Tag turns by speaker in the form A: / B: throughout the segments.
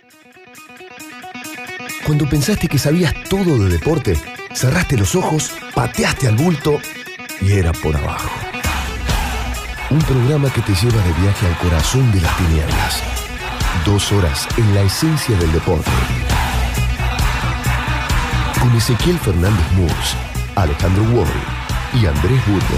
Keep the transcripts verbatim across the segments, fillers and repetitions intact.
A: Cuando pensaste que sabías todo de deporte, cerraste los ojos, pateaste al bulto y era por abajo. Un programa que te lleva de viaje al corazón de las tinieblas. Dos horas en la esencia del deporte. Con Ezequiel Fernández Murs, Alejandro Worry y Andrés Burgo.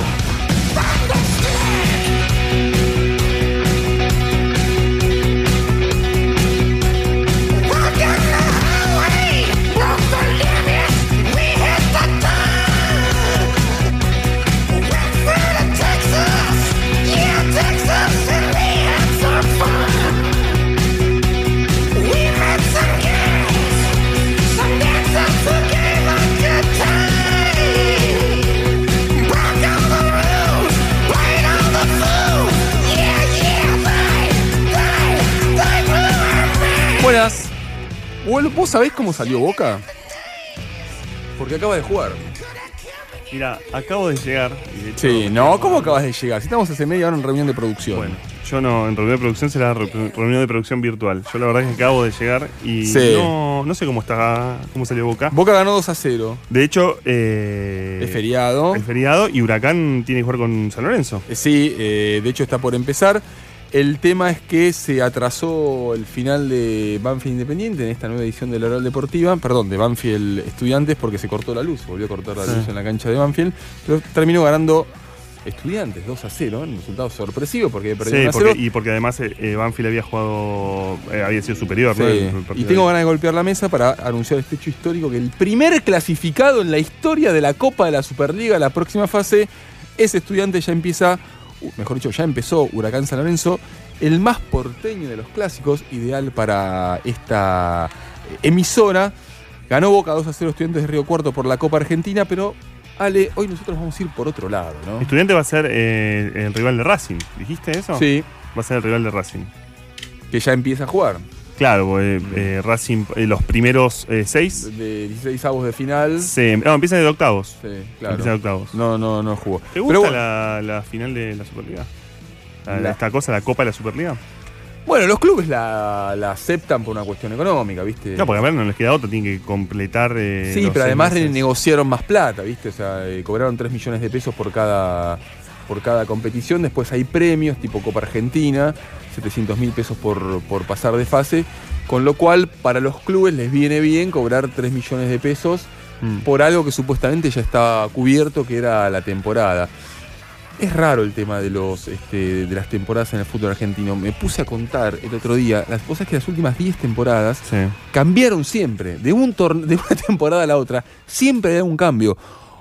B: Buenas. ¿Vos sabés cómo salió Boca? Porque acaba de jugar.
C: Mira, acabo de llegar. Y de hecho,
B: sí, no, ¿cómo acabas de llegar? Si estamos hace media hora en reunión de producción.
C: Bueno, yo no, en reunión de producción será re- reunión de producción virtual. Yo la verdad es que acabo de llegar y
B: sí.
C: no, no sé cómo está, cómo salió Boca.
B: Boca ganó dos a cero.
C: De hecho, eh,
B: es feriado.
C: Es feriado y Huracán tiene que jugar con San Lorenzo.
B: Eh, sí, eh, de hecho está por empezar. El tema es que se atrasó el final de Banfield Independiente en esta nueva edición de la Oral Deportiva, perdón, de Banfield Estudiantes, porque se cortó la luz, volvió a cortar la
C: sí.
B: luz en la cancha de Banfield, pero terminó ganando Estudiantes dos a cero, un resultado sorpresivo porque perdió
C: sí,
B: uno a cero.
C: Porque, y porque además eh, Banfield había jugado, eh, había sido superior,
B: sí.
C: ¿no? El, el
B: y tengo ganas de golpear la mesa para anunciar este hecho histórico, que el primer clasificado en la historia de la Copa de la Superliga, la próxima fase, es Estudiantes. Ya empieza, mejor dicho, ya empezó Huracán San Lorenzo, el más porteño de los clásicos, ideal para esta emisora. Ganó Boca dos a cero Estudiantes de Río Cuarto por la Copa Argentina, pero Ale, hoy nosotros vamos a ir por otro lado, ¿no?
C: Estudiante va a ser eh, el rival de Racing, ¿dijiste eso?
B: Sí.
C: Va a ser el rival de Racing.
B: Que ya empieza a jugar.
C: Claro, eh, eh, Racing, eh, los primeros eh, seis.
B: De dieciséis avos de final.
C: Se, no, empiezan de octavos.
B: Sí, claro.
C: Empiezan de octavos.
B: No, no, no jugó.
C: ¿Te gusta
B: Pero bueno,
C: la, la final de la Superliga? La,
B: la,
C: esta cosa, la Copa de la Superliga.
B: Bueno, los clubes la, la aceptan por una cuestión económica, ¿viste?
C: No, porque a ver, no les queda otra, tienen que completar. Eh,
B: sí,
C: los
B: pero además
C: meses.
B: negociaron más plata, ¿viste? O sea, eh, cobraron tres millones de pesos por cada, por cada competición. Después hay premios tipo Copa Argentina, setecientos mil pesos por, por pasar de fase. Con lo cual, para los clubes les viene bien cobrar tres millones de pesos mm. por algo que supuestamente ya estaba cubierto, que era la temporada. Es raro el tema de los este, de las temporadas en el fútbol argentino. Me puse a contar el otro día, las cosas que las últimas diez temporadas
C: sí.
B: cambiaron siempre. De, un torne- de una temporada a la otra, siempre hay un cambio.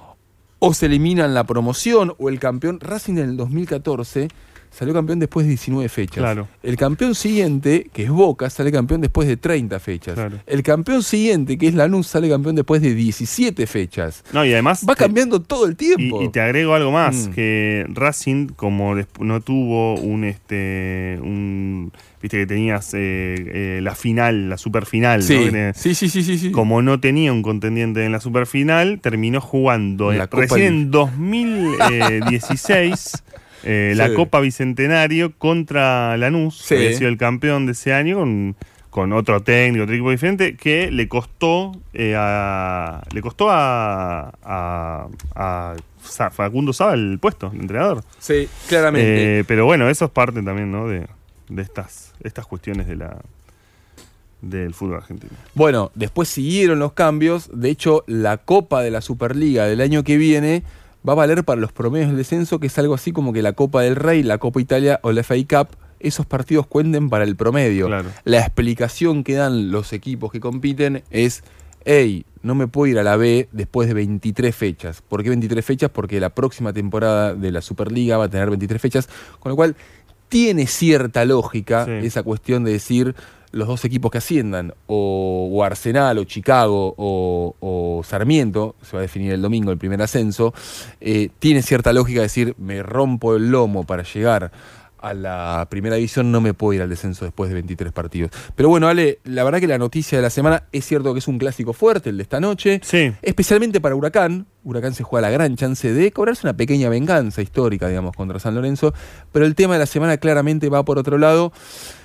B: O se eliminan la promoción, o el campeón. Racing en el dos mil catorce salió campeón después de diecinueve fechas.
C: Claro.
B: El campeón siguiente, que es Boca, sale campeón después de treinta fechas. Claro. El campeón siguiente, que es Lanús, sale campeón después de diecisiete fechas.
C: No, y además
B: va te, cambiando todo el tiempo.
C: Y, y te agrego algo más, mm. que Racing, como no tuvo un este un viste que tenías eh, eh, la final, la superfinal,
B: sí.
C: ¿no?
B: Sí, sí, sí, sí, sí.
C: Como no tenía un contendiente en la superfinal, terminó jugando eh, recién del... en dos mil dieciséis Eh, sí. la Copa Bicentenario contra Lanús, sí. que había sido el campeón de ese año con, con otro técnico, otro equipo diferente, que le costó eh, a le costó a, a, a Facundo Saba el puesto de entrenador.
B: Sí, claramente.
C: Eh, pero bueno, eso es parte también, ¿no? de, de estas, estas cuestiones de la del fútbol argentino.
B: Bueno, después siguieron los cambios. De hecho, la Copa de la Superliga del año que viene va a valer para los promedios del descenso, que es algo así como que la Copa del Rey, la Copa Italia o la F A Cup, esos partidos cuenten para el promedio.
C: Claro.
B: La explicación que dan los equipos que compiten es, hey, no me puedo ir a la B después de veintitrés fechas. ¿Por qué veintitrés fechas? Porque la próxima temporada de la Superliga va a tener veintitrés fechas, con lo cual tiene cierta lógica sí. esa cuestión de decir los dos equipos que asciendan, o, o Arsenal, o Chicago, o, o Sarmiento, se va a definir el domingo el primer ascenso, eh, tiene cierta lógica decir, me rompo el lomo para llegar a la primera división, no me puedo ir al descenso después de veintitrés partidos. Pero bueno, Ale, la verdad que la noticia de la semana, es cierto que es un clásico fuerte, el de esta noche,
C: sí.
B: especialmente para Huracán. Huracán se juega la gran chance de cobrarse una pequeña venganza histórica, digamos, contra San Lorenzo, pero el tema de la semana claramente va por otro lado.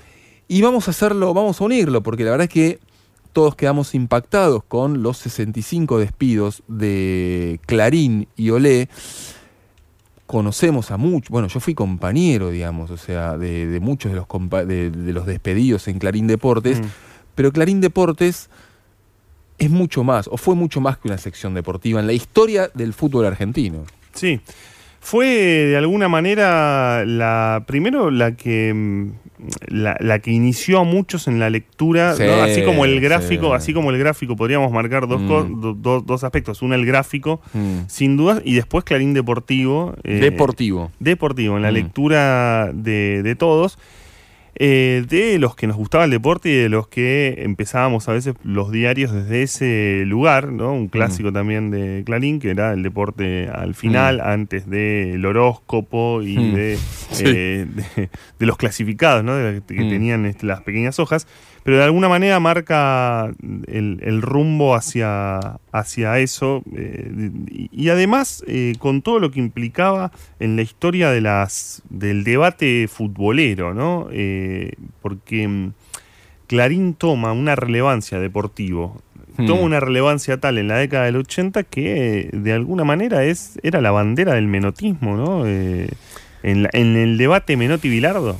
B: Y vamos a hacerlo, vamos a unirlo, porque la verdad es que todos quedamos impactados con los sesenta y cinco despidos de Clarín y Olé. Conocemos a muchos, bueno, yo fui compañero, digamos, o sea, de, de muchos de los, compa- de, de los despedidos en Clarín Deportes, mm. pero Clarín Deportes es mucho más, o fue mucho más que una sección deportiva en la historia del fútbol argentino.
C: Sí, fue de alguna manera la primero la que la, la que inició a muchos en la lectura, sí, ¿no? Así como el gráfico, sí. así como el gráfico podríamos marcar dos, mm. do, do, dos aspectos, uno el gráfico, mm. sin dudas, y después Clarín Deportivo.
B: Eh, deportivo.
C: Deportivo, en la mm. lectura de, de todos. Eh, de los que nos gustaba el deporte y de los que empezábamos a veces los diarios desde ese lugar, ¿no? Un clásico mm. también de Clarín, que era el deporte al final, mm. antes del horóscopo y mm. de, sí. eh, de, de los clasificados, ¿no? De, que mm. tenían este, las pequeñas hojas, pero de alguna manera marca el, el rumbo hacia, hacia eso, eh, y, y además eh, con todo lo que implicaba en la historia de las del debate futbolero, ¿no? Eh, porque um, Clarín toma una relevancia deportivo, hmm. toma una relevancia tal en la década del ochenta que eh, de alguna manera es era la bandera del menotismo, ¿no? Eh, en, la, en el debate Menotti-Bilardo.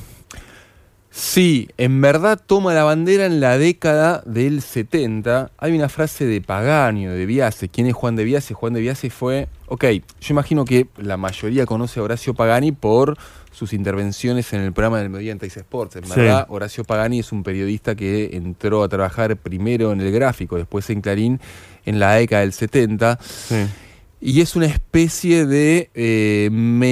B: Sí, en verdad toma la bandera en la década del setenta. Hay una frase de Pagani, de Biase. ¿Quién es Juan de Biase? Juan de Biase fue... Ok, yo imagino que la mayoría conoce a Horacio Pagani por sus intervenciones en el programa del Mediodía en Teis Sports. En verdad, sí. Horacio Pagani es un periodista que entró a trabajar primero en el gráfico, después en Clarín, en la década del setenta. Sí. Y es una especie de eh,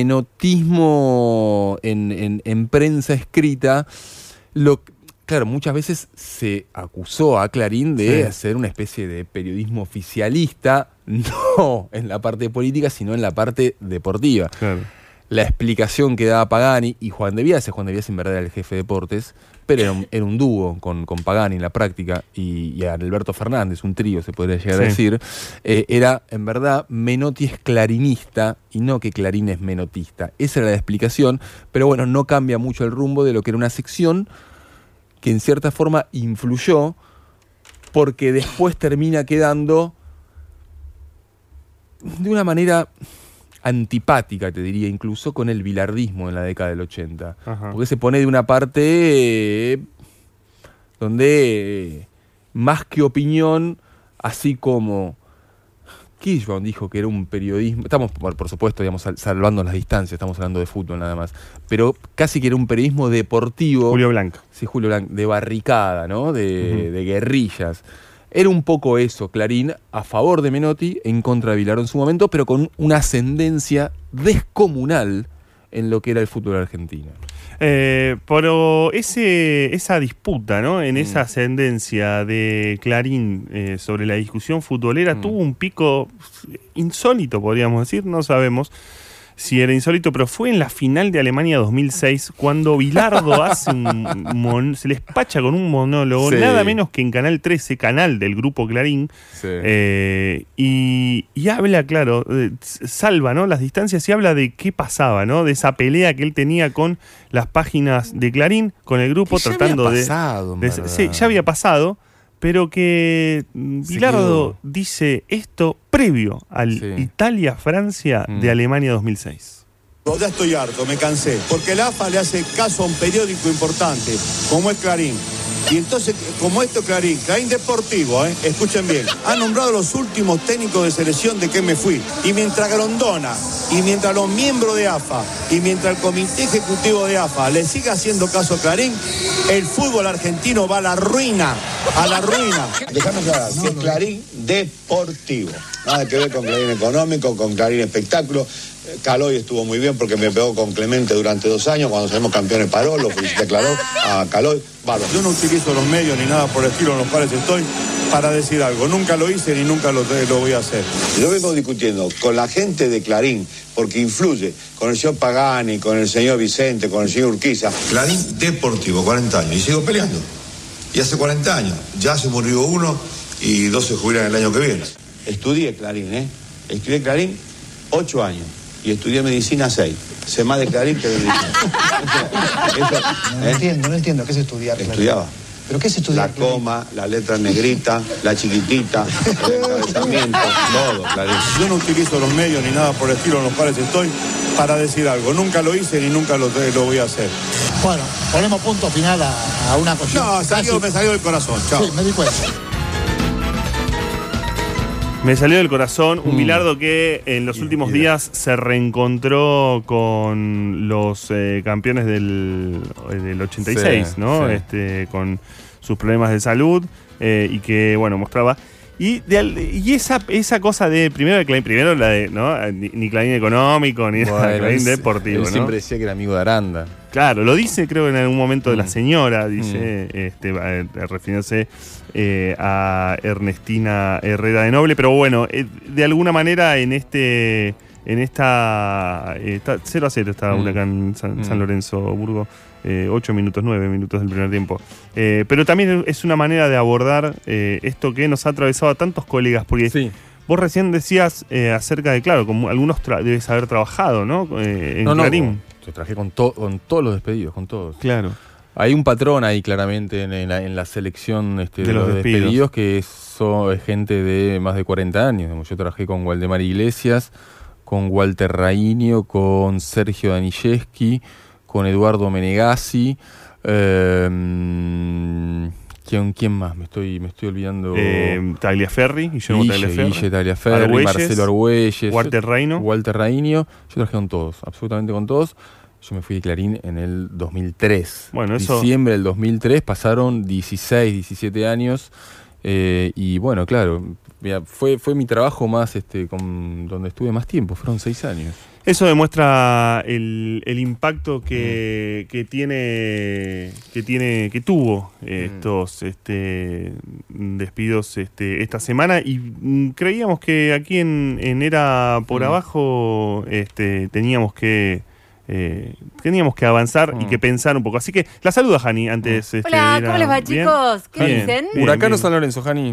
B: menotismo en, en, en prensa escrita. Lo, claro, muchas veces se acusó a Clarín de sí. hacer una especie de periodismo oficialista, no en la parte política, sino en la parte deportiva. Claro. La explicación que daba Pagani y Juan de Biase, Juan de Biase en verdad era el jefe de deportes, pero era un, era un dúo con, con Pagani en la práctica y, y Alberto Fernández, un trío se podría llegar sí. a decir, eh, era en verdad Menotti es clarinista y no que Clarín es menotista. Esa era la explicación, pero bueno, no cambia mucho el rumbo de lo que era una sección que en cierta forma influyó porque después termina quedando de una manera antipática, te diría, incluso con el bilardismo en la década del ochenta. Ajá. Porque se pone de una parte eh, donde eh, más que opinión, así como Kirchbaum dijo que era un periodismo, estamos por, por supuesto, digamos, salvando las distancias, estamos hablando de fútbol nada más, pero casi que era un periodismo deportivo.
C: Julio Blanco.
B: Sí, Julio Blanco, de barricada, ¿no? De, uh-huh. de guerrillas. Era un poco eso, Clarín, a favor de Menotti, en contra de Bilardo en su momento, pero con una ascendencia descomunal en lo que era el fútbol argentino.
C: Eh, pero ese, esa disputa, ¿no? En mm. esa ascendencia de Clarín eh, sobre la discusión futbolera mm. tuvo un pico insólito, podríamos decir, no sabemos si era insólito, pero fue en la final de Alemania dos mil seis cuando Bilardo hace un mon- se les pacha con un monólogo, sí. nada menos que en Canal trece, canal del grupo Clarín, sí. eh, y, y habla, claro, eh, salva, ¿no?, las distancias y habla de qué pasaba, ¿no?, de esa pelea que él tenía con las páginas de Clarín, con el grupo, que tratando
B: ya había pasado,
C: de... de sí, ya había pasado, pero que Bilardo dice esto previo al sí. Italia-Francia mm. de Alemania dos mil seis.
D: Ya estoy harto, me cansé, porque el A F A le hace caso a un periódico importante, como es Clarín. Y entonces, como esto Clarín, Clarín Deportivo, ¿eh? escuchen bien, ha nombrado los últimos técnicos de selección de que me fui. Y mientras Grondona, y mientras los miembros de A F A, y mientras el comité ejecutivo de A F A le siga haciendo caso a Clarín, el fútbol argentino va a la ruina, a la ruina. Déjame aclarar, es Clarín Deportivo. Nada que ver con Clarín Económico, con Clarín Espectáculo. Caloy estuvo muy bien porque me pegó con Clemente durante dos años. Cuando salimos campeones paró, lo felicité a Caloy. Vale. Yo no utilizo los medios ni nada por el estilo en los cuales estoy para decir algo. Nunca lo hice ni nunca lo, lo voy a hacer. Yo vengo discutiendo con la gente de Clarín porque influye con el señor Pagani, con el señor Vicente, con el señor Urquiza.
E: Clarín Deportivo, cuarenta años. Y sigo peleando. Y hace cuarenta años. Ya se murió uno y dos se jubilan el año que viene.
D: Estudié Clarín, ¿eh? Estudié Clarín ocho años. y estudié medicina seis. Sé más de Clarín que de medicina. Eso, eso,
F: no, no
D: ¿eh?
F: entiendo, no entiendo. ¿Qué es estudiar?
D: Estudiaba.
F: ¿Pero qué es estudiar?
D: La coma, la letra negrita, la chiquitita, el encabezamiento, todo, Clarín. Yo no utilizo los medios ni nada por el estilo en los cuales estoy para decir algo. Nunca lo hice ni nunca lo, lo voy a hacer.
F: Bueno, ponemos punto final a, a una cuestión.
D: No, salió,
F: casi...
D: me salió del corazón. Chao.
F: Sí, me di cuenta.
C: Me salió del corazón un Bilardo que en los últimos días se reencontró con los eh, campeones del, del ochenta y seis, sí, ¿no? Sí. Este, con sus problemas de salud eh, y que, bueno, mostraba. Y, de, y esa, esa cosa de, primero, de Clarín, primero la de, ¿no? Ni, ni Clarín económico, ni bueno, Clarín deportivo, él ¿no?
B: siempre decía que era amigo de Aranda.
C: Claro, lo dice creo en algún momento de la señora, dice, mm. este, eh, refiriéndose eh, a Ernestina Herrera de Noble, pero bueno, eh, de alguna manera en este, en esta, eh, está cero a cero está mm. Huracán San, mm. San Lorenzo Burgo, eh, ocho minutos, nueve minutos del primer tiempo. Eh, pero también es una manera de abordar eh, esto que nos ha atravesado a tantos colegas, porque sí. Vos recién decías eh, acerca de, claro, como algunos tra- debes haber trabajado, ¿no? Eh, en
B: no,
C: Clarín.
B: No. Yo trabajé con, to- con todos los despedidos, con todos.
C: Claro.
B: Hay un patrón ahí claramente en, en, la, en la selección este, de, de los, los despedidos, despedidos que es, son, es gente de más de cuarenta años. Yo trabajé con Waldemar Iglesias, con Walter Rainio, con Sergio Danilewski, con Eduardo Menegazzi. Eh, ¿quién, ¿Quién más? Me estoy, me estoy olvidando.
C: Eh, Tagliaferri, Guillermo
B: Guille,
C: Tagliaferri.
B: Guille Tagliaferri,
C: Argüelles,
B: Marcelo Argüelles.
C: Walter Raino.
B: Walter Rainio. Yo trabajé con todos, absolutamente con todos. Yo me fui de Clarín en el dos mil tres.
C: Bueno, eso...
B: Diciembre del dos mil tres, pasaron dieciséis, diecisiete años. Eh, y bueno, claro, mira, fue, fue mi trabajo más, este, con, donde estuve más tiempo, fueron seis años.
C: Eso demuestra el, el impacto que, mm. que tiene, que tiene, que tuvo estos mm. este, despidos este, esta semana, y mm, creíamos que aquí en, en Era por mm. Abajo este, teníamos que Eh, teníamos que avanzar mm. y que pensar un poco. Así que la saluda, Jani, antes. Este,
G: Hola, ¿cómo les va, chicos? ¿Qué
B: bien.
G: dicen?
B: Bien, ¿Huracán bien. o San Lorenzo, Jani?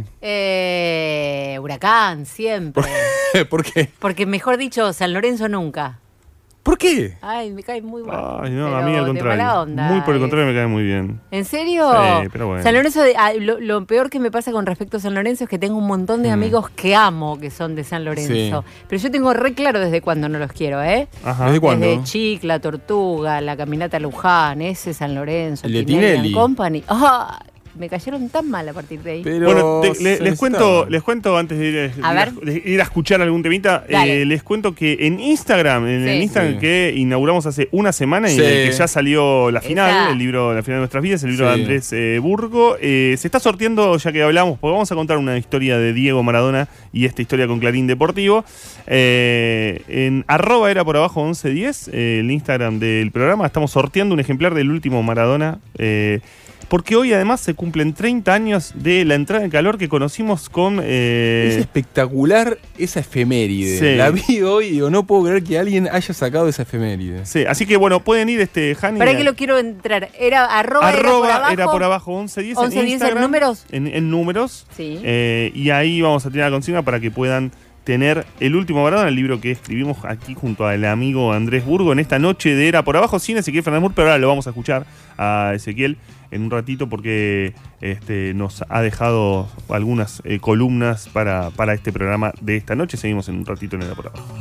G: Eh, huracán, siempre.
B: ¿Por qué?
G: Porque, mejor dicho, San Lorenzo nunca.
B: ¿Por qué?
G: Ay, me cae muy mal.
C: Ay, no, a mí al contrario. Onda, muy por el contrario, me cae muy bien.
G: ¿En serio?
C: Sí, pero bueno.
G: San Lorenzo, lo, lo peor que me pasa con respecto a San Lorenzo es que tengo un montón de mm. amigos que amo que son de San Lorenzo. Sí. Pero yo tengo re claro desde cuándo no los quiero, ¿eh?
B: Ajá. ¿Desde cuándo?
G: Desde Chicla, Tortuga, la caminata a Luján, ese San Lorenzo,
B: el de Tinelli
G: Company. ¡Ah! Me cayeron tan mal a partir de ahí.
C: Pero bueno, te, le, les cuento les cuento antes de ir, de ir, a, de ir a escuchar algún temita, eh, les cuento que en Instagram, en sí. el Instagram sí. que inauguramos hace una semana, sí. y que ya salió la final, Esa. el libro La final de nuestras vidas, el libro sí. de Andrés eh, Burgo, eh, se está sorteando, ya que hablamos, porque vamos a contar una historia de Diego Maradona y esta historia con Clarín Deportivo. Eh, en arroba era por abajo once diez, eh, el Instagram del programa, estamos sorteando un ejemplar del último Maradona, eh, porque hoy además se cumplen treinta años de la entrada en calor que conocimos con... Eh...
B: Es espectacular esa efeméride.
C: Sí.
B: La vi hoy y digo, no puedo creer que alguien haya sacado esa efeméride.
C: Sí, así que bueno, pueden ir, este, Jani...
G: ¿Para qué lo quiero entrar? Era arroba,
C: arroba
G: era por abajo,
C: era por abajo once diez
G: once diez en números.
C: En, en números.
G: Sí.
C: Eh, y ahí vamos a tener la consigna para que puedan tener el último Maradona, el libro que escribimos aquí junto al amigo Andrés Burgo en esta noche de Era por Abajo, sin Ezequiel Fernández Mur, pero ahora lo vamos a escuchar a Ezequiel en un ratito porque este, nos ha dejado algunas eh, columnas para, para este programa de esta noche. Seguimos en un ratito en Era por Abajo.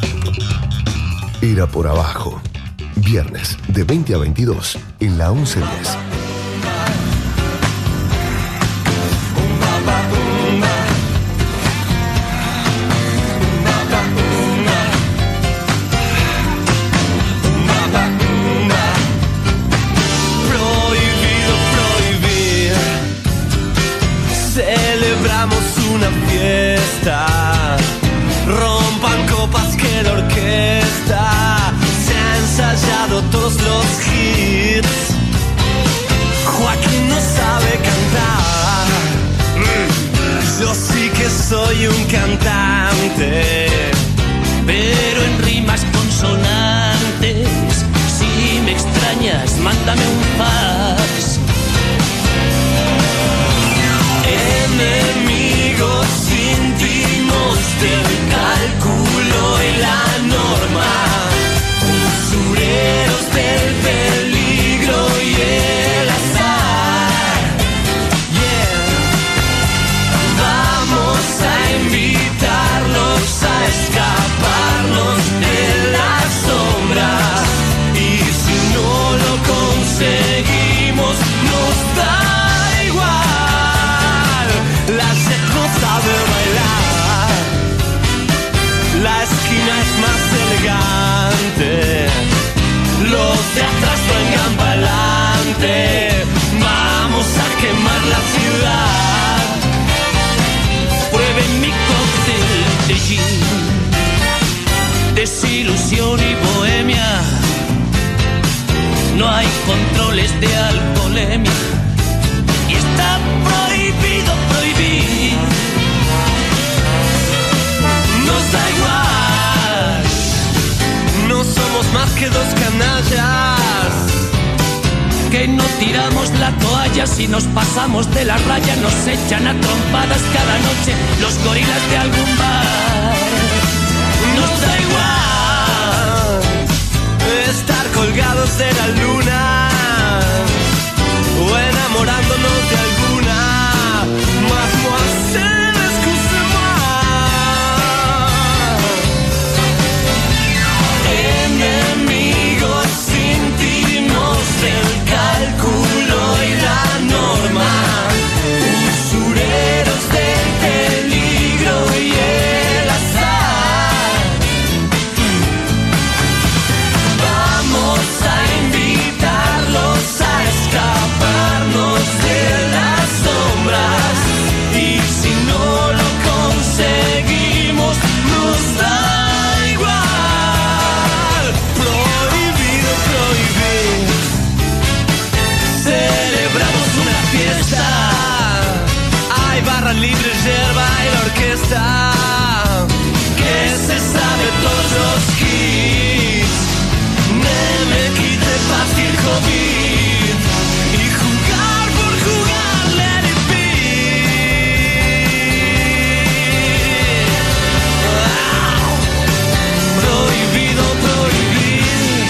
A: Era por Abajo, viernes de veinte a veintidós en la once diez.
H: Una fiesta, rompan copas que la orquesta se ha ensayado todos los hits. Joaquín no sabe cantar, yo sí que soy un cantante, pero en rimas consonantes. Si me extrañas, mándame un fax. Enemigos íntimos del cálculo y la norma. miércoles de alcoholemia. Y está prohibido prohibir. Nos da igual, no somos más que dos canallas que no tiramos la toalla. Si nos pasamos de la raya nos echan a trompadas cada noche los gorilas de algún bar. Nos da igual estar colgados de la luna o enamorándonos de alguna. Mademoiselle, excusez-moi. Enemigos sentimos el cálculo y la norma, usureros del peligro y el azar. Vamos a invitarlos a escaparnos de las sombras, y si no lo conseguimos nos da igual. Prohibido prohibir. Celebramos una fiesta, hay barra libre, yerba y la orquesta que se sabe todos los hits. Ne me quite fácil COVID y jugar por jugar, let it be. Ah, prohibido prohibir.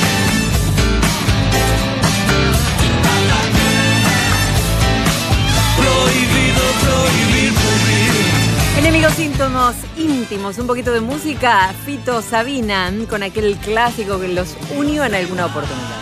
H: Prohibido prohibir, prohibir.
G: Enemigos íntimos, íntimos, un poquito de música. Fito Sabina, con aquel clásico que los unió en alguna oportunidad.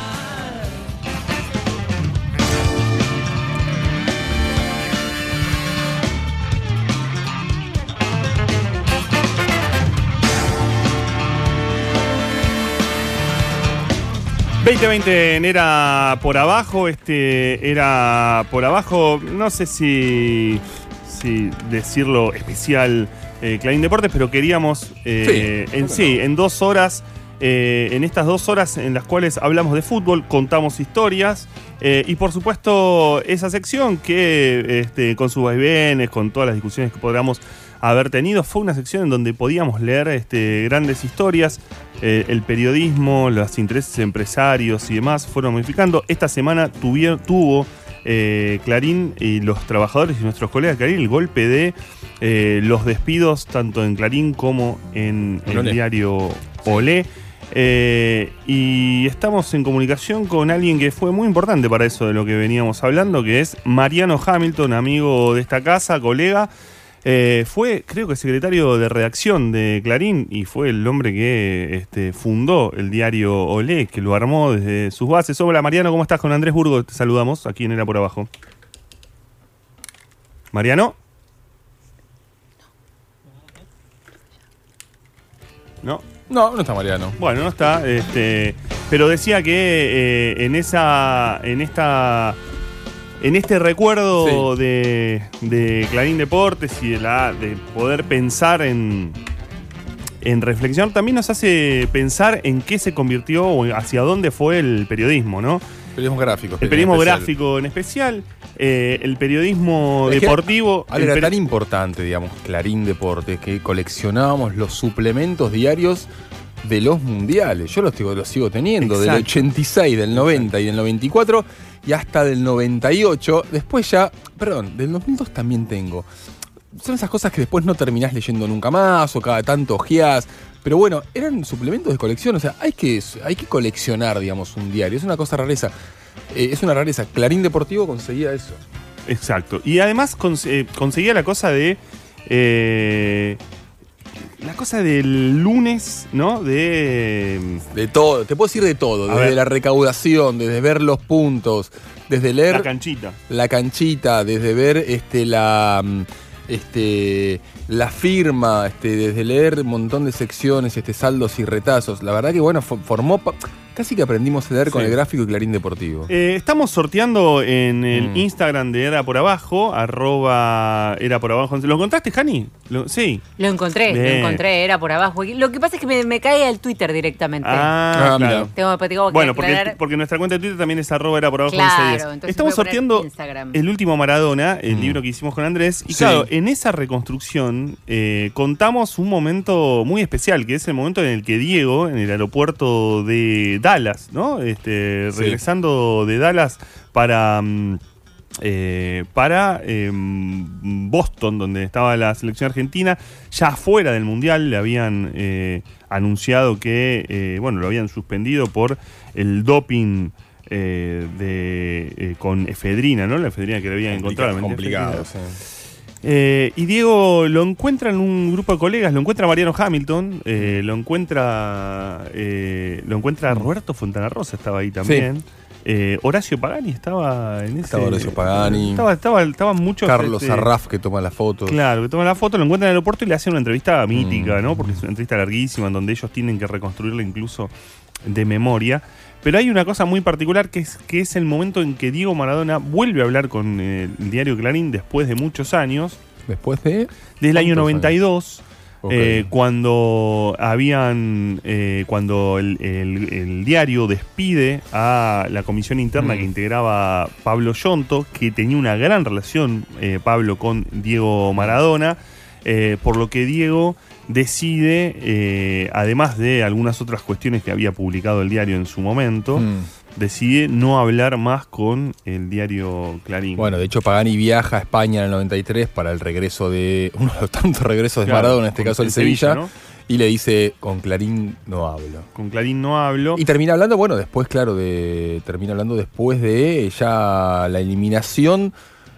C: veinte veinte en Era por Abajo, este Era por Abajo, no sé si, si decirlo especial eh, Clarín Deportes, pero queríamos eh, sí, en sí, no? en dos horas, eh, en estas dos horas en las cuales hablamos de fútbol, contamos historias eh, y por supuesto esa sección que este, con sus vaivenes, con todas las discusiones que podamos haber tenido, fue una sección en donde podíamos leer este, grandes historias. Eh, el periodismo, los intereses empresarios y demás fueron modificando. Esta semana tuvieron, tuvo eh, Clarín y los trabajadores y nuestros colegas de Clarín el golpe de eh, los despidos tanto en Clarín como en el Olé. diario Olé. Eh, y estamos en comunicación con alguien que fue muy importante para eso de lo que veníamos hablando, que es Mariano Hamilton, amigo de esta casa, colega. Eh, fue, creo que secretario de redacción de Clarín y fue el hombre que este, fundó el diario Olé, que lo armó desde sus bases. Hola Mariano, ¿cómo estás? Con Andrés Burgo te saludamos, aquí en Era por Abajo. ¿Mariano? ¿No?
B: No, no está Mariano.
C: Bueno, no está, este, pero decía que eh, en esa, en esta... En este recuerdo sí. de, de Clarín Deportes y de, la, de poder pensar en, en reflexión, también nos hace pensar en qué se convirtió o hacia dónde fue el periodismo, ¿no?
B: Periodismo gráfico.
C: El periodismo gráfico en especial, eh, el periodismo es deportivo.
B: Que, era tan importante, digamos, Clarín Deportes, que coleccionábamos los suplementos diarios de los mundiales. Yo los, los sigo teniendo, exacto, del ochenta y seis, del noventa, exacto, y del noventa y cuatro y hasta del noventa y ocho. Después ya, perdón, del dos mil dos también tengo. Son esas cosas que después no terminás leyendo nunca más o cada tanto ojeás. Pero bueno, eran suplementos de colección. O sea, hay que, hay que coleccionar, digamos, un diario. Es una cosa rareza. Eh, es una rareza. Clarín Deportivo conseguía eso.
C: Exacto. Y además cons- eh, conseguía la cosa de... Eh, la cosa del lunes, ¿no? De...
B: De todo. Te puedo decir de todo. Desde la recaudación, desde ver los puntos, desde leer...
C: La canchita.
B: La canchita, desde ver este, la... Este, la firma, este, desde leer un montón de secciones, este, saldos y retazos. La verdad que bueno, formó, Casi que aprendimos a leer sí. con el gráfico y Clarín Deportivo.
C: Eh, estamos sorteando en el mm. Instagram de Era por Abajo, arroba Era por Abajo. ¿Lo encontraste, Jani? Lo, sí.
G: Lo encontré, Bien. lo encontré, Era por Abajo. Lo que pasa es que me, me cae el Twitter directamente.
C: Ah, ah claro.
G: Tengo, tengo que
C: bueno, porque, porque nuestra cuenta de Twitter también es arroba Era por Abajo.
G: Claro,
C: estamos sorteando El Último Maradona, el mm. libro que hicimos con Andrés. Y sí. claro, en esa reconstrucción eh, contamos un momento muy especial, que es el momento en el que Diego, en el aeropuerto de Dallas, ¿no? Este, sí. Regresando de Dallas para, eh, para eh, Boston, donde estaba la selección argentina, ya fuera del Mundial le habían eh, anunciado que, eh, bueno, lo habían suspendido por el doping eh, de, eh, con efedrina, ¿no? La efedrina que le habían encontrado.
B: Complicado, sí.
C: Eh, y Diego lo encuentra en un grupo de colegas, lo encuentra Mariano Hamilton, eh, lo encuentra eh, lo encuentra Roberto Fontana Rosa, estaba ahí también. Sí. Eh, Horacio Pagani estaba en ese.
B: Estaba Horacio Pagani.
C: Estaba, estaba, estaba muchos.
B: Carlos este, Arraf que toma la foto.
C: Claro, que toma la foto, lo encuentra en el aeropuerto y le hace una entrevista mítica, mm. ¿no? Porque es una entrevista larguísima en donde ellos tienen que reconstruirla incluso de memoria. Pero hay una cosa muy particular que es, que es el momento en que Diego Maradona vuelve a hablar con el diario Clarín después de muchos años.
B: ¿Después de?
C: Del año noventa y dos, okay. eh, cuando habían eh, cuando el, el, el diario despide a la comisión interna mm. que integraba Pablo Yonto, que tenía una gran relación, eh, Pablo, con Diego Maradona, eh, por lo que Diego decide, eh, además de algunas otras cuestiones que había publicado el diario en su momento, mm. decide no hablar más con el diario Clarín.
B: Bueno, de hecho Pagani viaja a España en el noventa y tres para el regreso de, uno de los tantos regresos de claro, Maradona, en este caso el Sevilla, Sevilla ¿no? Y le dice, con Clarín no hablo.
C: Con Clarín no hablo.
B: Y termina hablando, bueno, después, claro, de termina hablando después de ya la eliminación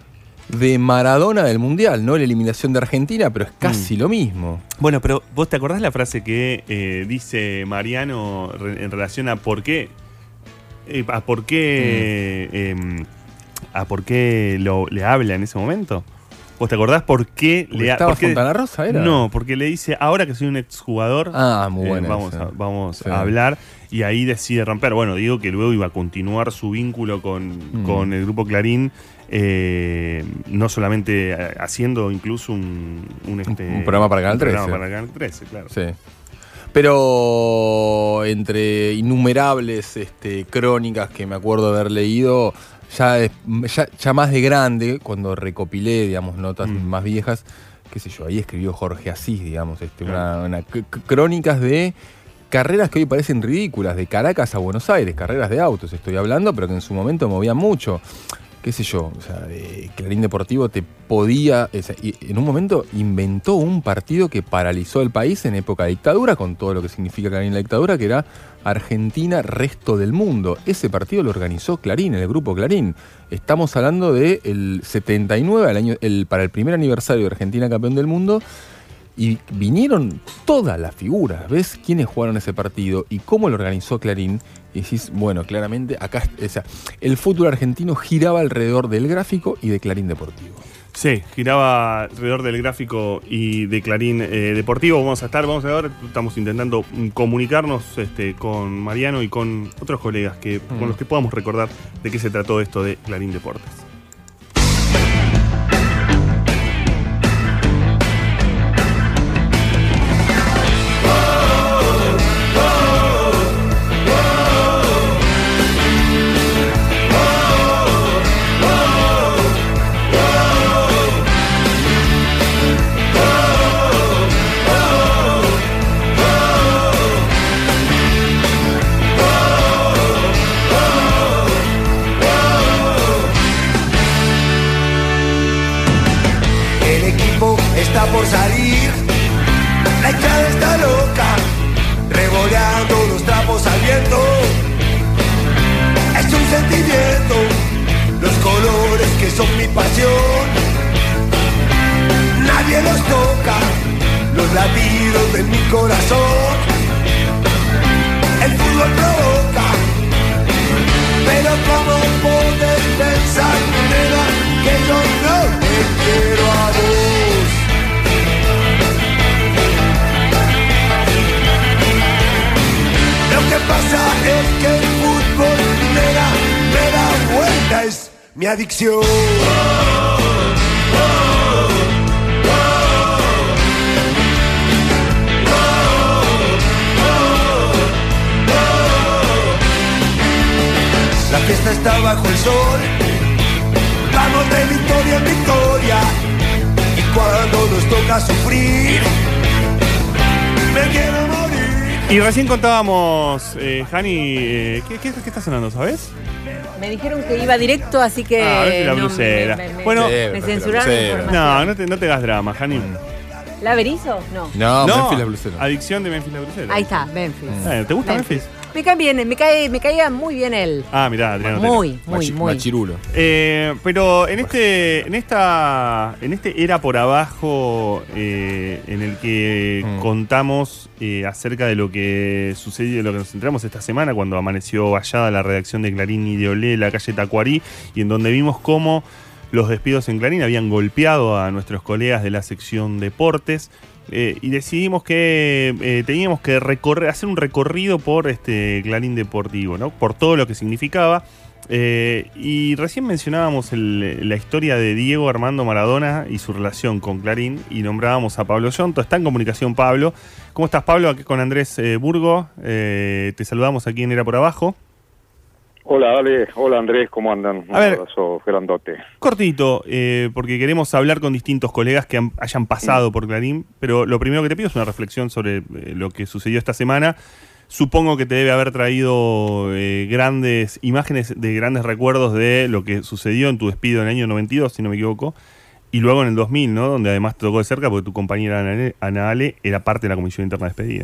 B: de Maradona del Mundial, no la eliminación de Argentina, pero es casi mm. lo mismo.
C: Bueno, pero ¿vos te acordás la frase que eh, dice Mariano en relación a por qué eh, a por qué mm. eh, a por qué lo, le habla en ese momento? ¿Vos te acordás por qué
B: le habla? ¿Estaba Fontana Rosa, era?
C: No, porque le dice, ahora que soy un exjugador,
B: ah, muy bueno,
C: eh, vamos, a, vamos sí. a hablar, y ahí decide romper. Bueno, digo que luego iba a continuar su vínculo con, mm. con el Grupo Clarín, eh, no solamente haciendo incluso un, un, este,
B: un programa para Canal trece.
C: Un programa para Canal trece, claro.
B: Sí. Pero entre innumerables este, crónicas que me acuerdo haber leído, ya, ya, ya más de grande, cuando recopilé, digamos, notas mm. más viejas, qué sé yo, ahí escribió Jorge Asís, digamos, este, una, una c- crónicas de carreras que hoy parecen ridículas, de Caracas a Buenos Aires, carreras de autos estoy hablando, pero que en su momento movían mucho. Qué sé yo, o sea, de Clarín Deportivo te podía, o sea, en un momento inventó un partido que paralizó el país en época de dictadura, con todo lo que significa Clarín en la dictadura, que era Argentina, resto del mundo. Ese partido lo organizó Clarín, el grupo Clarín. Estamos hablando del setenta y nueve, el año, el, para el primer aniversario de Argentina campeón del mundo, y vinieron todas las figuras. ¿Ves quiénes jugaron ese partido y cómo lo organizó Clarín? Y decís, bueno, claramente acá, o sea, el fútbol argentino giraba alrededor del gráfico y de Clarín Deportivo.
C: Sí, giraba alrededor del gráfico y de Clarín eh, Deportivo. Vamos a estar, vamos a ver, estamos intentando comunicarnos este, con Mariano y con otros colegas que, mm. con los que podamos recordar de qué se trató esto de Clarín Deportes.
I: Está por salir, la hinchada está loca, revoleando los trapos al viento. Es un sentimiento, los colores que son mi pasión. Nadie los toca, los latidos de mi corazón. El fútbol provoca, pero ¿cómo podés pensar, nena, que yo no te quiero a vos? Lo que pasa es que mi adicción. La fiesta está bajo el sol, vamos de victoria en victoria, y cuando nos toca sufrir, me quiero morir.
C: Y recién contábamos, eh, Jani, eh, ¿qué, qué, ¿qué está sonando, sabes?
G: Me dijeron que iba directo, así que...
C: Ah, es la
G: no,
C: blusera.
G: me, me,
C: bueno,
G: me, me censuraron la información.
C: No, no te, no te hagas drama, Jani.
G: ¿La Berizo? No.
B: No,
C: no,
B: Memphis la blusera.
C: Adicción de Memphis la blusera.
G: Ahí está, Memphis.
C: Eh, ¿Te gusta Memphis?
G: Memphis? Me cae bien, me cae, me caía muy bien él.
C: Ah, mirá, Adriano.
G: Muy, muy,
B: Machi,
G: muy.
B: Machirulo.
C: Eh, pero en este, en esta, en este era por abajo eh, en el que mm. contamos eh, acerca de lo que sucedió, de lo que nos enteramos esta semana cuando amaneció vallada la redacción de Clarín y de Olé, la calle Tacuarí, y en donde vimos cómo los despidos en Clarín habían golpeado a nuestros colegas de la sección deportes. Eh, y decidimos que eh, teníamos que recorrer, hacer un recorrido por este Clarín Deportivo, ¿no? Por todo lo que significaba. Eh, y recién mencionábamos el, la historia de Diego Armando Maradona y su relación con Clarín, y nombrábamos a Pablo Yonto. Está en comunicación Pablo. ¿Cómo estás, Pablo? Aquí con Andrés eh, Burgo. Eh, te saludamos aquí en Era por Abajo.
J: Hola, Ale. Hola, Andrés. ¿Cómo andan? Un
C: a ver,
J: abrazo grandote.
C: Cortito, eh, porque queremos hablar con distintos colegas que han, hayan pasado mm. por Clarín, pero lo primero que te pido es una reflexión sobre eh, lo que sucedió esta semana. Supongo que te debe haber traído eh, grandes imágenes de grandes recuerdos de lo que sucedió en tu despido en el año noventa y dos, si no me equivoco, y luego en el dos mil, ¿no? Donde además te tocó de cerca porque tu compañera Ana, Ana Ale era parte de la comisión interna de despedida.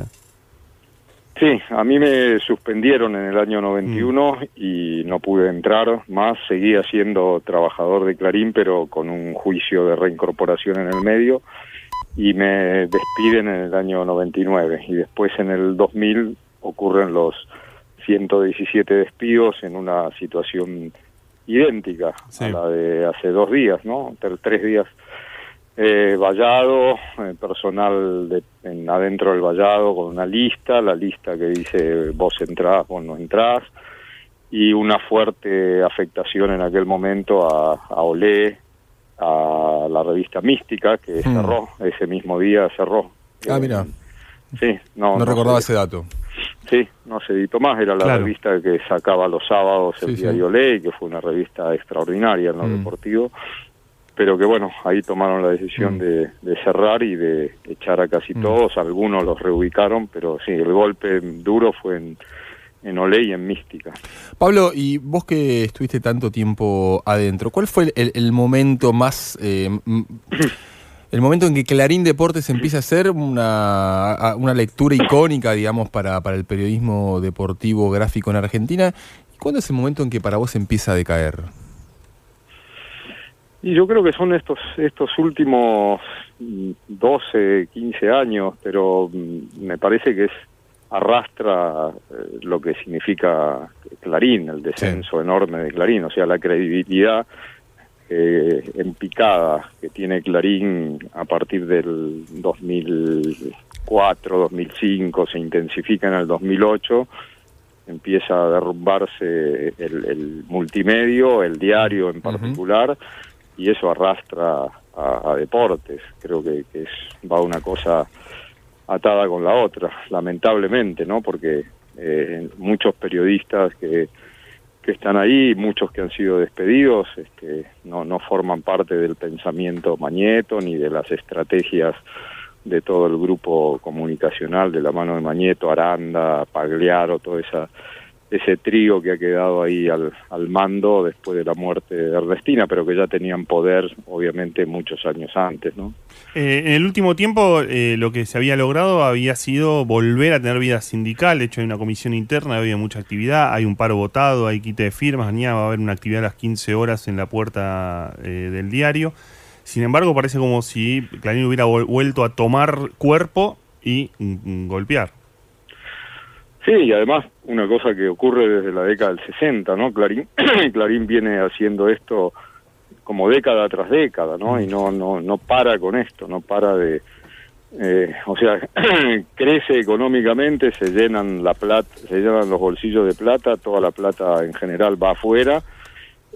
J: Sí, a mí me suspendieron en el año noventa y uno mm. y no pude entrar más. Seguía siendo trabajador de Clarín, pero con un juicio de reincorporación en el medio, y me despiden en el año noventa y nueve. Y después en el dos mil ocurren los ciento diecisiete despidos en una situación idéntica sí. a la de hace dos días, ¿no? Tres días. Eh, vallado, eh, personal de, en, adentro del vallado con una lista, la lista que dice vos entrás, vos no entrás, y una fuerte afectación en aquel momento a, a Olé, a la revista Mística, que hmm. cerró, ese mismo día cerró.
B: Ah, eh, mira.
J: Sí, no,
B: no, no recordaba se, ese dato.
J: Sí, no se editó más, era la claro. revista que sacaba los sábados el sí, diario sí. Olé, que fue una revista extraordinaria en lo hmm. deportivo. Pero que bueno, ahí tomaron la decisión mm. de, de cerrar y de echar a casi mm. todos. Algunos los reubicaron, pero sí, el golpe duro fue en, en Olé y en Mística.
B: Pablo, y vos que estuviste tanto tiempo adentro, ¿cuál fue el, el momento más... Eh, el momento en que Clarín Deportes empieza a ser una, una lectura icónica, digamos, para, para el periodismo deportivo gráfico en Argentina? ¿Y cuándo es el momento en que para vos empieza a decaer?
J: Y yo creo que son estos estos últimos doce, quince años, pero me parece que es arrastra eh, lo que significa Clarín, el descenso sí. enorme de Clarín, o sea, la credibilidad eh, en picada que tiene Clarín a partir del dos mil cuatro, dos mil cinco, se intensifica en el dos mil ocho, empieza a derrumbarse el, el multimedio, el diario en particular, uh-huh. y eso arrastra a, a deportes. Creo que, que es, va una cosa atada con la otra, lamentablemente, ¿no? Porque eh, muchos periodistas que, que están ahí, muchos que han sido despedidos, este, no, no forman parte del pensamiento Mañeto ni de las estrategias de todo el grupo comunicacional de la mano de Mañeto, Aranda, Pagliaro, todo esa ese trío que ha quedado ahí al, al mando después de la muerte de Ernestina, pero que ya tenían poder, obviamente, muchos años antes, ¿no?
C: Eh, en el último tiempo, eh, lo que se había logrado había sido volver a tener vida sindical. De hecho, hay una comisión interna, había mucha actividad, hay un paro votado, hay quite de firmas, mañana va a haber una actividad a las quince horas en la puerta eh, del diario. Sin embargo, parece como si Clarín hubiera vuelto a tomar cuerpo y mm, golpear.
J: Sí, y además una cosa que ocurre desde la década del sesenta, ¿no? Clarín, Clarín viene haciendo esto como década tras década, ¿no? Y no no no para con esto, no para de... Eh, o sea, crece económicamente, se llenan la plata, se llenan los bolsillos de plata, toda la plata en general va afuera,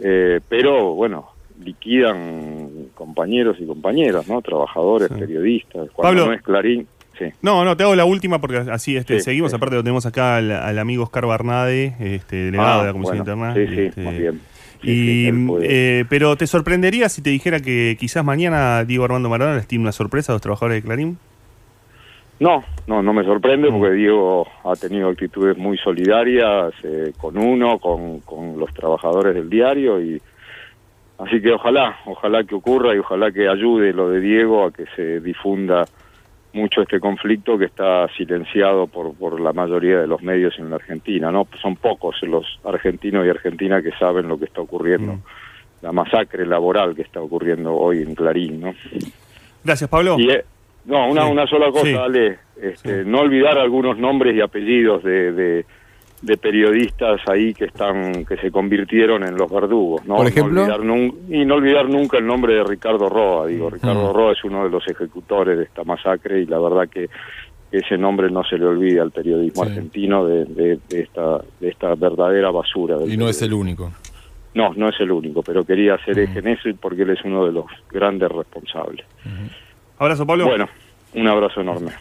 J: eh, pero bueno, liquidan compañeros y compañeras, ¿no? Trabajadores, sí. periodistas. Cuando
C: Pablo,
J: no es Clarín. Sí.
C: No, no, te hago la última porque así este, sí, seguimos.
J: Sí.
C: Aparte lo tenemos acá al, al amigo Oscar Barnade, este, delegado
J: ah,
C: de la Comisión
J: bueno,
C: Interna.
J: Sí, sí,
C: este,
J: muy bien. Sí,
C: y,
J: sí,
C: eh, pero ¿te sorprendería si te dijera que quizás mañana Diego Armando Maradona les tiene una sorpresa a los trabajadores de Clarín?
J: No, no, no me sorprende porque Diego ha tenido actitudes muy solidarias eh, con uno, con, con los trabajadores del diario y así que ojalá, ojalá que ocurra y ojalá que ayude lo de Diego a que se difunda mucho este conflicto que está silenciado por, por la mayoría de los medios en la Argentina, ¿no? Son pocos los argentinos y argentinas que saben lo que está ocurriendo, mm. la masacre laboral que está ocurriendo hoy en Clarín, ¿no?
C: Gracias, Pablo.
J: Y, eh, no, una, sí. una sola cosa, sí. Ale, este, sí. no olvidar algunos nombres y apellidos de, de, de periodistas ahí que están que se convirtieron en los verdugos, ¿no?
B: Por ejemplo,
J: no olvidar nun- y no olvidar nunca el nombre de Ricardo Roa. Digo, Ricardo mm. Roa es uno de los ejecutores de esta masacre y la verdad que ese nombre no se le olvida al periodismo sí. argentino de, de, de esta de esta verdadera basura. Del
B: y no periodismo. Es el único.
J: No, no es el único, pero quería hacer mm. eje en eso porque él es uno de los grandes responsables.
C: Mm. Abrazo, Pablo.
J: Bueno, un abrazo enorme.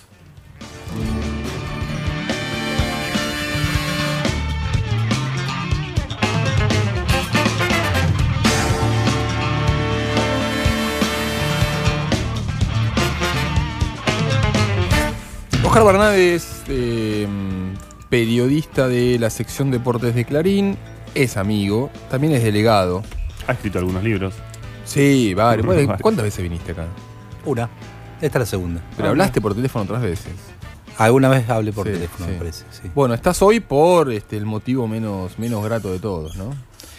B: Oscar Barnade es eh, periodista de la sección Deportes de Clarín, es amigo, también es delegado.
C: Ha escrito algunos libros.
B: Sí, vale. Bueno, ¿cuántas veces viniste acá?
K: Una. Esta es la segunda.
B: Pero ah, hablaste por teléfono otras veces.
K: Alguna vez hablé por
B: sí,
K: teléfono,
B: sí.
K: me parece. Sí.
B: Bueno, estás hoy por este, el motivo menos, menos grato de todos, ¿no?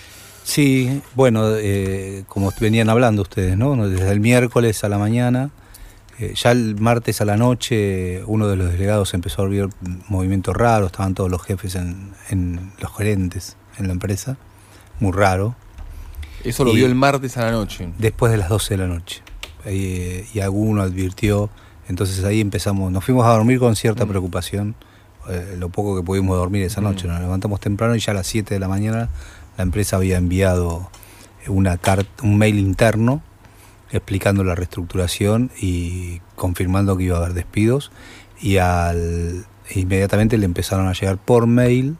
K: Sí, bueno, eh, como venían hablando ustedes, ¿no? Desde el miércoles a la mañana, eh, ya el martes a la noche, uno de los delegados empezó a ver movimientos raros, estaban todos los jefes, en, en los gerentes en la empresa, muy raro.
B: Eso lo y vio el martes a la noche.
K: Después de las doce de la noche. Eh, y alguno advirtió, entonces ahí empezamos, nos fuimos a dormir con cierta mm. preocupación, eh, lo poco que pudimos dormir esa noche, mm. nos levantamos temprano y ya a las siete de la mañana la empresa había enviado una carta, un mail interno explicando la reestructuración y confirmando que iba a haber despidos y al, inmediatamente le empezaron a llegar por mail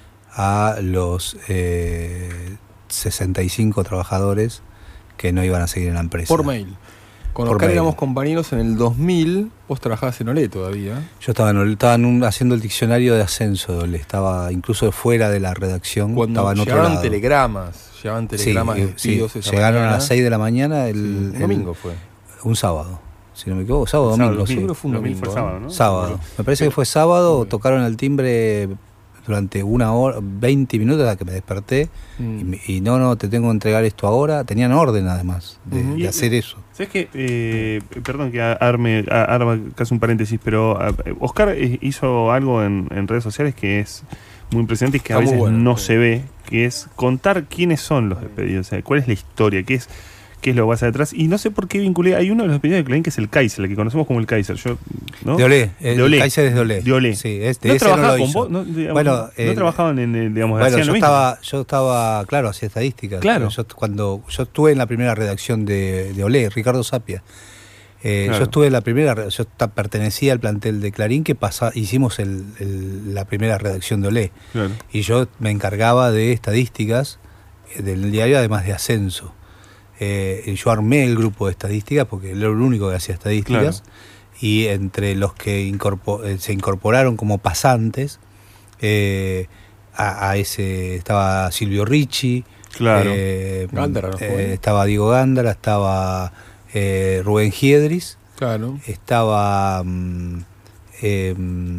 K: a los eh, sesenta y cinco trabajadores que no iban a seguir en la empresa.
B: Por mail. Con Oscar éramos compañeros en el dos mil, vos trabajabas en Olé todavía.
K: Yo estaba en Olé, estaba en un, haciendo el diccionario de ascenso de Olé, estaba incluso fuera de la redacción.
B: Cuando
K: estaba en otro
B: llegaban
K: lado.
B: telegramas, llegaban telegramas
K: sí,
B: de despidos
K: sí,
B: esa
K: llegaron
B: mañana.
K: a las seis de la mañana el,
B: sí, un domingo
K: el,
B: fue.
K: Un sábado, si no me equivoco, sábado o domingo,
B: sí.
K: sí.
B: Fue un domingo,
C: fue sábado, ¿no?
K: Sábado. Me parece que fue sábado, tocaron el timbre durante una hora, veinte minutos hasta que me desperté mm. y, y no, no, te tengo que entregar esto ahora. Tenían orden además de, uh-huh. de hacer eso.
C: ¿Sabes qué? Eh, perdón que arme, arme casi un paréntesis, pero Oscar hizo algo en, en redes sociales que es muy impresionante y que Está a veces bueno, no sí. se ve, que es contar quiénes son los despedidos, o sea, cuál es la historia, qué es qué es lo que pasa detrás. Y no sé por qué vinculé, hay uno de los despedidos de Clarín que es el Kaiser, el que conocemos como el Kaiser. Yo, ¿no?
K: De Olé, el
C: de Olé.
K: Kaiser es de Olé.
C: De Olé.
K: Sí, este,
C: ¿No
K: trabajaba
C: no con vos? ¿No, digamos,
K: bueno,
C: no
K: el,
C: trabajaban en, digamos,
K: bueno, yo
C: lo
K: estaba, yo estaba, claro, hacía estadísticas.
C: Claro.
K: Yo, cuando yo estuve en la primera redacción de, de Olé, Ricardo Sapia. Eh,
C: claro.
K: Yo estuve en la primera, yo pertenecía al plantel de Clarín que pasa, hicimos el, el, la primera redacción de Olé.
C: Claro.
K: Y yo me encargaba de estadísticas del diario, además de ascenso. Eh, yo armé el grupo de estadísticas porque era el único que hacía estadísticas. Claro. Y entre los que incorpor, se incorporaron como pasantes, eh, a, a ese estaba Silvio Ricci,
C: claro.
K: eh,
B: Gándara, ¿no?
K: eh, estaba Diego Gándara, estaba eh, Rubén Giedris,
B: claro.
K: estaba mm, eh,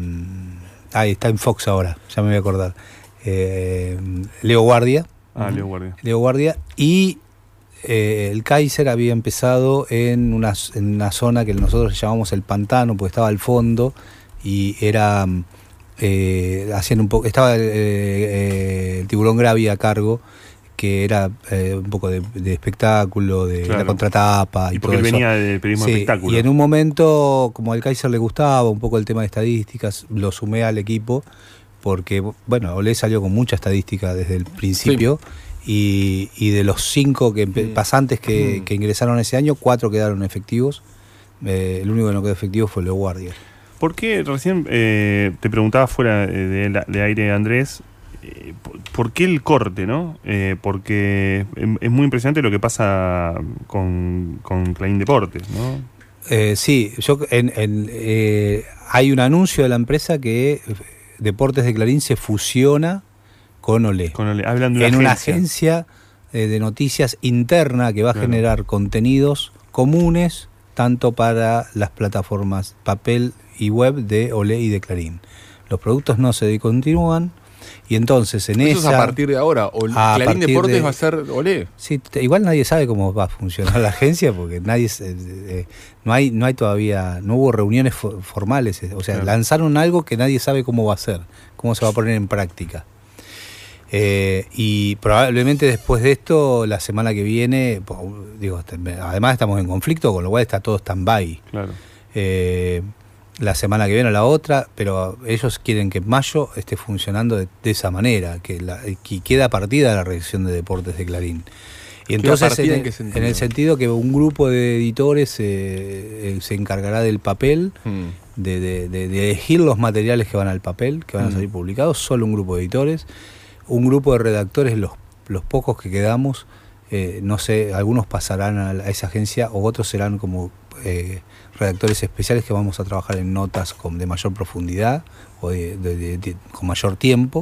K: ahí está en Fox ahora, ya me voy a acordar, eh, Leo Guardia,
C: ah, Leo Guardia,
K: Leo Guardia y Eh, el Kaiser había empezado en una, en una zona que nosotros llamamos el pantano, porque estaba al fondo y era eh, hacían un poco, estaba eh, eh, el Tiburón Gravy a cargo, que era eh, un poco de, de espectáculo, de
C: claro.
K: la contratapa y,
C: y porque
K: todo
C: él venía
K: eso.
C: del periodismo
K: sí,
C: de espectáculo.
K: Y en un momento, como al Kaiser le gustaba un poco el tema de estadísticas, lo sumé al equipo porque, bueno, Olé salió con mucha estadística desde el principio. Sí. y, y de los cinco que, mm. pasantes que, mm. que ingresaron ese año, cuatro quedaron efectivos. Eh, el único que no quedó efectivo fue Leo Guardia.
C: ¿Por qué recién eh, te preguntaba fuera de, de, de aire, Andrés, eh, por, por qué el corte, ¿no? Eh, porque es, es muy impresionante lo que pasa con, con Clarín Deportes, ¿no?
K: Eh, sí, yo en, en, eh, hay un anuncio de la empresa que Deportes de Clarín se fusiona con Olé.
C: Con Olé. Hablan de una
K: en
C: agencia.
K: una agencia eh, de noticias interna que va a claro. generar contenidos comunes tanto para las plataformas papel y web de Olé y de Clarín. Los productos no se discontinúan y entonces en
B: Eso
K: esa...
B: es a partir de ahora. O Clarín Deportes de, va a ser Olé.
K: Sí, te, igual nadie sabe cómo va a funcionar la agencia porque nadie eh, eh, no hay no hay todavía, no hubo reuniones for, formales. O sea, claro. lanzaron algo que nadie sabe cómo va a ser, cómo se va a poner en práctica. Eh, y probablemente después de esto, la semana que viene, pues, digo, además estamos en conflicto, con lo cual está todo stand-by.
C: Claro.
K: Eh, la semana que viene o la otra, pero ellos quieren que en mayo esté funcionando de, de esa manera, que, la, que queda partida la redacción de Deportes de Clarín. Y entonces, en, en, en el sentido que un grupo de editores eh, eh, se encargará del papel, hmm. de, de, de, de elegir los materiales que van al papel, que van hmm. a salir publicados, solo un grupo de editores. Un grupo de redactores, los, los pocos que quedamos, eh, no sé, algunos pasarán a, a esa agencia o otros serán como eh, redactores especiales que vamos a trabajar en notas con, de mayor profundidad o de, de, de, de, con mayor tiempo.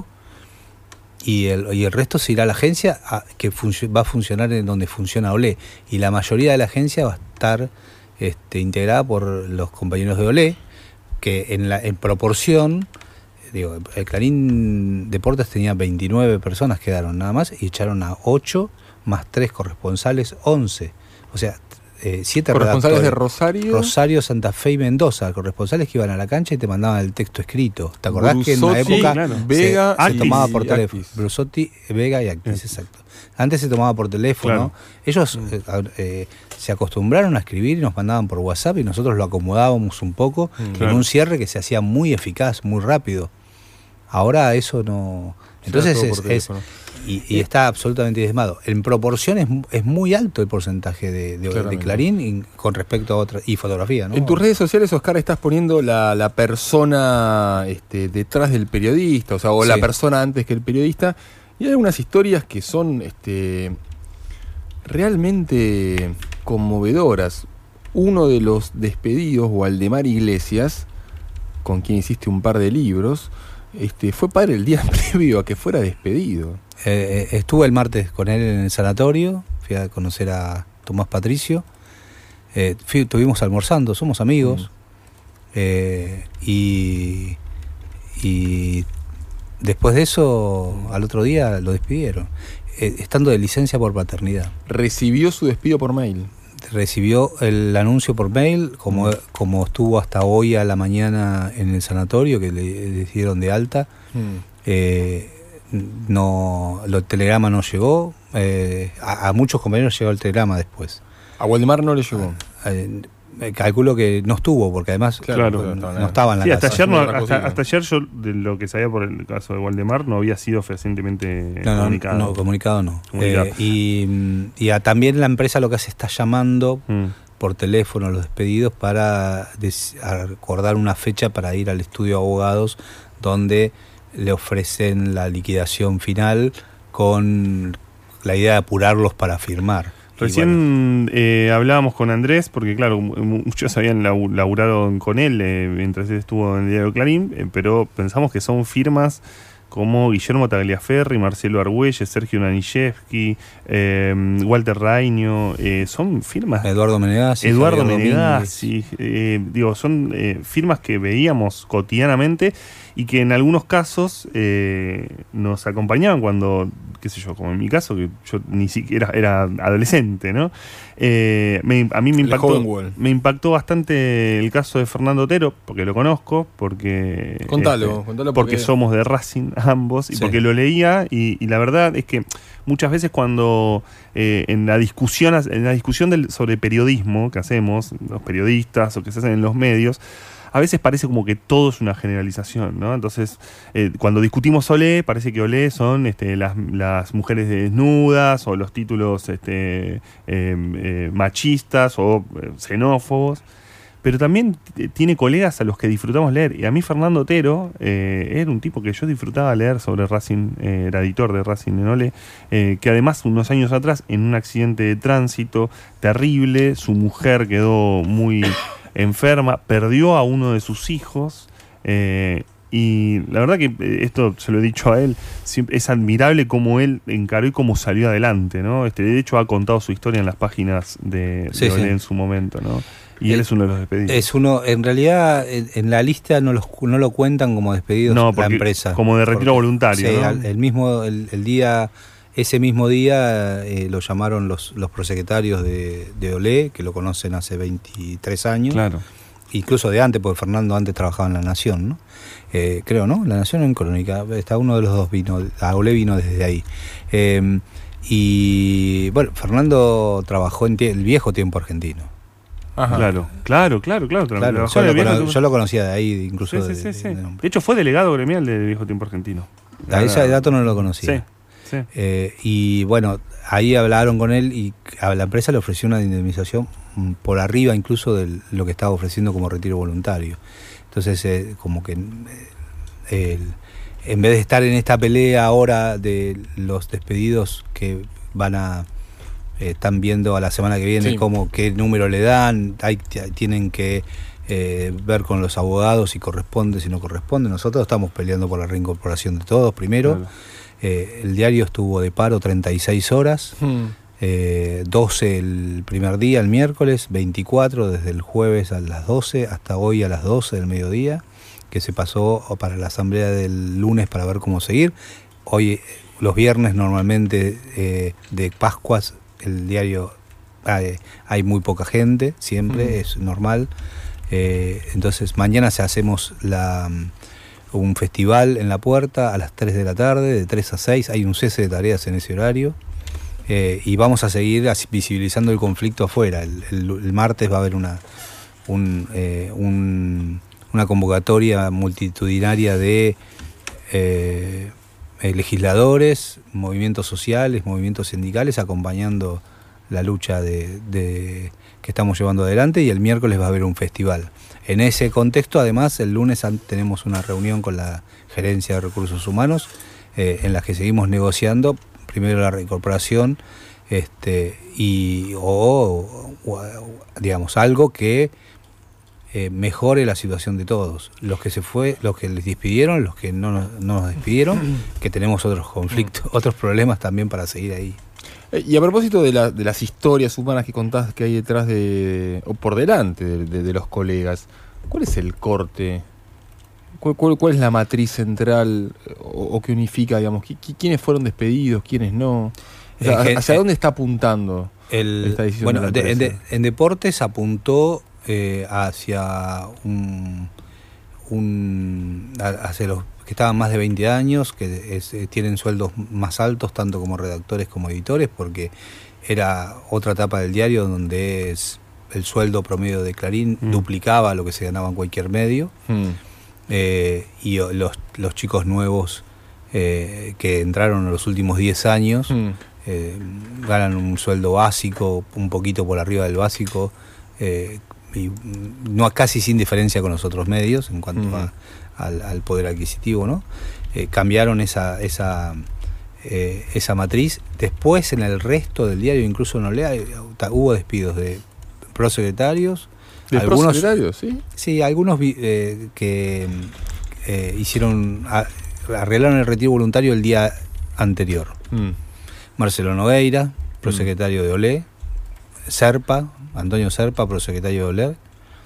K: Y el, y el resto se irá a la agencia a, que va a funcionar en donde funciona Olé. Y la mayoría de la agencia va a estar este, integrada por los compañeros de Olé, que en, la, en proporción... Digo, el Clarín Deportes tenía veintinueve personas, quedaron nada más, y echaron a ocho, más tres corresponsales, once. O sea, eh, siete
B: corresponsales de Rosario.
K: Rosario, Santa Fe y Mendoza, corresponsales que iban a la cancha y te mandaban el texto escrito. ¿Te acordás Brusotti, que en una época claro.
B: se, Vega,
K: se
B: Actis,
K: tomaba por teléfono?
B: Actis.
K: Brusotti, Vega y Actis, sí. exacto. Antes se tomaba por teléfono. Claro. Ellos mm. eh, eh, se acostumbraron a escribir y nos mandaban por WhatsApp y nosotros lo acomodábamos un poco mm. en claro. un cierre que se hacía muy eficaz, muy rápido. Ahora eso no... Entonces es, es... Y, y está absolutamente diezmado. En proporción es, es muy alto el porcentaje de, de, de Clarín y con respecto a otra... Y fotografía, ¿no?
B: En tus redes sociales, Oscar, estás poniendo la, la persona este, detrás del periodista, o sea, o sí. la persona antes que el periodista. Y hay algunas historias que son este, realmente conmovedoras. Uno de los despedidos, Waldemar Iglesias, con quien hiciste un par de libros... Este, fue padre el día previo a que fuera despedido.
K: Eh, estuve el martes con él en el sanatorio, fui a conocer a Tomás Patricio, eh, fui, estuvimos almorzando, somos amigos, mm. eh, y, y después de eso, al otro día lo despidieron, eh, estando de licencia por paternidad.
B: ¿Recibió su despido por mail?
K: Recibió el anuncio por mail, como, mm. como estuvo hasta hoy a la mañana en el sanatorio, que le, le dieron de alta. Mm. Eh, no, el telegrama no llegó. Eh, a, a muchos compañeros llegó el telegrama después.
B: ¿A Waldemar no le llegó?
K: Eh, calculo que no estuvo, porque además
C: claro,
K: no,
C: claro,
K: no estaba en la
C: sí,
K: casa.
C: Hasta ayer, no, hasta, hasta ayer yo, de lo que sabía por el caso de Waldemar, no había sido fehacientemente
K: no,
C: comunicado.
K: No, no, comunicado no. Comunicado. Eh, y y a, también la empresa lo que hace está llamando mm. por teléfono a los despedidos para des, acordar una fecha para ir al estudio de abogados donde le ofrecen la liquidación final con la idea de apurarlos para firmar.
C: Recién bueno. eh, hablábamos con Andrés, porque claro, muchos habían laburado con él eh, mientras él estuvo en el diario Clarín, eh, pero pensamos que son firmas como Guillermo Tagliaferri, Marcelo Argüelles, Sergio Nanishevsky, eh, Walter Rainio, eh, son firmas...
K: Eduardo Menegazzi.
C: Eduardo Menegazzi, eh, digo, son eh, firmas que veíamos cotidianamente y que en algunos casos eh, nos acompañaban cuando, qué sé yo, como en mi caso, que yo ni siquiera era adolescente, ¿no? Eh, me, a mí me impactó, me impactó bastante el caso de Fernando Otero, porque lo conozco, porque...
B: Contalo,
C: este,
B: contalo
C: porque
B: porque
C: somos de Racing, ambos, y sí. porque lo leía y, y la verdad es que muchas veces cuando eh, en la discusión, en la discusión del, sobre periodismo que hacemos, los periodistas o que se hacen en los medios, a veces parece como que todo es una generalización, ¿no? Entonces, eh, cuando discutimos Olé, parece que Olé son este, las, las mujeres desnudas o los títulos este, eh, eh, machistas o eh, xenófobos. Pero también tiene colegas a los que disfrutamos leer. Y a mí Fernando Otero eh, era un tipo que yo disfrutaba leer sobre Racing, eh, era editor de Racing en Olé, eh, que además unos años atrás, en un accidente de tránsito terrible, su mujer quedó muy enferma, perdió a uno de sus hijos, eh, y la verdad que esto se lo he dicho a él, es admirable cómo él encaró y cómo salió adelante, ¿no? Este, de hecho ha contado su historia en las páginas de,
K: sí,
C: de Olé
K: sí.
C: en su momento, ¿no? Y él es uno de los despedidos.
K: Es uno, en realidad, en, en la lista no, los, no lo cuentan como despedidos
C: no,
K: la empresa.
C: Como de retiro porque, voluntario,
K: sí,
C: ¿no?
K: el, el mismo, el, el día, ese mismo día eh, lo llamaron los, los prosecretarios de, de Olé, que lo conocen hace veintitrés años.
C: Claro.
K: Incluso de antes, porque Fernando antes trabajaba en La Nación, ¿no? Eh, creo, ¿no? La Nación o en Crónica. Está uno de los dos vino, a Olé vino desde ahí. Eh, y bueno, Fernando trabajó en el viejo tiempo argentino.
C: Ajá. Claro, claro, claro, claro.
K: claro yo, lo cono- yo lo conocía de ahí, incluso.
C: Sí, sí,
K: de,
C: sí, sí.
K: De,
C: de, de hecho, fue delegado gremial del viejo tiempo argentino.
K: A ese dato no lo conocía.
C: Sí, sí.
K: Eh, y bueno, ahí hablaron con él y a la empresa le ofreció una indemnización por arriba incluso de lo que estaba ofreciendo como retiro voluntario. Entonces, eh, como que eh, el, en vez de estar en esta pelea ahora de los despedidos que van a... Eh, están viendo a la semana que viene sí. cómo, qué número le dan, hay, tienen que eh, ver con los abogados si corresponde, si no corresponde. Nosotros estamos peleando por la reincorporación de todos primero. Claro. Eh, el diario estuvo de paro treinta y seis horas, hmm. eh, doce el primer día, el miércoles, veinticuatro desde el jueves a las doce hasta hoy a las doce del mediodía, que se pasó para la asamblea del lunes para ver cómo seguir. Hoy, los viernes normalmente eh, de Pascuas, el diario hay, hay muy poca gente, siempre, mm. es normal. Eh, entonces mañana se hacemos la, un festival en La Puerta a las tres de la tarde, de tres a seis, hay un cese de tareas en ese horario. Eh, y vamos a seguir visibilizando el conflicto afuera. El, el, el martes va a haber una, un, eh, un, una convocatoria multitudinaria de... Eh, Eh, legisladores, movimientos sociales, movimientos sindicales acompañando la lucha de, de, que estamos llevando adelante, y el miércoles va a haber un festival. En ese contexto, además, el lunes tenemos una reunión con la Gerencia de Recursos Humanos eh, en la que seguimos negociando primero la reincorporación este, y o, o digamos algo que Eh, mejore la situación de todos, los que se fue, los que les despidieron, los que no nos, no nos despidieron, que tenemos otros conflictos, otros problemas también para seguir ahí.
B: Eh, y a propósito de, la, de las historias humanas que contás que hay detrás de, o por delante de, de, de los colegas, ¿cuál es el corte? ¿Cuál, cuál, cuál es la matriz central o, o que unifica, digamos, quiénes fueron despedidos, quiénes no? O sea, ¿hacia, hacia dónde está apuntando
K: el,
B: esta decisión?
K: Bueno,
B: de
K: de, en, de, en deportes apuntó Eh, hacia un, un hacia los que estaban más de veinte años, que es, tienen sueldos más altos tanto como redactores como editores, porque era otra etapa del diario donde es el sueldo promedio de Clarín mm. duplicaba lo que se ganaba en cualquier medio, mm. eh, y los, los chicos nuevos eh, que entraron en los últimos diez años mm. eh, ganan un sueldo básico, un poquito por arriba del básico, eh, y no casi sin diferencia con los otros medios en cuanto uh-huh. a, al, al poder adquisitivo, ¿no? Eh, cambiaron esa esa eh, esa matriz. Después en el resto del diario, incluso en Olé, hubo despidos de prosecretarios.
B: ¿De
K: algunos,
B: prosecretarios, sí?
K: Sí, algunos eh, que eh, hicieron, a, arreglaron el retiro voluntario el día anterior. Mm. Marcelo Nogueira, prosecretario mm. de Olé. Serpa, Antonio Serpa, prosecretario de Olé,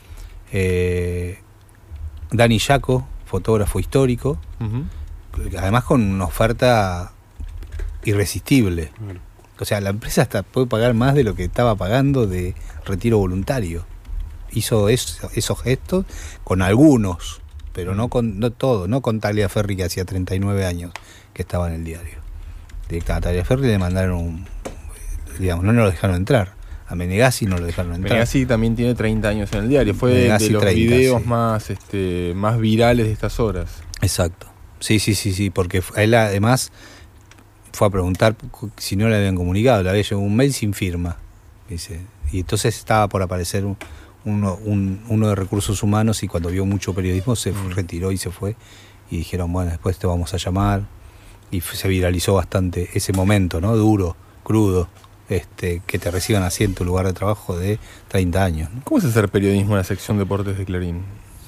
K: eh, Dani Yaco, fotógrafo histórico, uh-huh. además con una oferta irresistible. Uh-huh. O sea, la empresa hasta puede pagar más de lo que estaba pagando de retiro voluntario. Hizo eso, esos gestos con algunos, pero no con no todo, no con Tagliaferri, que hacía treinta y nueve años que estaba en el diario. A Tagliaferri le mandaron un, digamos, no nos lo dejaron entrar. A Menegazzi no lo dejaron entrar.
B: Menegazzi también tiene treinta años en el diario. Fue
K: Menegazzi
B: de los
K: treinta,
B: videos
K: sí.
B: más, este, más virales de estas horas.
K: Exacto. Sí, sí, sí, sí, porque él además fue a preguntar si no le habían comunicado, le había llegado un mail sin firma, dice. Y entonces estaba por aparecer un, uno, un, uno de recursos humanos y cuando vio mucho periodismo se mm. retiró y se fue. Y dijeron, bueno, después te vamos a llamar. Y se viralizó bastante ese momento, ¿no? Duro, crudo, este, que te reciban así en tu lugar de trabajo de treinta años, ¿no?
B: ¿Cómo es hacer periodismo en la sección deportes de Clarín?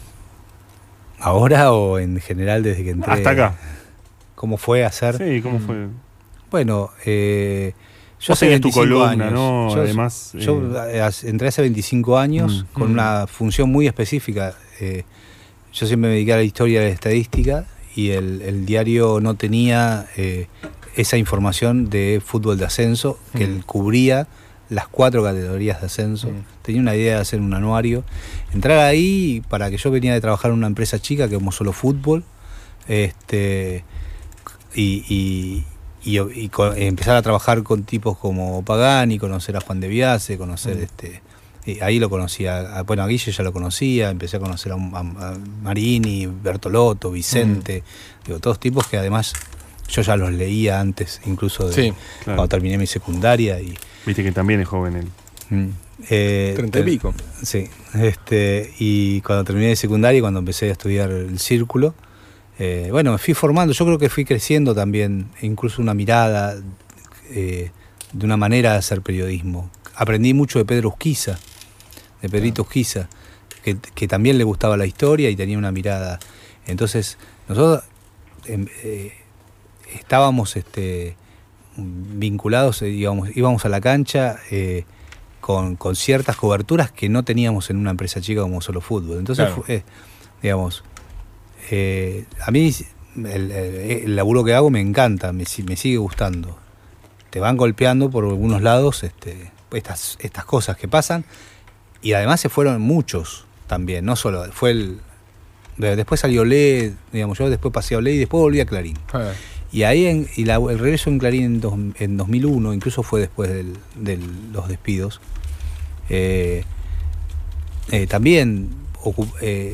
K: ¿Ahora o en general desde que entré?
C: Hasta acá.
K: ¿Cómo fue hacer?
C: Sí, ¿cómo fue?
K: Bueno, eh, yo
C: hace
K: tu columna,
C: años. ¿no?
K: Yo,
C: Además,
K: yo eh... entré hace veinticinco años mm, con mm. una función muy específica. Eh, yo siempre me dediqué a la historia de la estadística y el, el diario no tenía eh, esa información de fútbol de ascenso, que mm. él cubría las cuatro categorías de ascenso. Mm. Tenía una idea de hacer un anuario. Entrar ahí, para que yo venía de trabajar en una empresa chica que como Solo Fútbol, este, y... y Y, y, y empezar a trabajar con tipos como Pagani, conocer a Juan de Biase, conocer mm. este y ahí lo conocía, a, bueno, a Guille ya lo conocía, empecé a conocer a, a, a Marini, Bertolotto, Vicente, mm. digo, todos tipos que además yo ya los leía antes, incluso de,
B: sí,
K: claro. cuando terminé mi secundaria. Y
C: viste que también es joven él.
K: Mm, eh,
B: Treinta y pico.
K: Sí, este, y cuando terminé de secundaria y cuando empecé a estudiar el círculo, Eh, bueno, me fui formando, yo creo que fui creciendo también, incluso una mirada eh, de una manera de hacer periodismo. Aprendí mucho de Pedro Urquiza, de Pedrito Urquiza, que, que también le gustaba la historia y tenía una mirada. Entonces, nosotros eh, eh, estábamos este, vinculados, eh, íbamos, íbamos a la cancha eh, con, con ciertas coberturas que no teníamos en una empresa chica como Solo Fútbol. Entonces,
B: claro.
K: fue, eh, digamos... Eh, a mí el, el, el laburo que hago me encanta, me, me sigue gustando. Te van golpeando por algunos lados este, estas, estas cosas que pasan y además se fueron muchos también, no solo, fue el... Después salió Olé, digamos, yo después pasé a Olé y después volví a Clarín. Ah. Y ahí en, y la, el regreso en Clarín en, dos, en dos mil uno, incluso fue después de del, los despidos, eh, eh, también ocup, eh,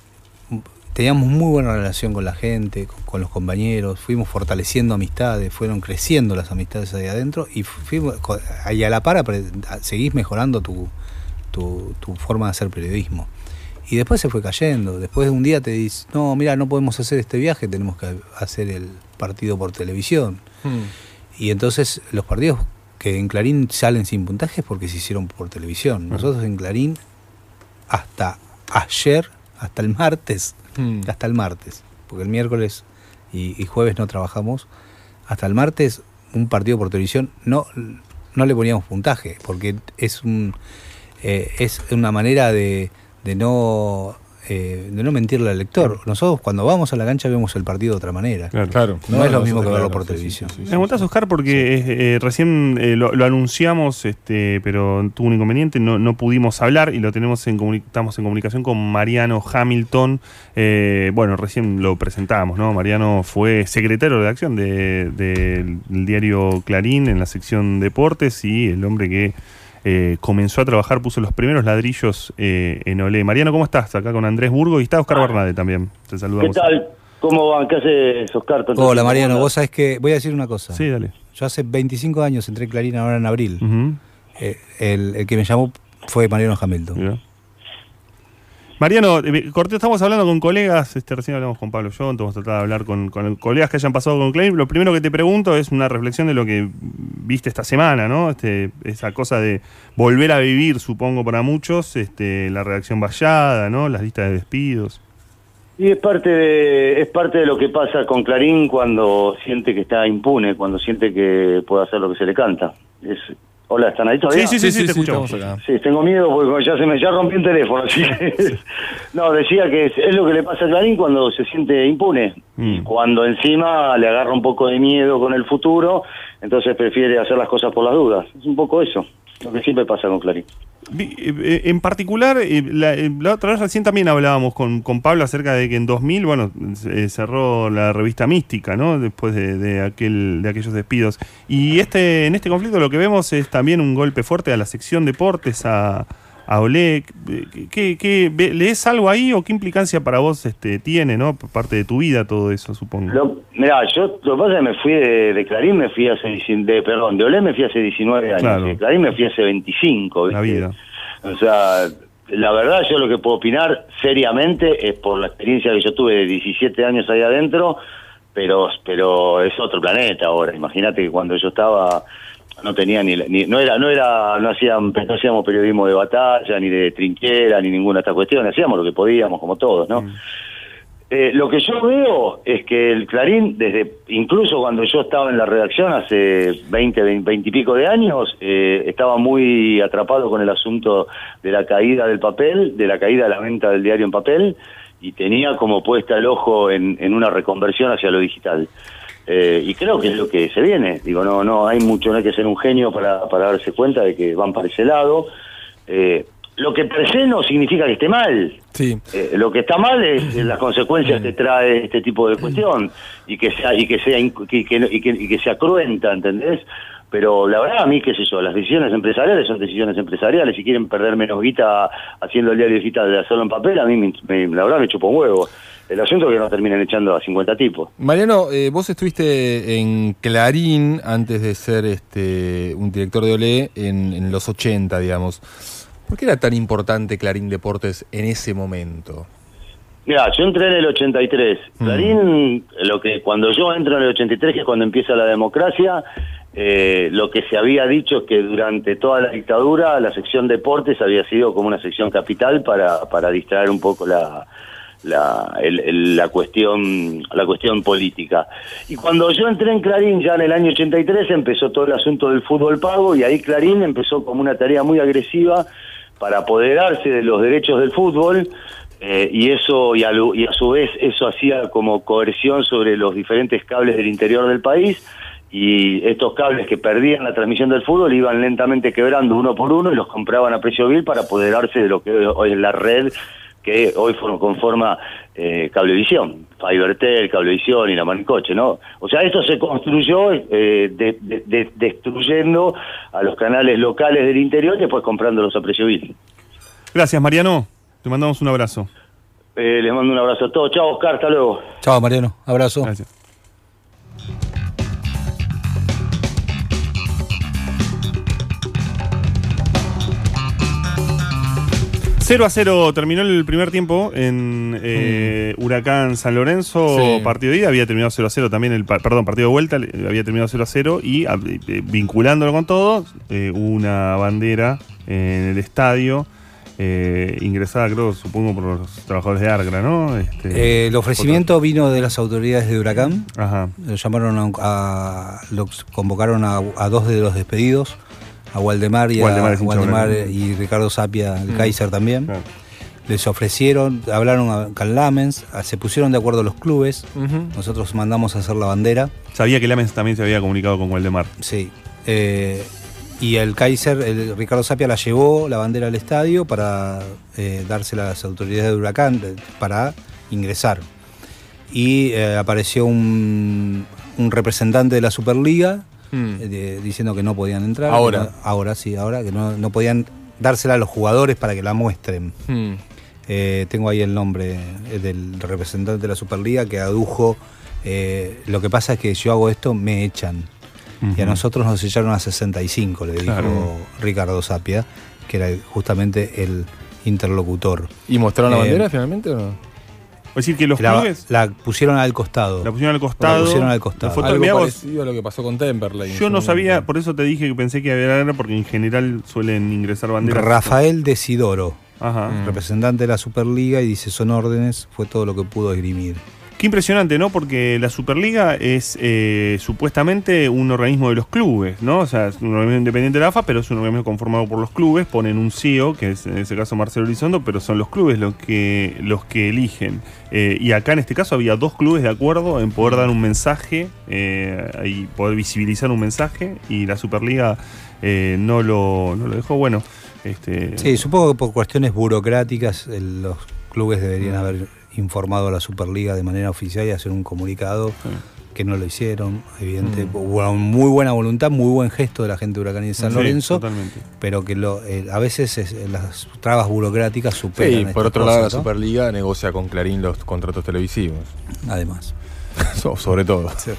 K: teníamos muy buena relación con la gente, con, con los compañeros, fuimos fortaleciendo amistades, fueron creciendo las amistades ahí adentro y fuimos, ahí a la par seguís mejorando tu, tu, tu forma de hacer periodismo. Y después se fue cayendo, después de un día te dices, no, mira, no podemos hacer este viaje, tenemos que hacer el partido por televisión. Hmm. Y entonces los partidos que en Clarín salen sin puntajes porque se hicieron por televisión. Nosotros en Clarín hasta ayer, hasta el martes, Hmm. hasta el martes, porque el miércoles y, y jueves no trabajamos, hasta el martes un partido por televisión no, no le poníamos puntaje, porque es un eh, es una manera de, de no eh, de no mentirle al lector. Nosotros cuando vamos a la cancha vemos el partido de otra manera.
B: Claro, claro.
K: No, no es lo mismo que
C: claro,
K: verlo por
C: sí,
K: televisión.
C: Sí, sí, sí, me preguntás, Oscar, porque sí. eh, recién eh, lo, lo anunciamos, este, pero tuvo un inconveniente, no, no pudimos hablar y lo tenemos en comuni- estamos en comunicación con Mariano Hamilton. Eh, bueno, recién lo presentábamos, ¿no? Mariano fue secretario de redacción de, de, del diario Clarín en la sección deportes y el hombre que Eh, comenzó a trabajar, puso los primeros ladrillos eh, en Olé. Mariano, ¿cómo estás? Acá con Andrés Burgo y está Oscar Bernade también. Te saludamos.
L: ¿Qué tal? ¿Cómo van? ¿Qué haces, Oscar?
K: Hola, Mariano. Vos sabés que voy a decir una cosa.
C: Sí, dale.
K: Yo hace veinticinco años entré en Clarín, ahora en abril.
C: Uh-huh.
K: Eh, el, el que me llamó fue Mariano Hamilton.
C: Yeah. Mariano, corté, estamos hablando con colegas, este, recién hablamos con Pablo Yonto, vamos a tratar de hablar con, con colegas que hayan pasado con Clarín. Lo primero que te pregunto es una reflexión de lo que viste esta semana, ¿no? Este, esa cosa de volver a vivir, supongo, para muchos, este, la redacción vallada, ¿no? Las listas de despidos.
L: Y es parte de, es parte de lo que pasa con Clarín cuando siente que está impune, cuando siente que puede hacer lo que se le canta. Es... Hola, ¿están ahí todavía?
C: Sí, sí, sí, sí, sí, te sí, escuchamos acá.
L: Sí, tengo miedo porque ya se me ya rompí el teléfono, así que... No, decía que es, es lo que le pasa a Clarín cuando se siente impune. Mm. Y cuando encima le agarra un poco de miedo con el futuro, entonces prefiere hacer las cosas por las dudas. Es un poco eso. lo que siempre pasa con Clarín.
C: En particular, la, la otra vez recién también hablábamos con, con Pablo acerca de que en dos mil, bueno, se cerró la revista Mística, ¿no? Después de, de aquel de aquellos despidos. Y este en este conflicto lo que vemos es también un golpe fuerte a la sección deportes, a, a Olé. ¿Qué, qué, ¿Lees algo ahí o qué implicancia para vos este, tiene, ¿no? Por parte de tu vida todo eso, supongo.
L: Lo, mirá, yo lo que pasa es que me fui de, de Clarín, me fui hace, de, perdón, de Olé me fui hace diecinueve años, claro. De Clarín me fui hace veinticinco, ¿viste? La vida. O sea, la verdad yo lo que puedo opinar seriamente es por la experiencia que yo tuve de diecisiete años ahí adentro, pero pero es otro planeta ahora. Imagínate que cuando yo estaba no tenía ni, ni no era no era no hacían no hacíamos periodismo de batalla ni de trinchera ni ninguna de estas cuestiones, hacíamos lo que podíamos como todos, ¿no? Mm. Eh, lo que yo veo es que el Clarín, desde incluso cuando yo estaba en la redacción hace veinte, veinte y pico de años, eh, estaba muy atrapado con el asunto de la caída del papel, de la caída de la venta del diario en papel, y tenía como puesta el ojo en, en una reconversión hacia lo digital. Eh, y creo que es lo que se viene. Digo, no, no hay mucho, no hay que ser un genio para, para darse cuenta de que van para ese lado. Eh, Lo que per se no significa que esté mal. Sí. Eh, lo que está mal es las consecuencias que trae este tipo de cuestión y que sea y que sea y que, y que, y que sea cruenta, ¿entendés? Pero la verdad a mí, qué sé yo, las decisiones empresariales son decisiones empresariales. Si quieren perder menos guita haciendo el diario digital de hacerlo en papel, a mí me, me, la verdad me chupa un huevo. El asunto es que no terminen echando a cincuenta tipos.
B: Mariano, eh, vos estuviste en Clarín antes de ser este un director de Olé en, en los ochenta, digamos. ¿Por qué era tan importante Clarín Deportes en ese momento?
L: Mira, yo entré en el ochenta y tres. Mm. Clarín, lo que cuando yo entro en el ochenta y tres, que es cuando empieza la democracia, eh, lo que se había dicho es que durante toda la dictadura la sección Deportes había sido como una sección capital para, para distraer un poco la... La, el, el, la cuestión la cuestión política. Y cuando yo entré en Clarín ya en el año ochenta y tres empezó todo el asunto del fútbol pago, y ahí Clarín empezó como una tarea muy agresiva para apoderarse de los derechos del fútbol, eh, y eso y a, y a su vez eso hacía como coerción sobre los diferentes cables del interior del país, y estos cables que perdían la transmisión del fútbol iban lentamente quebrando uno por uno y los compraban a precio vil para apoderarse de lo que hoy es la red que hoy conforma eh, Cablevisión, Fibertel, Cablevisión y la Manicoche, ¿no? O sea, esto se construyó eh, de, de, de, destruyendo a los canales locales del interior y después comprándolos a precio vil.
C: Gracias, Mariano. Te mandamos un abrazo.
L: Eh, les mando un abrazo a todos. Chao, Oscar. Hasta luego.
K: Chao, Mariano. Abrazo.
C: Gracias. cero a cero terminó el primer tiempo en eh, mm. Huracán San Lorenzo, sí. Partido de ida, había terminado cero a cero también, el perdón, partido de vuelta, había terminado cero a cero y eh, vinculándolo con todo, eh, una bandera en el estadio, eh, ingresada creo, supongo, por los trabajadores de Argra, ¿no? Este,
K: eh, el ofrecimiento otro. Vino de las autoridades de Huracán. Ajá. Lo llamaron a, a los convocaron a, a dos de los despedidos, a Waldemar y Waldemar, a, Waldemar y Ricardo Sapia, el mm. Kaiser también. Claro. Les ofrecieron, hablaron a Can Lamens, se pusieron de acuerdo los clubes. Uh-huh. Nosotros mandamos a hacer la bandera.
C: Sabía que Lamens también se había comunicado con Waldemar.
K: Sí. Eh, y el Kaiser, el Ricardo Sapia, la llevó la bandera al estadio para eh, dársela a las autoridades de Huracán para ingresar. Y eh, apareció un, un representante de la Superliga. Hmm. De, diciendo que no podían entrar.
B: Ahora.
K: No, ahora sí, ahora, que no, no podían dársela a los jugadores para que la muestren. Hmm. Eh, tengo ahí el nombre del representante de la Superliga que adujo, eh, lo que pasa es que yo hago esto, me echan. Uh-huh. Y a nosotros nos echaron a sesenta y cinco, le dijo claro. Ricardo Sapia, que era justamente el interlocutor.
B: ¿Y mostraron eh, la bandera finalmente o no?
C: Es decir, que los
K: la,
C: clubes...
K: La pusieron al costado.
C: La pusieron al costado.
K: La pusieron al costado.
B: Foto, algo parecido a lo que pasó con Temperley.
C: Yo no sabía, por eso te dije que pensé que había guerra, porque en general suelen ingresar banderas.
K: Rafael Desidoro, Ajá. representante de la Superliga, y dice, son órdenes, fue todo lo que pudo esgrimir.
C: Qué impresionante, ¿no? Porque la Superliga es eh, supuestamente un organismo de los clubes, ¿no? O sea, es un organismo independiente de la A F A, pero es un organismo conformado por los clubes. Ponen un C E O, que es en ese caso Marcelo Elizondo, pero son los clubes los que, los que eligen. Eh, y acá en este caso había dos clubes de acuerdo en poder dar un mensaje eh, y poder visibilizar un mensaje, y la Superliga eh, no, lo, no lo dejó. Bueno, este...
K: Sí, supongo que por cuestiones burocráticas el, los clubes deberían mm. haber informado a la Superliga de manera oficial y hacer un comunicado, sí. que no lo hicieron. Evidente, mm. hubo muy buena voluntad, muy buen gesto de la gente de Huracán y de San sí, Lorenzo, totalmente. Pero que lo, eh, a veces es, las trabas burocráticas superan.
B: Sí, por otro cosas, lado, la Superliga ¿no? negocia con Clarín los contratos televisivos.
K: Además.
B: so, sobre todo. Sí.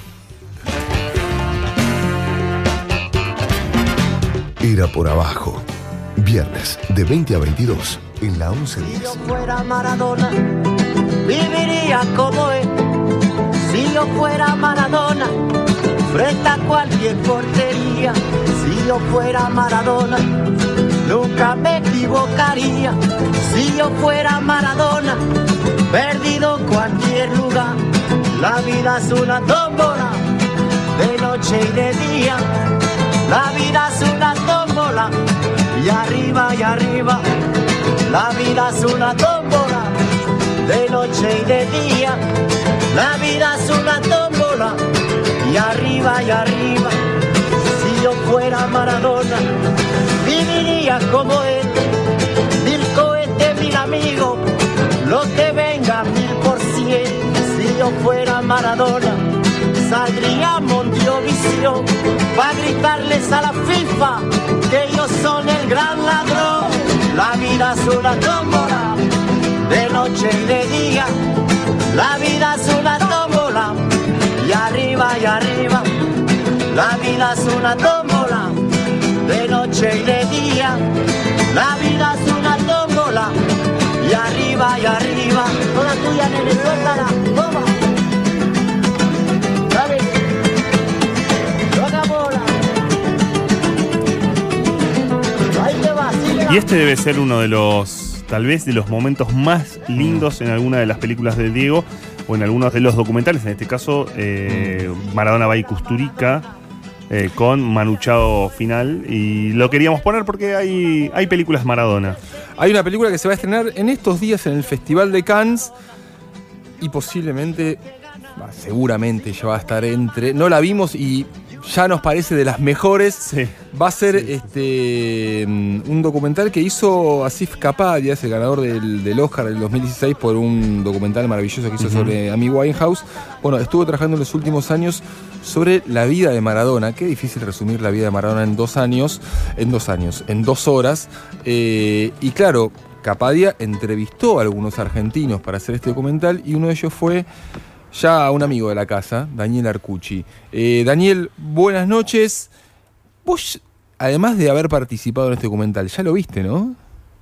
A: Era por abajo. Viernes de veinte a veintidós en la once diez.
M: Si yo fuera Maradona, viviría como él. Si yo fuera Maradona, frente a cualquier portería. Si yo fuera Maradona, nunca me equivocaría. Si yo fuera Maradona, perdido en cualquier lugar. La vida es una tómbola, de noche y de día. La vida es una tómbola, y arriba y arriba. La vida es una tómbola, de noche y de día. La vida es una tómbola, y arriba y arriba. Si yo fuera Maradona, viviría como él. Mil cohetes, mil amigos, los que vengan mil por cien. Si yo fuera Maradona, saldría a Mondiovisión para gritarles a la FIFA que ellos son el gran ladrón. La vida es una tómbola, de noche y de día. La vida es una tómbola, y arriba y arriba. La vida es una tómbola, de noche y de día. La vida es una tómbola, y arriba y arriba. Toda tuya, nene, suéltala, toma. Dale, toca bola. Ahí te va, sigue.
C: Y este debe ser uno de los, tal vez, de los momentos más lindos en alguna de las películas de Diego, o en algunos de los documentales. En este caso, eh, Maradona va y Kusturica, eh, con Manu Chao final. Y lo queríamos poner porque hay, hay películas Maradona.
B: Hay una película que se va a estrenar en estos días en el Festival de Cannes, y posiblemente, seguramente ya va a estar entre... No la vimos y ya nos parece de las mejores.
C: Sí.
B: Va a ser
C: sí, sí.
B: este un documental que hizo Asif Kapadia, es el ganador del, del Oscar del dos mil dieciséis por un documental maravilloso que hizo uh-huh. sobre Amy Winehouse. Bueno, estuvo trabajando en los últimos años sobre la vida de Maradona. Qué difícil resumir la vida de Maradona en dos años, en dos años, en dos horas. Eh, y claro, Kapadia entrevistó a algunos argentinos para hacer este documental, y uno de ellos fue ya un amigo de la casa, Daniel Arcucci. Eh, Daniel, buenas noches. Vos, además de haber participado en este documental, ya lo viste, ¿no?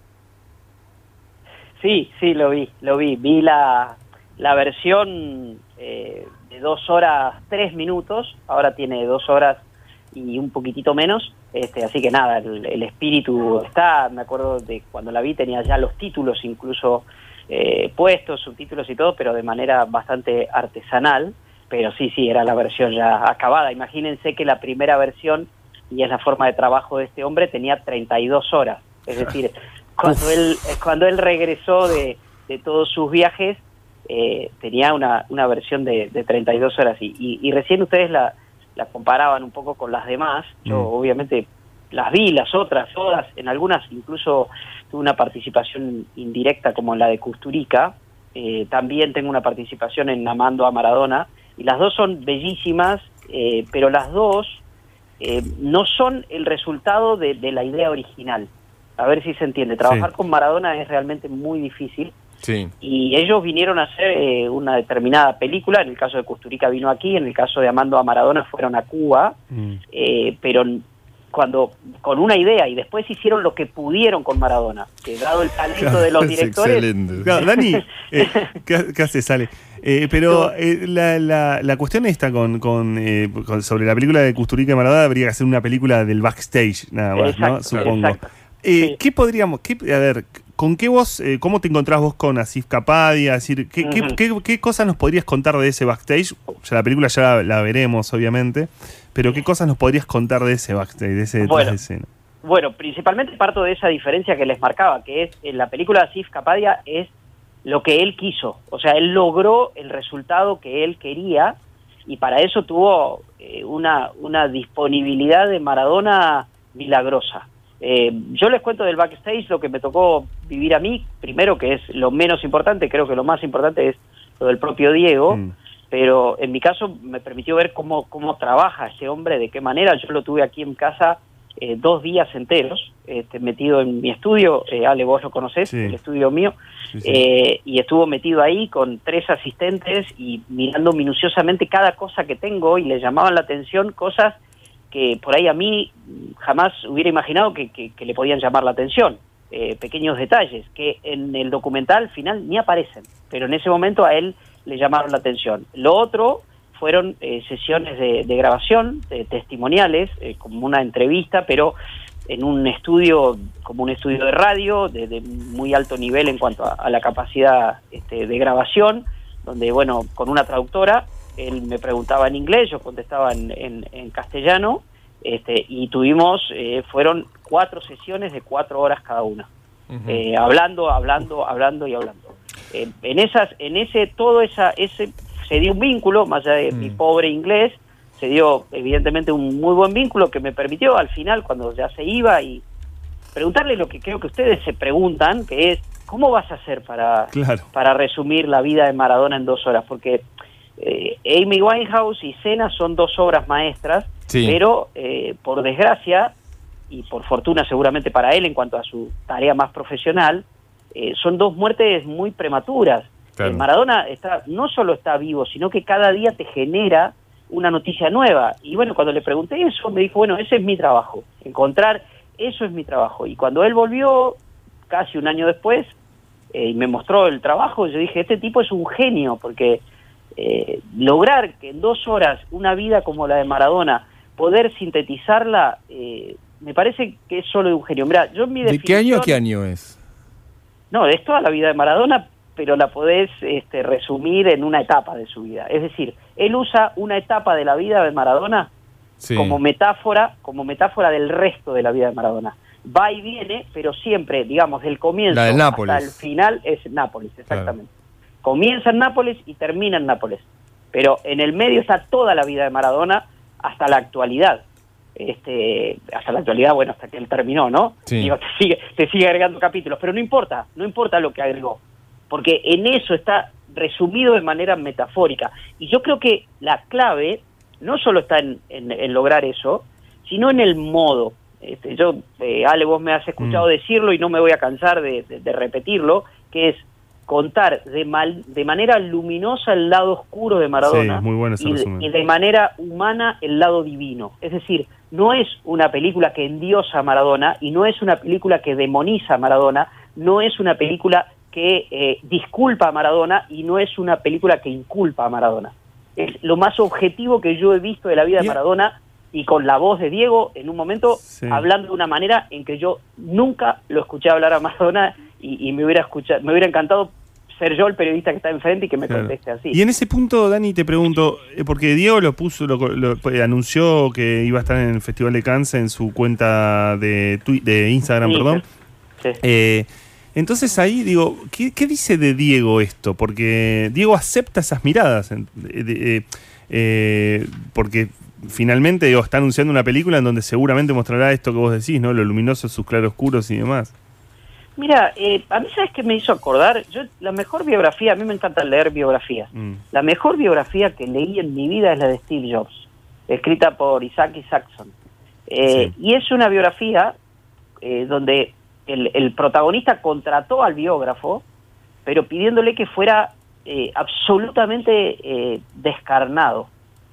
N: Sí, sí, lo vi, lo vi. Vi la, la versión eh, de dos horas, tres minutos. Ahora tiene dos horas y un poquitito menos. Este, así que nada, el, el espíritu está. Me acuerdo de cuando la vi, tenía ya los títulos incluso eh, puestos, subtítulos y todo, pero de manera bastante artesanal. Pero sí, sí, era la versión ya acabada. Imagínense que la primera versión, y es la forma de trabajo de este hombre, tenía treinta y dos horas. Es decir, cuando él cuando él regresó de, de todos sus viajes, eh, tenía una, una versión de, de treinta y dos horas. Y, y, y recién ustedes la, la comparaban un poco con las demás. Yo mm. obviamente las vi, las otras, todas, en algunas incluso tuve una participación indirecta como en la de Kusturica. Eh, también tengo una participación en Amando a Maradona. Y las dos son bellísimas, eh, pero las dos eh, no son el resultado de, de la idea original. A ver si se entiende. Trabajar sí. con Maradona es realmente muy difícil.
B: Sí.
N: Y ellos vinieron a hacer eh, una determinada película. En el caso de Kusturica vino aquí, en el caso de Amando a Maradona fueron a Cuba. Mm. Eh, pero cuando con una idea, y después hicieron lo que pudieron con Maradona, que dado el talento claro, de los directores...
C: Excelente. Claro, Dani, eh, ¿qué, ¿qué hace? Sale. Eh, pero eh, la, la, la cuestión esta con, con, eh, con sobre la película de Kusturica y Maradona, habría que hacer una película del backstage, nada más, exacto, ¿no? Supongo.
N: Exacto.
C: Eh, sí. ¿Qué podríamos, qué, a ver, ¿con qué vos, eh, cómo te encontrás vos con Asif Kapadia? Es decir, ¿qué, uh-huh. qué, qué, ¿qué cosas nos podrías contar de ese backstage? Ya la película ya la, la veremos, obviamente, pero ¿qué cosas nos podrías contar de ese backstage, de ese detrás
N: bueno,
C: de escena?
N: Bueno, principalmente parto de esa diferencia que les marcaba, que es, en la película de Asif Kapadia es lo que él quiso, o sea, él logró el resultado que él quería, y para eso tuvo eh, una, una disponibilidad de Maradona milagrosa. Eh, yo les cuento del backstage lo que me tocó vivir a mí, primero, que es lo menos importante, creo que lo más importante es lo del propio Diego, mm. pero en mi caso me permitió ver cómo, cómo trabaja ese hombre, de qué manera. Yo lo tuve aquí en casa eh, dos días enteros, este, metido en mi estudio, eh, Ale, vos lo conocés, sí. el estudio mío, sí, sí. Eh, y estuvo metido ahí con tres asistentes y mirando minuciosamente cada cosa que tengo, y le llamaban la atención cosas que por ahí a mí jamás hubiera imaginado que, que, que le podían llamar la atención, eh, pequeños detalles que en el documental final ni aparecen, pero en ese momento a él le llamaron la atención. Lo otro fueron eh, sesiones de, de grabación, de testimoniales, eh, como una entrevista, pero en un estudio, como un estudio de radio, de, de muy alto nivel en cuanto a, a la capacidad este, de grabación, donde, bueno, con una traductora, él me preguntaba en inglés, yo contestaba en, en, en castellano, este, y tuvimos, eh, fueron cuatro sesiones de cuatro horas cada una, uh-huh. eh, hablando, hablando, hablando y hablando. Eh, en esas, en ese, todo esa, ese, se dio un vínculo, más allá de uh-huh. mi pobre inglés, se dio evidentemente un muy buen vínculo que me permitió al final, cuando ya se iba, y preguntarle lo que creo que ustedes se preguntan, que es, ¿cómo vas a hacer para, claro. para resumir la vida de Maradona en dos horas? Porque Eh, Amy Winehouse y Senna son dos obras maestras, sí. pero eh, por desgracia y por fortuna seguramente para él en cuanto a su tarea más profesional, eh, son dos muertes muy prematuras. Claro. Eh, Maradona está, no solo está vivo, sino que cada día te genera una noticia nueva. Y bueno, cuando le pregunté eso, me dijo, bueno, ese es mi trabajo, encontrar, eso es mi trabajo. Y cuando él volvió, casi un año después, eh, y me mostró el trabajo, yo dije, este tipo es un genio, porque Eh, lograr que en dos horas una vida como la de Maradona, poder sintetizarla, eh, me parece que es solo de un genio. Mirá, yo en mi
B: ¿De qué año a qué año es?
N: No, es toda la vida de Maradona, pero la podés este, resumir en una etapa de su vida. Es decir, él usa una etapa de la vida de Maradona sí. como metáfora, como metáfora del resto de la vida de Maradona. Va y viene, pero siempre, digamos, del comienzo hasta el final es Nápoles, exactamente. Claro. Comienza en Nápoles y termina en Nápoles, pero en el medio está toda la vida de Maradona hasta la actualidad, este, hasta la actualidad, bueno, hasta que él terminó, ¿no? Sí. Digo, te sigue, te sigue agregando capítulos, pero no importa, no importa lo que agregó, porque en eso está resumido de manera metafórica, y yo creo que la clave no solo está en, en, en lograr eso, sino en el modo. Este, yo, eh, Ale, vos me has escuchado mm. decirlo y no me voy a cansar de, de, de repetirlo, que es contar de, mal, de manera luminosa el lado oscuro de Maradona,
C: sí, muy bueno ese
N: y, de, y de manera humana el lado divino. Es decir, no es una película que endiosa a Maradona, y no es una película que demoniza a Maradona, no es una película que eh, disculpa a Maradona, y no es una película que inculpa a Maradona. Es lo más objetivo que yo he visto de la vida de Maradona, y con la voz de Diego en un momento sí. hablando de una manera en que yo nunca lo escuché hablar a Maradona, y, y me hubiera escuchado, me hubiera encantado ser yo el periodista que está enfrente y que me claro. conteste así.
C: Y en ese punto, Dani, te pregunto, porque Diego lo puso, lo, lo, lo anunció que iba a estar en el Festival de Cannes en su cuenta de, de Instagram, sí, perdón. Sí. Eh, entonces ahí digo, ¿qué, ¿qué dice de Diego esto? Porque Diego acepta esas miradas, de, de, de, eh, porque finalmente digo, está anunciando una película en donde seguramente mostrará esto que vos decís, ¿no? Lo luminoso, sus claroscuros y demás.
N: Mira, eh, a mí, ¿sabes qué me hizo acordar? Yo, la mejor biografía, a mí me encanta leer biografías. Mm. La mejor biografía que leí en mi vida es la de Steve Jobs, escrita por Isaac Isaacson. Eh, sí. Y es una biografía eh, donde el, el protagonista contrató al biógrafo, pero pidiéndole que fuera eh, absolutamente eh, descarnado.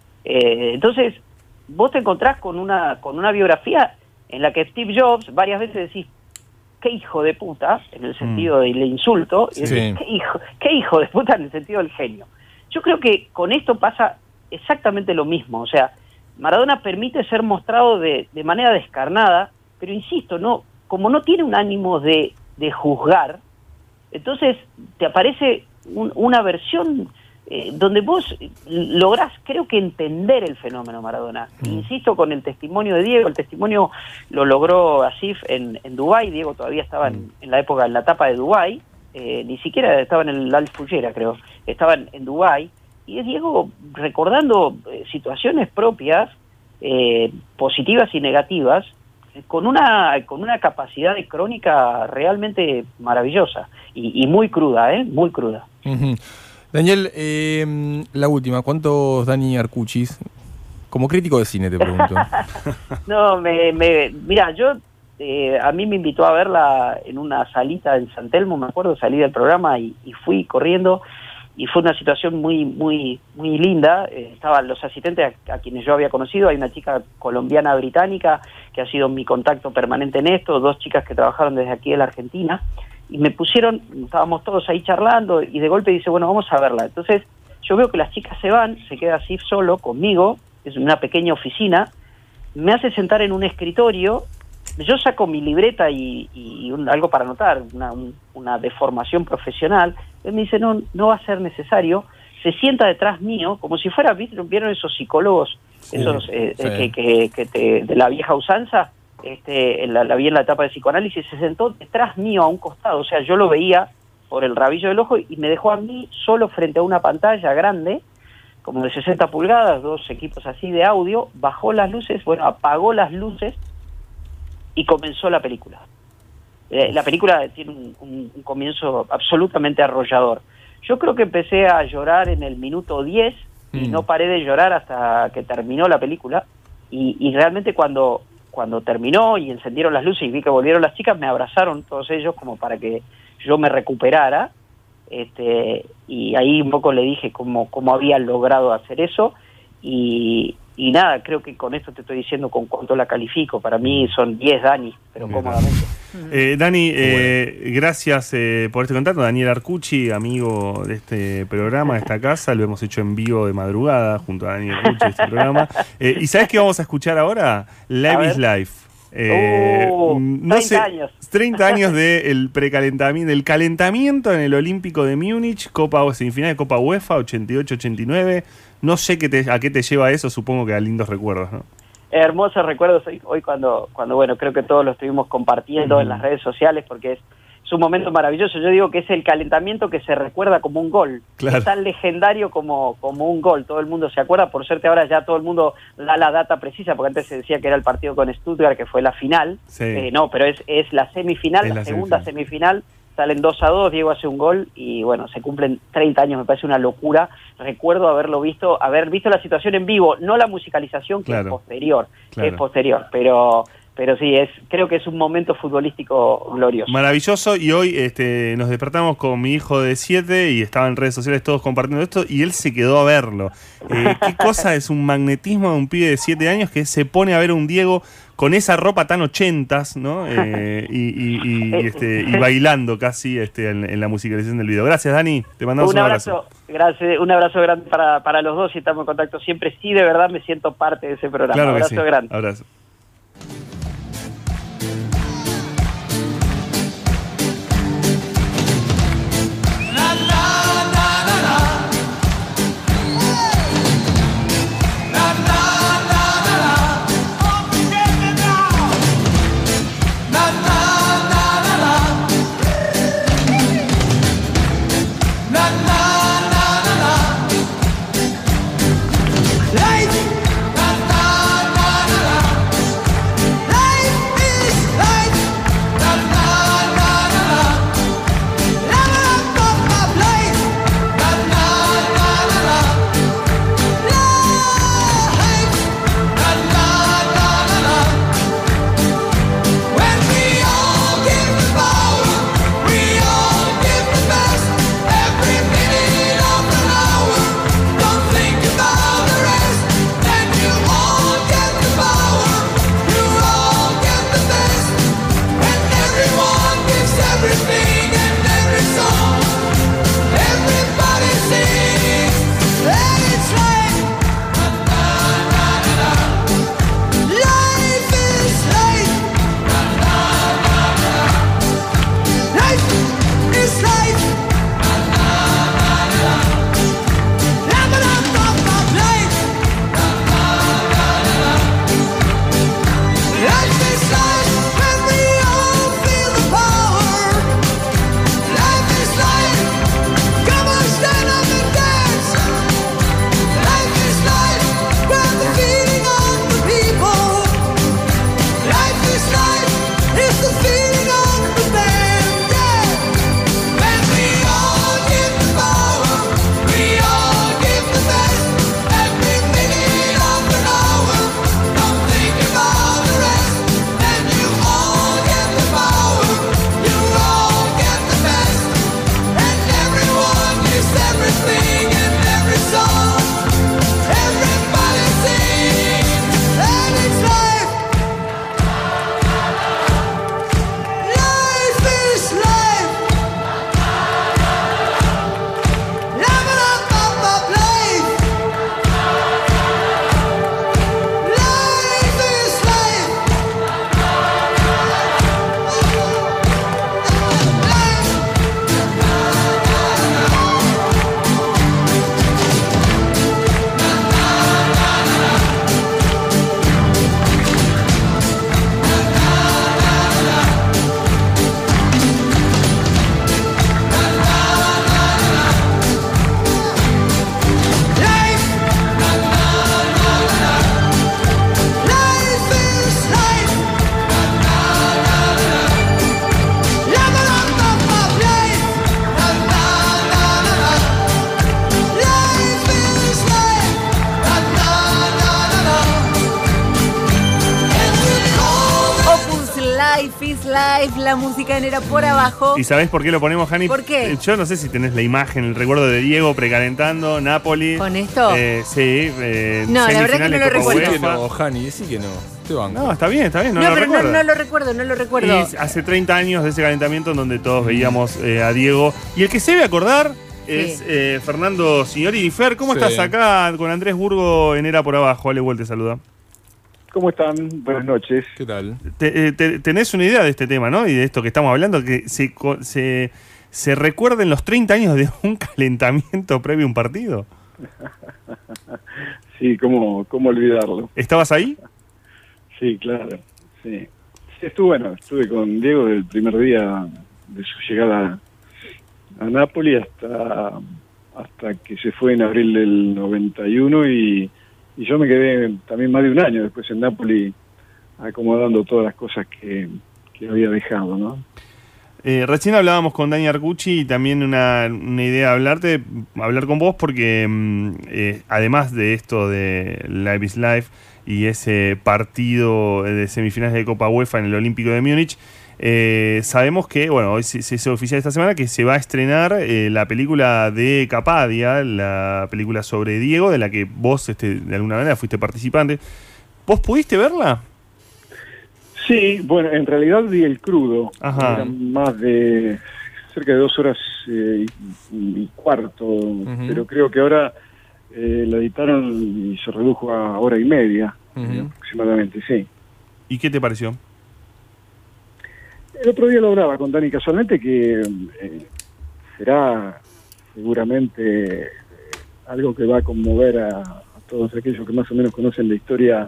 N: Eh, entonces, vos te encontrás con una, con una biografía en la que Steve Jobs varias veces decís, qué hijo de puta, en el sentido mm. del insulto, y decís, sí. qué, hijo, qué hijo de puta en el sentido del genio. Yo creo que con esto pasa exactamente lo mismo, o sea, Maradona permite ser mostrado de, de manera descarnada, pero insisto, no, como no tiene un ánimo de de juzgar, entonces te aparece un, una versión eh, donde vos lográs, creo que, entender el fenómeno Maradona. Mm. Insisto con el testimonio de Diego, el testimonio lo logró Asif en, en Dubái. Diego todavía estaba en, en la época, en la etapa de Dubái, eh, ni siquiera estaba en el Al Fujairah, creo, estaba en, en Dubái, y es Diego recordando eh, situaciones propias, eh, positivas y negativas, con una con una capacidad de crónica realmente maravillosa y, y muy cruda, ¿eh? Muy cruda.
B: Uh-huh. Daniel, eh, la última, ¿cuántos Dani Arcuchis? Como crítico de cine te pregunto.
N: No, me, me mira, yo eh, a mí me invitó a verla en una salita en San Telmo, me acuerdo, salí del programa y, y fui corriendo. Y fue una situación muy muy muy linda. Eh, estaban los asistentes a, a quienes yo había conocido. Hay una chica colombiana británica que ha sido mi contacto permanente en esto, dos chicas que trabajaron desde aquí de la Argentina, y me pusieron, estábamos todos ahí charlando, y de golpe dice, bueno, vamos a verla. Entonces yo veo que las chicas se van, se queda así solo conmigo, es una pequeña oficina, me hace sentar en un escritorio, yo saco mi libreta y, y un, algo para anotar, una, un, una deformación profesional. Él me dice, no, no va a ser necesario. Se sienta detrás mío, como si fuera, ¿vieron esos psicólogos, sí, esos eh, sí. que, que, que te, de la vieja usanza? Este, la, la vi en la etapa de psicoanálisis, se sentó detrás mío a un costado, o sea, yo lo veía por el rabillo del ojo y me dejó a mí solo frente a una pantalla grande, como de sesenta pulgadas, dos equipos así de audio, bajó las luces, bueno, apagó las luces y comenzó la película. Eh, la película tiene un, un, un comienzo absolutamente arrollador. Yo creo que empecé a llorar en el minuto diez y mm. no paré de llorar hasta que terminó la película, y, y realmente cuando, cuando terminó y encendieron las luces y vi que volvieron las chicas, me abrazaron todos ellos como para que yo me recuperara, este, y ahí un poco le dije cómo, cómo había logrado hacer eso, y, y nada, creo que con esto te estoy diciendo con cuánto la califico. Para mí son diez Dani, pero Bien. cómodamente.
C: Eh, Dani, eh, bueno. gracias eh, por este contacto. Daniel Arcucci, amigo de este programa, de esta casa, lo hemos hecho en vivo de madrugada junto a Daniel Arcucci, este programa. Eh, ¿Y sabes qué vamos a escuchar ahora? Live is Life.
N: Eh, uh,
C: no
N: treinta
C: sé,
N: años.
C: treinta años del precalentamiento, del calentamiento en el Olímpico de Múnich, Copa semifinal de Copa UEFA ochenta y ocho ochenta y nueve. No sé qué te, a qué te lleva eso, supongo que a lindos recuerdos, ¿no?
N: Hermosos recuerdos hoy, hoy cuando, cuando, bueno, creo que todos lo estuvimos compartiendo uh-huh. en las redes sociales, porque es, es un momento maravilloso. Yo digo que es el calentamiento que se recuerda como un gol. Claro. Es tan legendario como, como un gol. Todo el mundo se acuerda. Por suerte ahora ya todo el mundo da la data precisa, porque antes se decía que era el partido con Stuttgart, que fue la final. Sí. Eh, no, pero es, es la semifinal, es la, la segunda semifinal. semifinal. Salen dos a dos, Diego hace un gol y bueno, se cumplen treinta años, me parece una locura. Recuerdo haberlo visto, haber visto la situación en vivo, no la musicalización que claro. es posterior, claro. que es posterior, pero pero sí, es creo que es un momento futbolístico glorioso.
C: Maravilloso, y hoy este, nos despertamos con mi hijo de siete y estaba en redes sociales todos compartiendo esto y él se quedó a verlo. Eh, ¿Qué cosa es un magnetismo de un pibe de siete años que se pone a ver a un Diego con esa ropa tan ochentas, ¿no? Eh, y, y, y, este, y bailando casi este, en, en la musicalización del video. Gracias, Dani. Te mandamos un, un abrazo.
N: abrazo. Gracias, un abrazo grande para, para los dos y estamos en contacto siempre. Sí, de verdad me siento parte de ese programa.
C: Claro que
N: abrazo
C: sí.
N: grande.
C: Abrazo.
I: Life
G: Life, la música en Era por Abajo.
C: ¿Y sabés por qué lo ponemos, Jani?
G: ¿Por qué?
C: Yo no sé si tenés la imagen, el recuerdo de Diego precalentando, Napoli.
G: ¿Con esto?
C: Eh, sí. Eh,
G: no, la verdad que no lo recuerdo.
B: Que no, Jani, sí que no. Te banco.
C: No, está bien, está bien. No,
G: no
C: lo
G: pero
C: recuerdo.
G: No, no lo recuerdo, no lo recuerdo.
C: Y hace treinta años de ese calentamiento en donde todos veíamos eh, a Diego. Y el que se debe acordar es sí. eh, Fernando Signorini. Fer, ¿cómo sí. estás acá con Andrés Burgo en Era por Abajo? Ale Vuelta, te saluda.
O: ¿Cómo están? Buenas noches.
B: ¿Qué tal?
C: Te, te, tenés una idea de este tema, ¿no? Y de esto que estamos hablando, que se, se, se recuerden los treinta años de un calentamiento previo a un partido.
O: Sí, ¿cómo, cómo olvidarlo?
C: ¿Estabas ahí?
O: Sí, claro. Sí. Sí, estuve, bueno, estuve con Diego desde el primer día de su llegada a Napoli hasta, hasta que se fue en abril del noventa y uno y... Y yo me quedé también más de un año después en Napoli acomodando todas las cosas que, que había dejado, ¿no?
C: Eh, recién hablábamos con Dani Arcucci y también una, una idea de hablarte, hablar con vos porque eh, además de esto de Live is Life y ese partido de semifinales de Copa UEFA en el Olímpico de Múnich, Eh, sabemos que, bueno, hoy se, se oficial esta semana que se va a estrenar eh, la película de Capadia, la película sobre Diego, de la que vos este, de alguna manera fuiste participante. ¿Vos pudiste verla?
O: Sí, bueno, en realidad vi el crudo.
C: Ajá.
O: Eran más de cerca de dos horas eh, y, y cuarto, uh-huh. pero creo que ahora eh, la editaron y se redujo a hora y media, uh-huh. aproximadamente, sí.
C: ¿Y qué te pareció?
O: El otro día lo hablaba con Dani casualmente que eh, será seguramente eh, algo que va a conmover a, a todos aquellos que más o menos conocen la historia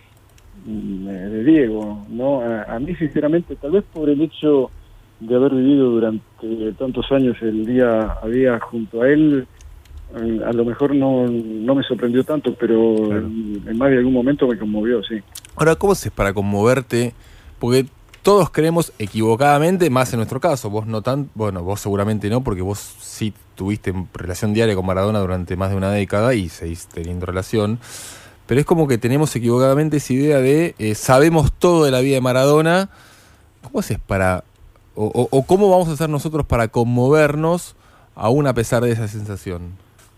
O: mm, de Diego, ¿no? A, a mí sinceramente, tal vez por el hecho de haber vivido durante tantos años el día a día junto a él, eh, a lo mejor no, no me sorprendió tanto, pero claro. en, en más de algún momento me conmovió, sí.
B: Ahora, ¿cómo haces para conmoverte? Porque todos creemos equivocadamente, más en nuestro caso, vos no tan, bueno, vos seguramente no, porque vos sí tuviste relación diaria con Maradona durante más de una década y seguís teniendo relación, pero es como que tenemos equivocadamente esa idea de eh, sabemos todo de la vida de Maradona. ¿Cómo haces para, o, o, o cómo vamos a hacer nosotros para conmovernos aún a pesar de esa sensación?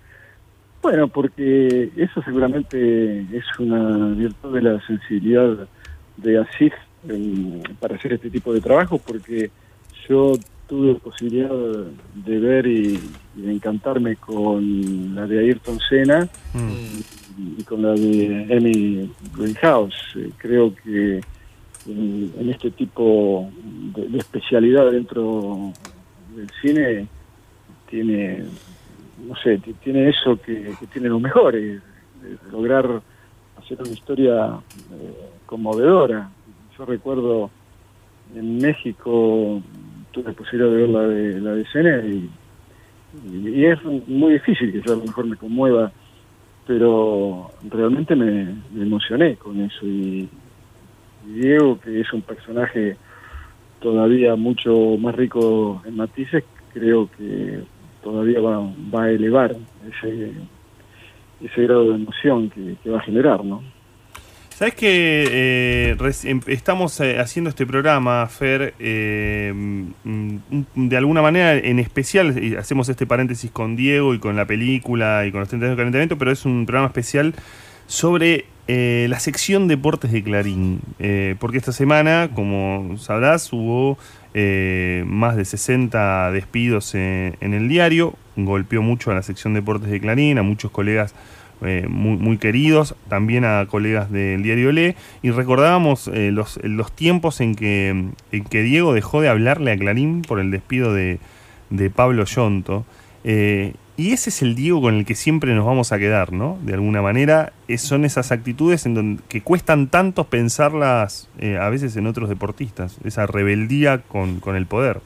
O: Bueno, porque eso seguramente es una virtud de la sensibilidad de Asís para hacer este tipo de trabajo, porque yo tuve la posibilidad de ver y, y de encantarme con la de Ayrton Senna mm. y, y con la de Amy Winehouse. Creo que en, en este tipo de, de especialidad dentro del cine tiene, no sé, tiene eso que, que tiene los mejores, de lograr hacer una historia eh, conmovedora. Yo recuerdo en México tuve la posibilidad de ver la de la de Senna y, y, y es muy difícil que yo a lo mejor me conmueva, pero realmente me, me emocioné con eso y, y Diego, que es un personaje todavía mucho más rico en matices, creo que todavía va, va a elevar ese, ese grado de emoción que, que va a generar, ¿no?
C: ¿Sabes que eh, estamos eh, haciendo este programa, Fer, eh, de alguna manera, en especial, hacemos este paréntesis con Diego y con la película y con los treinta años de calentamiento, pero es un programa especial sobre eh, la sección Deportes de Clarín, eh, porque esta semana, como sabrás, hubo eh, más de sesenta despidos en, en el diario, golpeó mucho a la sección Deportes de Clarín, a muchos colegas Eh, muy, muy queridos, también a colegas del diario Le, y recordábamos eh, los, los tiempos en que, en que Diego dejó de hablarle a Clarín por el despido de, de Pablo Yonto, eh, y ese es el Diego con el que siempre nos vamos a quedar, ¿no? De alguna manera, es, son esas actitudes en donde, que cuestan tanto pensarlas eh, a veces en otros deportistas, esa rebeldía con, con el poder.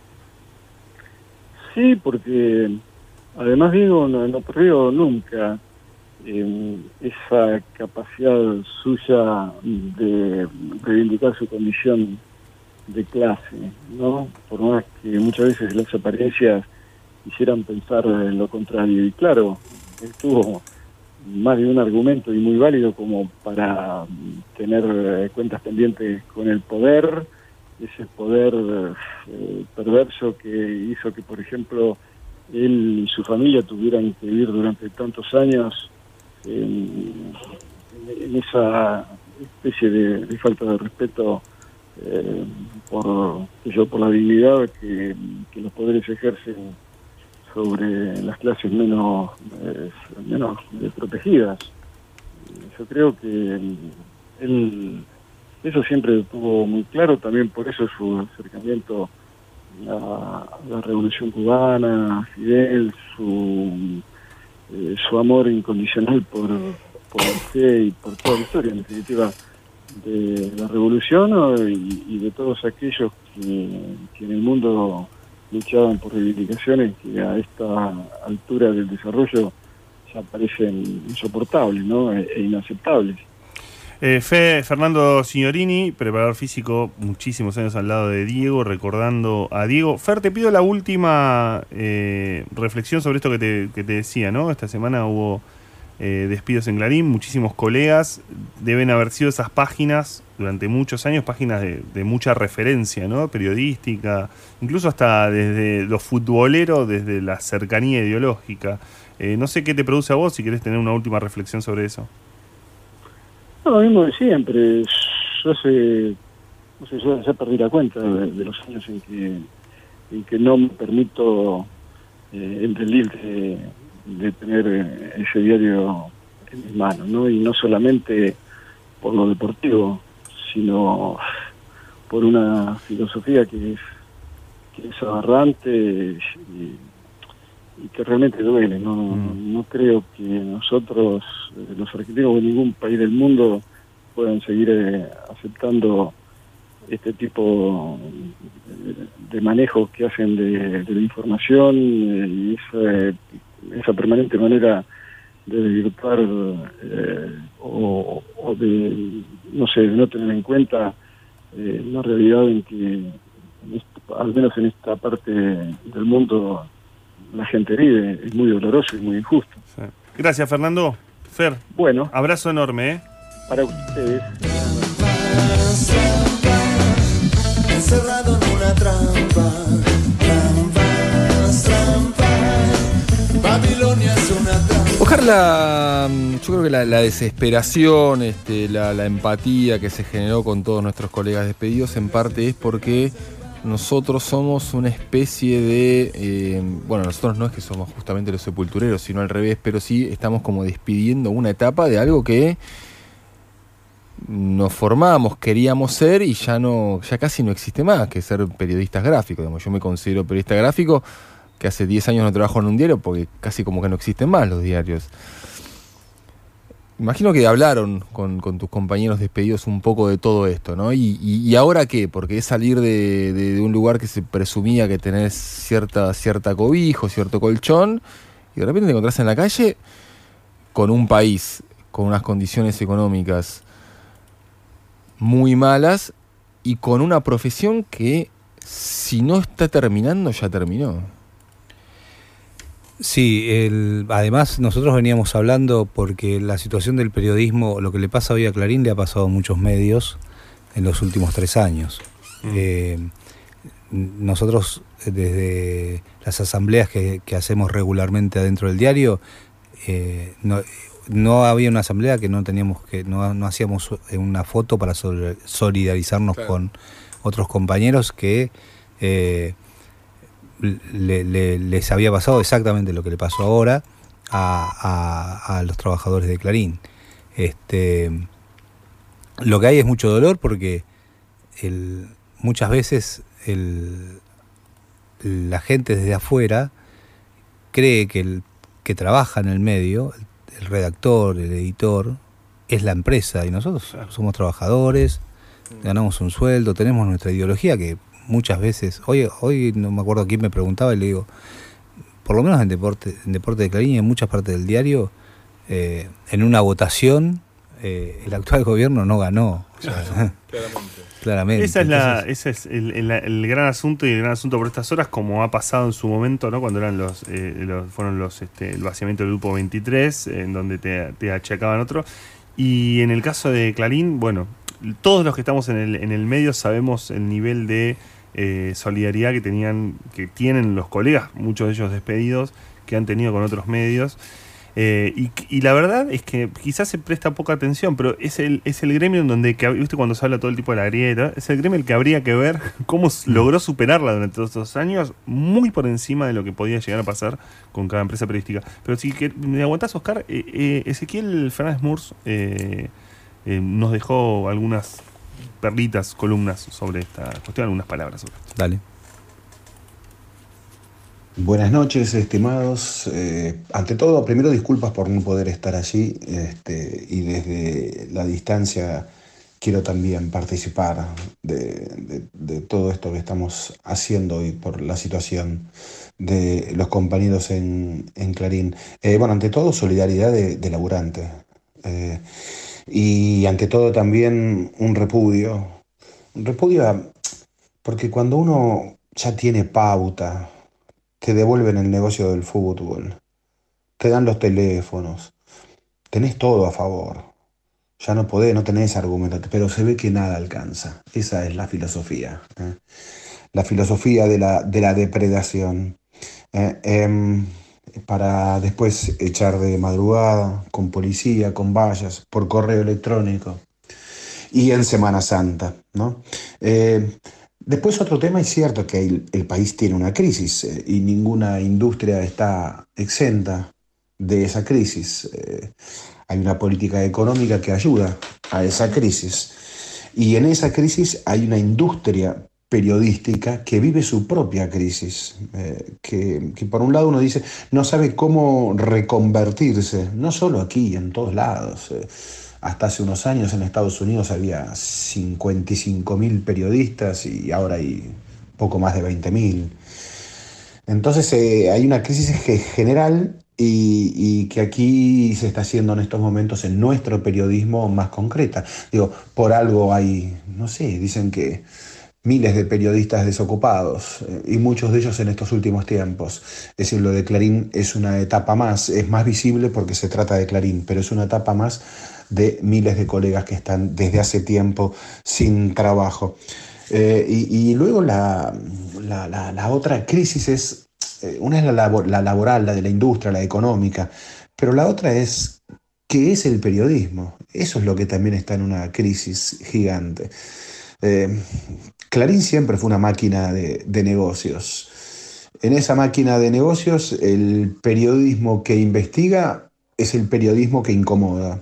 O: Sí, porque además Diego no, no perdió nunca Eh, esa capacidad suya de reivindicar su condición de clase, ¿no? Por más que muchas veces las apariencias quisieran pensar en lo contrario. Y claro, él tuvo más de un argumento y muy válido como para tener cuentas pendientes con el poder ese poder eh, perverso que hizo que, por ejemplo, él y su familia tuvieran que vivir durante tantos años en, en esa especie de, de falta de respeto eh, por, yo, por la dignidad que, que los poderes ejercen sobre las clases menos, eh, menos protegidas. Yo creo que él eso siempre lo tuvo muy claro, también por eso su acercamiento a la Revolución Cubana, a Fidel, su, eh, su amor incondicional por, por el fe y por toda la historia, en definitiva, de la Revolución, ¿no? y, y de todos aquellos que, que en el mundo luchaban por reivindicaciones que a esta altura del desarrollo ya parecen insoportables, ¿no? e, e inaceptables.
C: Eh, Fe, Fernando Signorini, preparador físico, muchísimos años al lado de Diego, recordando a Diego. Fer, te pido la última eh, reflexión sobre esto que te, que te decía, ¿no? Esta semana hubo eh, despidos en Clarín, muchísimos colegas, deben haber sido esas páginas durante muchos años, páginas de, de mucha referencia, ¿no? Periodística, incluso hasta desde los futboleros, desde la cercanía ideológica. Eh, no sé qué te produce a vos, si querés tener una última reflexión sobre eso.
O: No, lo mismo de siempre. Yo sé, no sé, yo ya perdí la cuenta de, de los años en que, en que no me permito eh, el delirio de, de tener ese diario en mis manos, ¿no? Y no solamente por lo deportivo, sino por una filosofía que es, que es aberrante y, y que realmente duele. No, mm. no creo que nosotros, los argentinos de ningún país del mundo, puedan seguir eh, aceptando este tipo de manejos que hacen de, de la información eh, y esa, esa permanente manera de desvirtuar eh, o, o de, no sé, de no tener en cuenta eh, la realidad en que, en esta, al menos en esta parte del mundo, la gente vive. Es muy doloroso y muy injusto.
C: Sí. Gracias, Fernando. Fer,
O: bueno,
C: abrazo enorme, ¿eh?
O: Para ustedes.
I: Encerrado en una trampa, trampas, trampas, Babilonia es una trampa.
B: Ojalá, yo creo que la, la desesperación, este, la, la empatía que se generó con todos nuestros colegas despedidos, en parte es porque nosotros somos una especie de, eh, bueno, nosotros no es que somos justamente los sepultureros, sino al revés, pero sí estamos como despidiendo una etapa de algo que nos formamos, queríamos ser y ya no, ya casi no existe más, que ser periodistas gráficos. Digamos, yo me considero periodista gráfico, que hace diez años no trabajo en un diario porque casi como que no existen más los diarios. Imagino que hablaron con, con tus compañeros despedidos un poco de todo esto, ¿no? ¿Y, y, y ahora qué? Porque es salir de, de, de un lugar que se presumía que tenés cierta, cierta cobijo, cierto colchón, y de repente te encontrás en la calle con un país, con unas condiciones económicas muy malas y con una profesión que, si no está terminando, ya terminó.
K: Sí, el, además nosotros veníamos hablando porque la situación del periodismo, lo que le pasa hoy a Clarín le ha pasado a muchos medios en los últimos tres años. Mm. Eh, nosotros desde las asambleas que, que hacemos regularmente adentro del diario, eh, no, no había una asamblea que no teníamos que no, no hacíamos una foto para solidarizarnos claro. con otros compañeros que eh, Le, le, les había pasado exactamente lo que le pasó ahora a, a, a los trabajadores de Clarín. Este, lo que hay es mucho dolor porque el, muchas veces el, la gente desde afuera cree que el que trabaja en el medio, el, el redactor, el editor, es la empresa y nosotros somos trabajadores, ganamos un sueldo, tenemos nuestra ideología que muchas veces, hoy hoy no me acuerdo quién me preguntaba y le digo, por lo menos en deporte en deporte de Clarín y en muchas partes del diario, eh, en una votación eh, el actual gobierno no ganó. O sea, claramente. claramente.
C: Esa es la, ese es el, el, el gran asunto y el gran asunto por estas horas, como ha pasado en su momento, ¿no? Cuando eran los, eh, los fueron los este, el vaciamiento del grupo veintitrés, en donde te, te achacaban otro. Y en el caso de Clarín, bueno, todos los que estamos en el, en el medio sabemos el nivel de eh, solidaridad que tenían, que tienen los colegas, muchos de ellos despedidos, que han tenido con otros medios. Eh, y, y la verdad es que quizás se presta poca atención, pero es el, es el gremio en donde, que, ¿viste cuando se habla todo el tipo de la grieta? Es el gremio el que habría que ver cómo logró superarla durante todos estos años, muy por encima de lo que podía llegar a pasar con cada empresa periodística. Pero si que, me aguantás, Oscar, eh, eh, Ezequiel Fernández Murs eh, eh, nos dejó algunas perlitas, columnas sobre esta cuestión, algunas palabras sobre esto.
K: Dale.
P: Buenas noches, estimados. Eh, ante todo, primero disculpas por no poder estar allí, este, y desde la distancia quiero también participar de, de, de todo esto que estamos haciendo hoy por la situación de los compañeros en, en Clarín. Eh, bueno, ante todo, solidaridad de, de laburante. Eh, y ante todo también un repudio. Un repudio a, porque cuando uno ya tiene pauta, te devuelven el negocio del fútbol, te dan los teléfonos, tenés todo a favor, ya no podés, no tenés argumentos, pero se ve que nada alcanza. Esa es la filosofía, ¿eh? La filosofía de la, de la depredación, eh, eh, para después echar de madrugada, con policía, con vallas, por correo electrónico, y en Semana Santa, ¿no? Eh, Después otro tema, es cierto que el, el país tiene una crisis eh, y ninguna industria está exenta de esa crisis. Eh, hay una política económica que ayuda a esa crisis. Y en esa crisis hay una industria periodística que vive su propia crisis, eh, que, que por un lado uno dice, no sabe cómo reconvertirse, no solo aquí, en todos lados. Eh, Hasta hace unos años en Estados Unidos había cincuenta y cinco mil periodistas y ahora hay poco más de veinte mil. Entonces eh, hay una crisis general y, y que aquí se está haciendo en estos momentos en nuestro periodismo más concreta. Digo, por algo hay, no sé, dicen que miles de periodistas desocupados eh, y muchos de ellos en estos últimos tiempos. Es decir, lo de Clarín es una etapa más, es más visible porque se trata de Clarín, pero es una etapa más de miles de colegas que están desde hace tiempo sin trabajo. Eh, y, y luego la, la, la, la otra crisis es, eh, una es la, labor, la laboral, la de la industria, la económica, pero la otra es, ¿qué es el periodismo? Eso es lo que también está en una crisis gigante. Eh, Clarín siempre fue una máquina de, de negocios. En esa máquina de negocios, el periodismo que investiga es el periodismo que incomoda.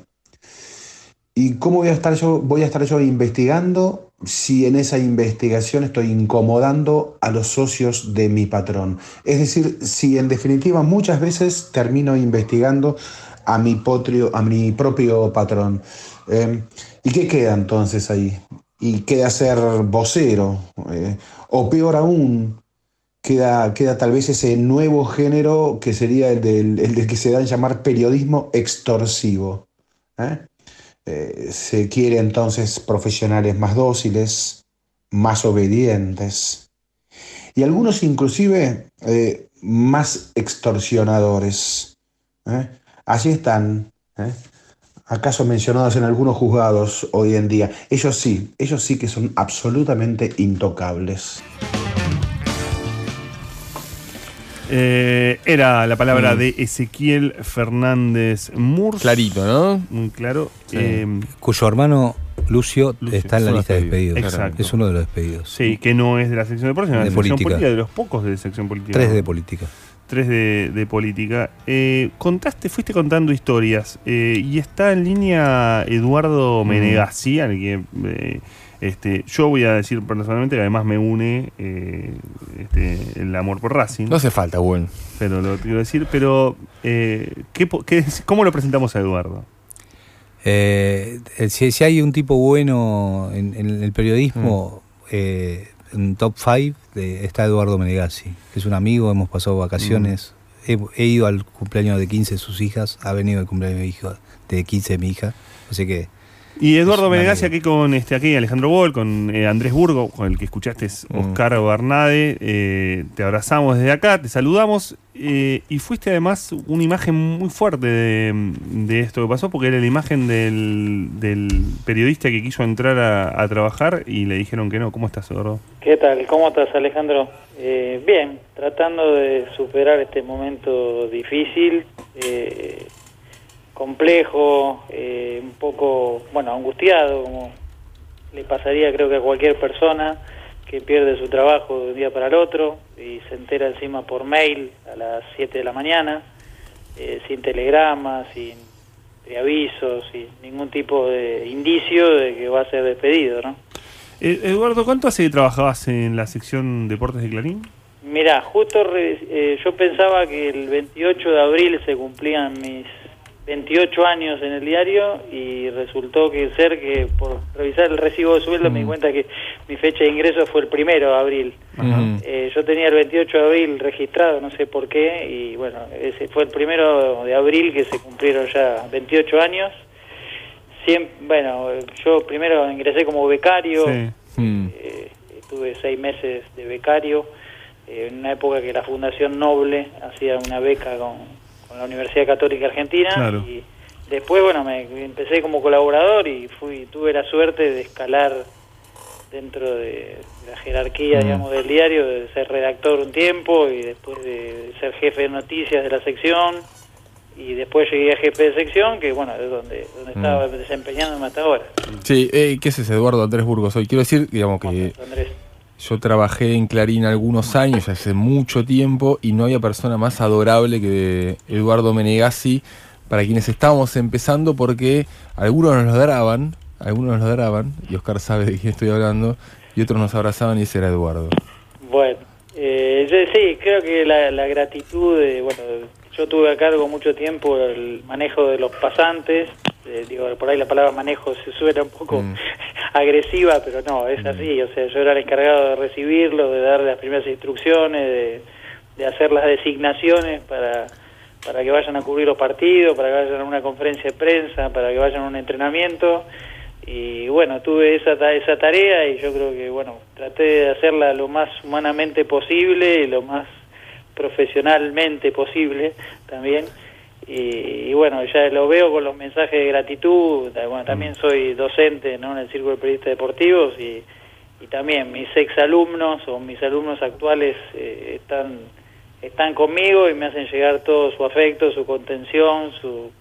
P: ¿Y cómo voy a estar yo, voy a estar yo investigando si en esa investigación estoy incomodando a los socios de mi patrón? Es decir, si en definitiva muchas veces termino investigando a mi, potrio, a mi propio patrón. Eh, ¿Y qué queda entonces ahí? Y queda ser vocero, eh, o peor aún, queda, queda tal vez ese nuevo género que sería el del, el del que se da a llamar periodismo extorsivo, ¿eh? Eh, se quiere entonces profesionales más dóciles, más obedientes y algunos inclusive eh, más extorsionadores. ¿eh? Allí están, ¿eh? acaso mencionados en algunos juzgados hoy en día. Ellos sí, ellos sí que son absolutamente intocables.
C: Eh, era la palabra mm. de Ezequiel Fernández Murs.
B: Clarito, ¿no?
C: Muy claro.
K: Sí.
C: Eh,
K: Cuyo hermano Lucio, Lucio está en la lista de despedidos.
C: Exacto.
K: Es uno de los despedidos.
C: Sí, que no es de la sección de deportes, sino de la sección política. política, de los pocos de sección política.
K: Tres de política.
C: Tres de, de política. Eh, contaste, fuiste contando historias eh, y está en línea Eduardo Menegassi, al que eh, este, yo voy a decir personalmente que además me une eh, este, el amor por Racing.
B: No hace falta, bueno.
C: Pero lo quiero decir, pero eh, ¿qué, qué, ¿cómo lo presentamos a Eduardo?
K: Eh, si, si hay un tipo bueno en, en el periodismo, mm. eh, en top cinco está Eduardo Menegassi, que es un amigo, hemos pasado vacaciones, mm. he, he ido al cumpleaños de quince de sus hijas, ha venido al cumpleaños de, hijo, de quince de mi hija, así que
C: Y Eduardo Menegassi aquí con este aquí Alejandro Boll, con eh, Andrés Burgo, con el que escuchaste es Oscar mm. Bernade. Eh, te abrazamos desde acá, te saludamos eh, y fuiste además una imagen muy fuerte de, de esto que pasó, porque era la imagen del, del periodista que quiso entrar a, a trabajar y le dijeron que no. ¿Cómo estás, Eduardo?
Q: ¿Qué tal? ¿Cómo estás, Alejandro? Eh, bien, tratando de superar este momento difícil. Eh, complejo, eh, un poco, bueno, angustiado, como le pasaría creo que a cualquier persona que pierde su trabajo de un día para el otro y se entera encima por mail a las siete de la mañana, eh, sin telegramas, sin preavisos, sin ningún tipo de indicio de que va a ser despedido, ¿no?
C: Eh, Eduardo, ¿cuánto hace que trabajabas en la sección Deportes de Clarín?
Q: Mirá, justo re, eh, yo pensaba que el veintiocho de abril se cumplían mis veintiocho años en el diario y resultó que ser que por revisar el recibo de sueldo mm. me di cuenta que mi fecha de ingreso fue el primero de abril. Uh-huh. eh, yo tenía el veintiocho de abril registrado, no sé por qué, y bueno, ese fue el primero de abril que se cumplieron ya veintiocho años. Siempre, bueno, yo primero ingresé como becario, sí. mm. eh, estuve seis meses de becario, eh, en una época que la Fundación Noble hacía una beca con con la Universidad Católica Argentina, claro. Y después, bueno, me empecé como colaborador y fui tuve la suerte de escalar dentro de la jerarquía, mm. digamos, del diario, de ser redactor un tiempo y después de ser jefe de noticias de la sección y después llegué a jefe de sección, que bueno, es donde, donde mm. estaba desempeñándome hasta ahora.
B: Sí, eh, ¿qué es ese Eduardo Andrés Burgos hoy? Quiero decir, digamos que... Andrés. Yo trabajé en Clarín algunos años, hace mucho tiempo, y no había persona más adorable que Eduardo Menegassi, para quienes estábamos empezando, porque algunos nos lo graban, algunos nos lo graban, y Oscar sabe de quién estoy hablando, y otros nos abrazaban y ese era Eduardo.
Q: Bueno, eh, yo, sí, creo que la, la gratitud, de, bueno, yo tuve a cargo mucho tiempo el manejo de los pasantes, eh, digo, por ahí la palabra manejo se suena un poco... Mm. agresiva, pero no, es así, o sea, yo era el encargado de recibirlo, de dar las primeras instrucciones, de, de hacer las designaciones para, para que vayan a cubrir los partidos, para que vayan a una conferencia de prensa, para que vayan a un entrenamiento, y bueno, tuve esa, esa tarea y yo creo que, bueno, traté de hacerla lo más humanamente posible y lo más profesionalmente posible también. Y, y bueno, ya lo veo con los mensajes de gratitud. Bueno, también soy docente, ¿no?, en el Círculo de Periodistas Deportivos y, y también mis exalumnos o mis alumnos actuales eh, están están conmigo y me hacen llegar todo su afecto, su contención, su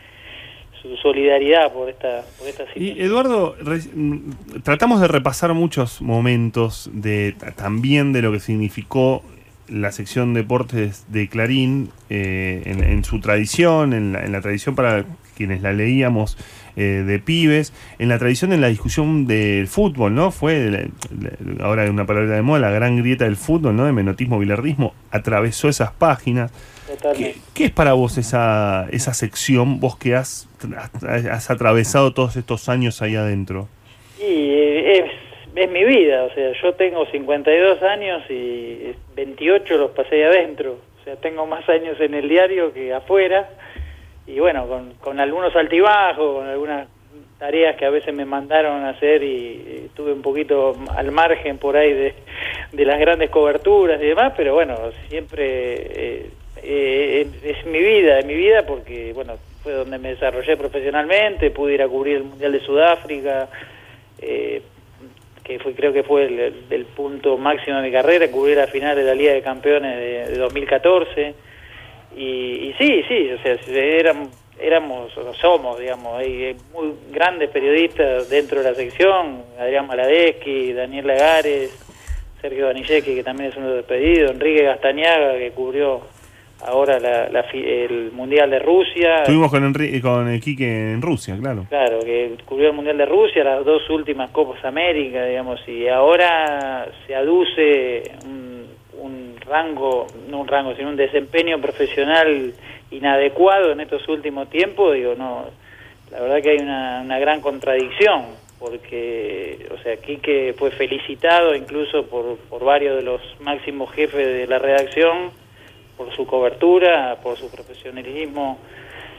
Q: su solidaridad por esta por esta situación.
C: Y Eduardo, re, tratamos de repasar muchos momentos de también de lo que significó la sección Deportes de Clarín eh, en, en su tradición, en la, en la tradición para quienes la leíamos eh, de pibes, en la tradición en la discusión del fútbol, ¿no? Fue, la, la, ahora hay una palabra de moda, la gran grieta del fútbol, ¿no? De menotismo, bilardismo, atravesó esas páginas. ¿Qué, ¿Qué es para vos esa, esa sección, vos que has, has atravesado todos estos años ahí adentro?
Q: Y es... es mi vida, o sea, yo tengo cincuenta y dos años y veintiocho los pasé adentro, o sea, tengo más años en el diario que afuera, y bueno, con, con algunos altibajos, con algunas tareas que a veces me mandaron a hacer y, y estuve un poquito al margen por ahí de, de las grandes coberturas y demás, pero bueno, siempre eh, eh, es mi vida, es mi vida porque, bueno, fue donde me desarrollé profesionalmente, pude ir a cubrir el Mundial de Sudáfrica, eh, que fue, creo que fue el, el, el punto máximo de mi carrera, cubrir la final de la Liga de Campeones de, de dos mil catorce, y, y sí, sí, o sea, éramos, éramos o somos, digamos, hay, hay muy grandes periodistas dentro de la sección, Adrián Maladeschi, Daniel Lagares, Sergio Danillecki, que también es uno de los despedidos, Enrique Gastañaga, que cubrió ahora la, la, el Mundial de Rusia.
C: Estuvimos con Enrique, con el Quique en Rusia, claro.
Q: Claro, que cubrió el Mundial de Rusia, las dos últimas Copas América, digamos, y ahora se aduce un, un rango, no un rango, sino un desempeño profesional inadecuado en estos últimos tiempos. Digo, no, la verdad que hay una, una gran contradicción, porque, o sea, Quique fue felicitado incluso por, por varios de los máximos jefes de la redacción, por su cobertura, por su profesionalismo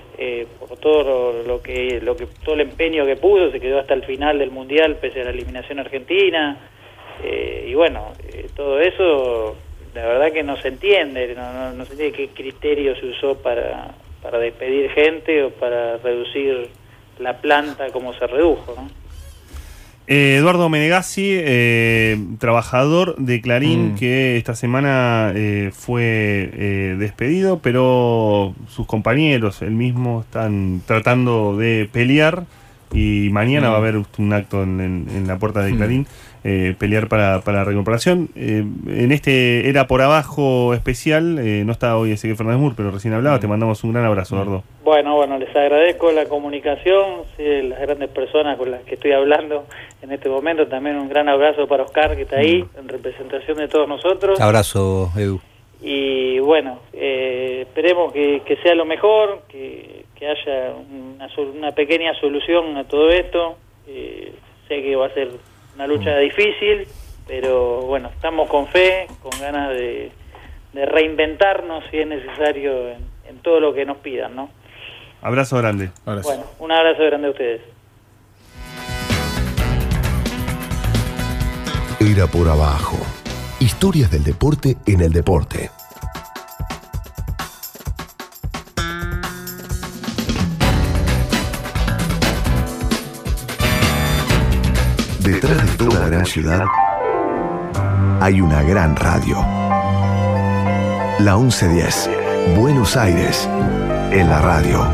Q: eh, por todo lo, lo que lo que todo el empeño que puso, se quedó hasta el final del Mundial pese a la eliminación argentina, eh, y bueno, eh, todo eso la verdad que no se entiende, no, no, no se entiende qué criterio se usó para, para despedir gente o para reducir la planta como se redujo, ¿no?
C: Eh, Eduardo Menegazzi, eh, trabajador de Clarín, mm. que esta semana eh, fue eh, despedido, pero sus compañeros, él mismo, están tratando de pelear y mañana mm. va a haber un acto en, en, en la puerta de Clarín, mm. eh, pelear para, para la recuperación. Eh, en este Era por Abajo especial, eh, no está hoy Ezequiel Fernández Mur, pero recién hablaba, mm. te mandamos un gran abrazo, Eduardo.
Q: Bueno, bueno, les agradezco la comunicación, sí, las grandes personas con las que estoy hablando en este momento. También un gran abrazo para Oscar, que está ahí, en representación de todos nosotros.
K: Abrazo, Edu.
Q: Y bueno, eh, esperemos que, que sea lo mejor, que, que haya una, una pequeña solución a todo esto. Eh, sé que va a ser una lucha mm. difícil, pero bueno, estamos con fe, con ganas de, de reinventarnos si es necesario en, en todo lo que nos pidan, ¿no?
C: Abrazo grande.
Q: Abrazo. Bueno, un abrazo grande a ustedes.
A: Era por Abajo. Historias del deporte en el deporte. Detrás de toda gran ciudad hay una gran radio. La once diez, Buenos Aires, en la radio.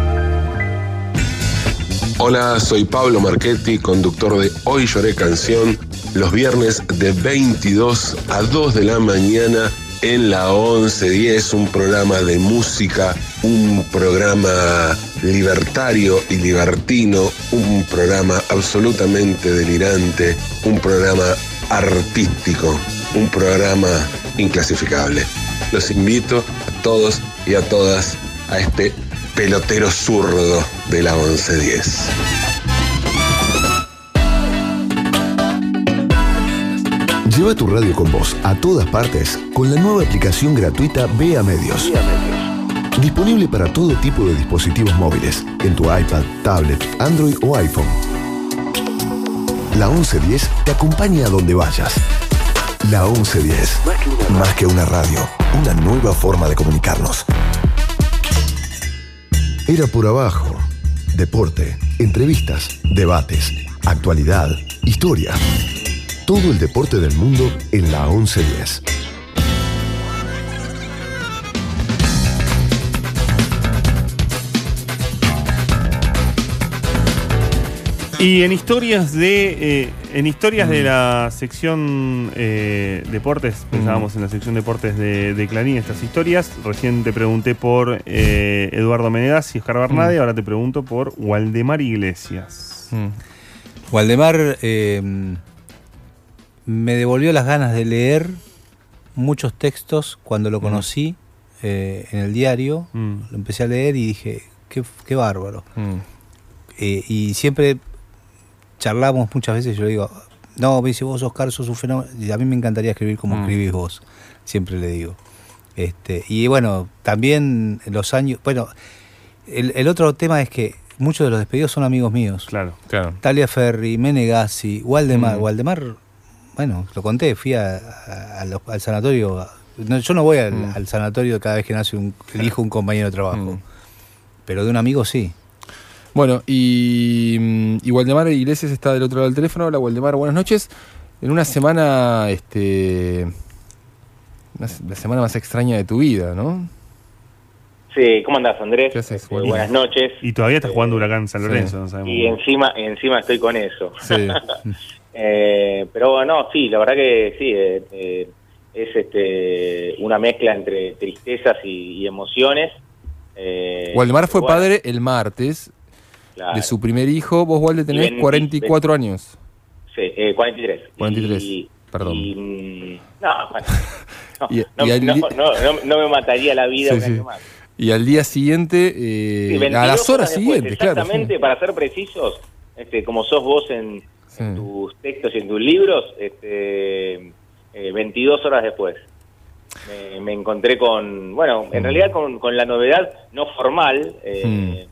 R: Hola, soy Pablo Marchetti, conductor de Hoy Lloré Canción, los viernes de veintidós a dos de la mañana en la once diez, un programa de música, un programa libertario y libertino, un programa absolutamente delirante, un programa artístico, un programa inclasificable. Los invito a todos y a todas a este pelotero zurdo de la once diez.
A: Lleva tu radio con vos a todas partes con la nueva aplicación gratuita Vea Medios. Disponible para todo tipo de dispositivos móviles, en tu iPad, tablet, Android o iPhone. La once diez te acompaña a donde vayas. La once diez, más que una radio, una nueva forma de comunicarnos. Era por Abajo. Deporte, entrevistas, debates, actualidad, historia. Todo el deporte del mundo en la once diez.
C: Y en historias de eh, en historias mm. de la sección eh, deportes, pensábamos mm. en la sección deportes de, de Clarín, estas historias. Recién te pregunté por eh, Eduardo Menegazzi y Oscar Bernade, mm. ahora te pregunto por Waldemar Iglesias.
K: Mm. Waldemar eh, me devolvió las ganas de leer muchos textos cuando lo conocí mm. eh, en el diario. Mm. Lo empecé a leer y dije, qué, qué bárbaro. Mm. Eh, y siempre charlamos muchas veces, yo le digo, no, me dice, vos Oscar sos un fenómeno, y a mí me encantaría escribir como mm. escribís vos, siempre le digo. Este, y bueno, también los años, bueno, el, el otro tema es que muchos de los despedidos son amigos míos.
C: Claro, claro.
K: Taliaferri, Menegazzi, Waldemar, mm. Waldemar, bueno, lo conté, fui a, a, a los, al sanatorio, a, no, yo no voy al, mm. al sanatorio cada vez que nace un elijo un compañero de trabajo, mm. pero de un amigo sí.
B: Bueno, y, y Waldemar Iglesias está del otro lado del teléfono. Hola, Waldemar, buenas noches. En una semana, este, una, la semana más extraña de tu vida, ¿no?
S: Sí, ¿cómo andás, Andrés?
B: ¿Qué haces,
S: eh, buenas noches.
C: Y todavía estás jugando Huracán San Lorenzo,
S: sí.
C: no sabemos.
S: Y encima, encima estoy con eso.
B: Sí.
S: eh, pero bueno, sí, la verdad que sí, eh, eh, es este una mezcla entre tristezas y, y emociones. Eh,
B: Waldemar fue
S: bueno,
B: padre el martes. Claro. De su primer hijo. Vos, Walde, tenés veinte, cuarenta y cuatro veinte, años.
S: Sí, eh, cuarenta y tres.
B: cuarenta y tres,
S: y,
B: perdón.
S: Y, no, bueno, no,
B: y,
S: no,
B: y al,
S: no, no, no, no me mataría la vida
B: sí,
S: un año
B: sí.
S: más.
B: Y al día siguiente, eh,
S: sí,
B: a las horas
S: después,
B: siguientes, claro.
S: Exactamente, sí. Para ser precisos, este, como sos vos en, sí. en tus textos y en tus libros, este, eh, veintidós horas después. Me, me encontré con, bueno, en mm. realidad con, con la novedad no formal, eh, mm.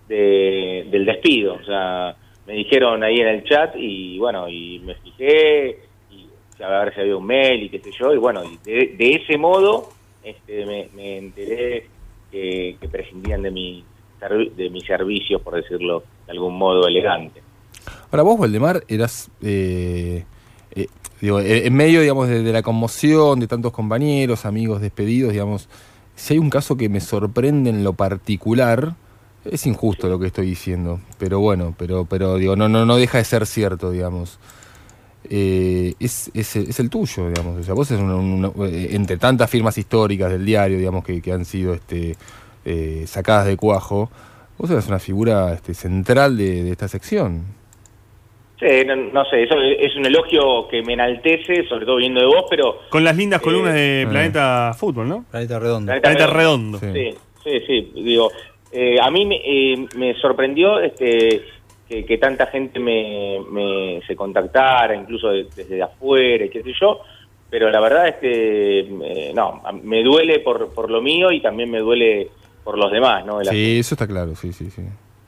S: de, del despido. O sea, me dijeron ahí en el chat y bueno, y me fijé y a ver si había un mail y qué sé yo, y bueno, y de, de ese modo este, me, me enteré que, que prescindían de mi, de mis servicios, por decirlo de algún modo elegante.
B: Ahora vos, Waldemar, eras... Eh, eh, digo, en medio, digamos, de, de la conmoción de tantos compañeros, amigos despedidos, digamos, si hay un caso que me sorprende en lo particular, es injusto lo que estoy diciendo, pero bueno, pero pero digo, no no no deja de ser cierto, digamos. Eh, es, es, es el tuyo, digamos. O sea, vos es una, una, entre tantas firmas históricas del diario, digamos, que, que han sido este, eh, sacadas de cuajo, vos eras una figura este, central de, de esta sección.
S: Sí, no, no sé, eso es un elogio que me enaltece, sobre todo viendo de vos, pero...
C: Con las lindas
S: eh,
C: columnas de
S: eh.
C: Planeta Fútbol, ¿no?
K: Planeta Redondo.
S: Planeta,
C: Planeta
S: Redondo.
C: Redondo.
S: Sí, sí, sí, digo, eh, a mí me, eh, me sorprendió este que, que tanta gente me, me se contactara, incluso de, desde afuera, y qué sé yo, pero la verdad es que, eh, no, me duele por, por lo mío y también me duele por los demás, ¿no?
B: Sí, gente. Eso está claro, sí, sí, sí.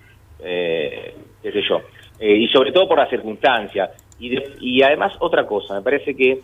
S: Eh, qué sé yo. Eh, y sobre todo por las circunstancias. Y, de, y además otra cosa, me parece que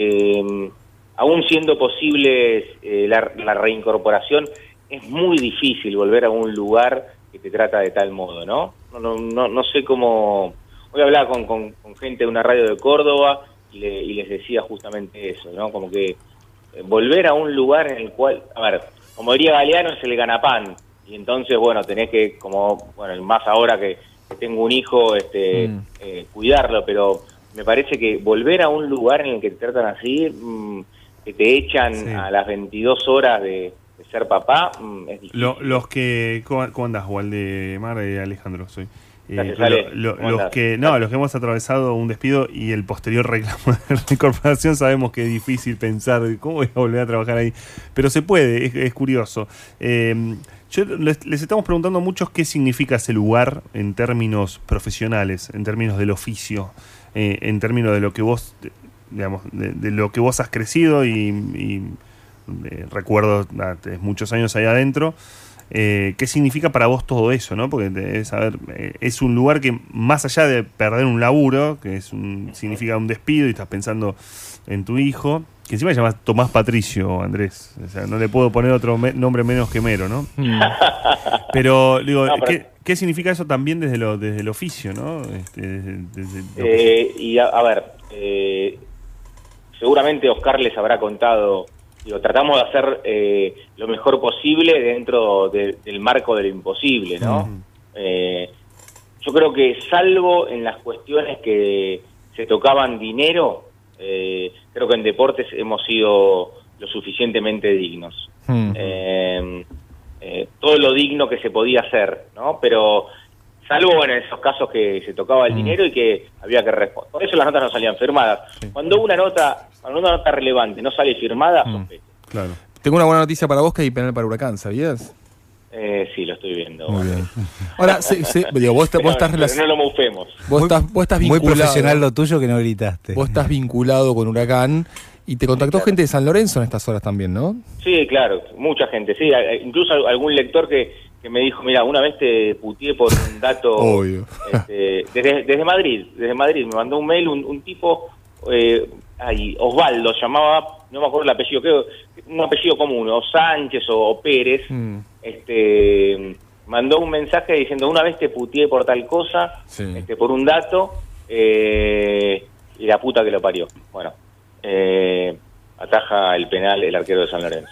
S: eh, aún siendo posible eh, la, la reincorporación, es muy difícil volver a un lugar que te trata de tal modo, ¿no? No, no, no, no sé cómo... Hoy hablaba con, con, con gente de una radio de Córdoba y, le, y les decía justamente eso, ¿no? Como que eh, volver a un lugar en el cual, a ver, como diría Galeano, es el ganapán. Y entonces, bueno, tenés que, como, bueno, más ahora que tengo un hijo, este, mm. eh, cuidarlo, pero me parece que volver a un lugar en el que te tratan así, mmm, que te echan sí. a las veintidós horas de, de ser papá, mmm, es difícil.
C: Lo, los que, ¿cómo, cómo andás, Waldemar y Alejandro? Soy. Eh, lo, lo, los que no, los que hemos atravesado un despido y el posterior reclamo de reincorporación, sabemos que es difícil pensar cómo voy a volver a trabajar ahí, pero se puede, es, es curioso. Eh, Yo les, les estamos preguntando a muchos qué significa ese lugar en términos profesionales, en términos del oficio, eh, en términos de lo que vos, digamos, de, de lo que vos has crecido y, y eh, recuerdo hace muchos años ahí adentro. Eh, ¿Qué significa para vos todo eso, no? Porque debes saber, eh, es un lugar que más allá de perder un laburo, que es un, significa un despido y estás pensando en tu hijo, que encima se llama Tomás Patricio, Andrés. O sea, no le puedo poner otro me nombre menos que Mero, ¿no? Mm. Pero, digo, no, pero... ¿qué, ¿qué significa eso también desde lo desde el oficio, no? Este, desde, desde
S: eh, y a, a ver, eh, seguramente Oscar les habrá contado, digo, tratamos de hacer eh, lo mejor posible dentro de, del marco de lo imposible, ¿no? Mm. Eh, yo creo que salvo en las cuestiones que se tocaban dinero, Eh, creo que en deportes hemos sido lo suficientemente dignos. Mm. Eh, eh, todo lo digno que se podía hacer, ¿no? Pero salvo bueno, en esos casos que se tocaba el mm. dinero y que había que responder. Por eso las notas no salían firmadas. Sí. Cuando una nota cuando una nota relevante no sale firmada, mm. sospecha.
B: Claro. Tengo una buena noticia para vos, que hay penal para Huracán, ¿sabías?
S: Eh, sí, lo estoy viendo.
B: Muy bien. Ahora, se, se, digo, vos,
S: pero,
B: vos estás
S: relacionado. No lo mufemos.
B: Vos estás, vos estás vinculado.
K: Muy profesional lo tuyo que no gritaste.
B: Vos estás vinculado con Huracán y te contactó sí, claro. gente de San Lorenzo en estas horas también, ¿no?
S: Sí, claro, mucha gente. Sí, incluso algún lector que, que me dijo, mira, una vez te puteé por un dato.
B: Obvio.
S: Este, desde, desde Madrid, desde Madrid. Me mandó un mail un, un tipo, eh, ay, Osvaldo, llamaba, no me acuerdo el apellido, creo, un apellido común, o Sánchez o, o Pérez. Mm. Este, mandó un mensaje diciendo, una vez te puteé por tal cosa, sí. este, por un dato, eh, y la puta que lo parió. Bueno, eh, ataja el penal el arquero de San Lorenzo.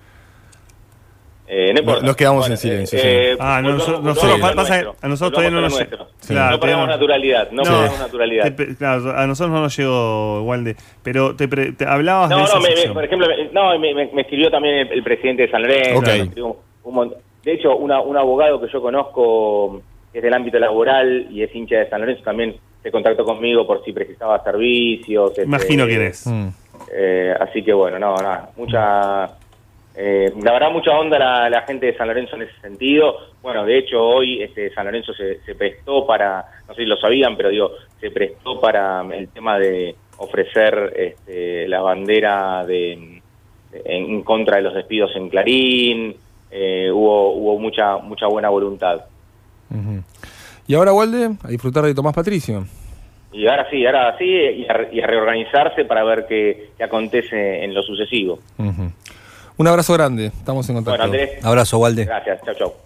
S: Eh, no importa.
B: Nos quedamos
S: bueno,
B: en silencio.
S: Eh,
B: sí.
C: Ah, no, nosotros, nosotros pasa, pasa, a nosotros todavía no nos llegó.
S: Sí. Claro, no ponemos naturalidad, no, no ponemos naturalidad.
C: Te, claro, a nosotros no nos llegó, Walde, pero te, pre, te hablabas
S: no,
C: de esa
S: no, me,
C: sección.
S: Me, por ejemplo, me, no, me, me, me escribió también el, el presidente de San Lorenzo.
B: Okay.
S: Me escribió un montón. De hecho, una, un abogado que yo conozco, que es del ámbito laboral y es hincha de San Lorenzo, también se contactó conmigo por si precisaba servicios.
C: Imagino
S: este,
C: quién es.
S: Mm. Eh, así que bueno, no, nada, mucha... Eh, la verdad, mucha onda la, la gente de San Lorenzo en ese sentido. Bueno, de hecho, hoy este San Lorenzo se, se prestó para, no sé si lo sabían, pero digo, se prestó para el tema de ofrecer este, la bandera de, de en contra de los despidos en Clarín. Eh, hubo hubo mucha mucha buena voluntad.
B: Uh-huh. Y ahora, Walde, a disfrutar de Tomás Patricio.
S: Y ahora sí, ahora sí, y a, y a reorganizarse para ver qué, qué acontece en lo sucesivo.
B: Uh-huh. Un abrazo grande, estamos en contacto.
S: Bueno, Andrés.
K: Abrazo, Walde.
S: Gracias, chau, chau.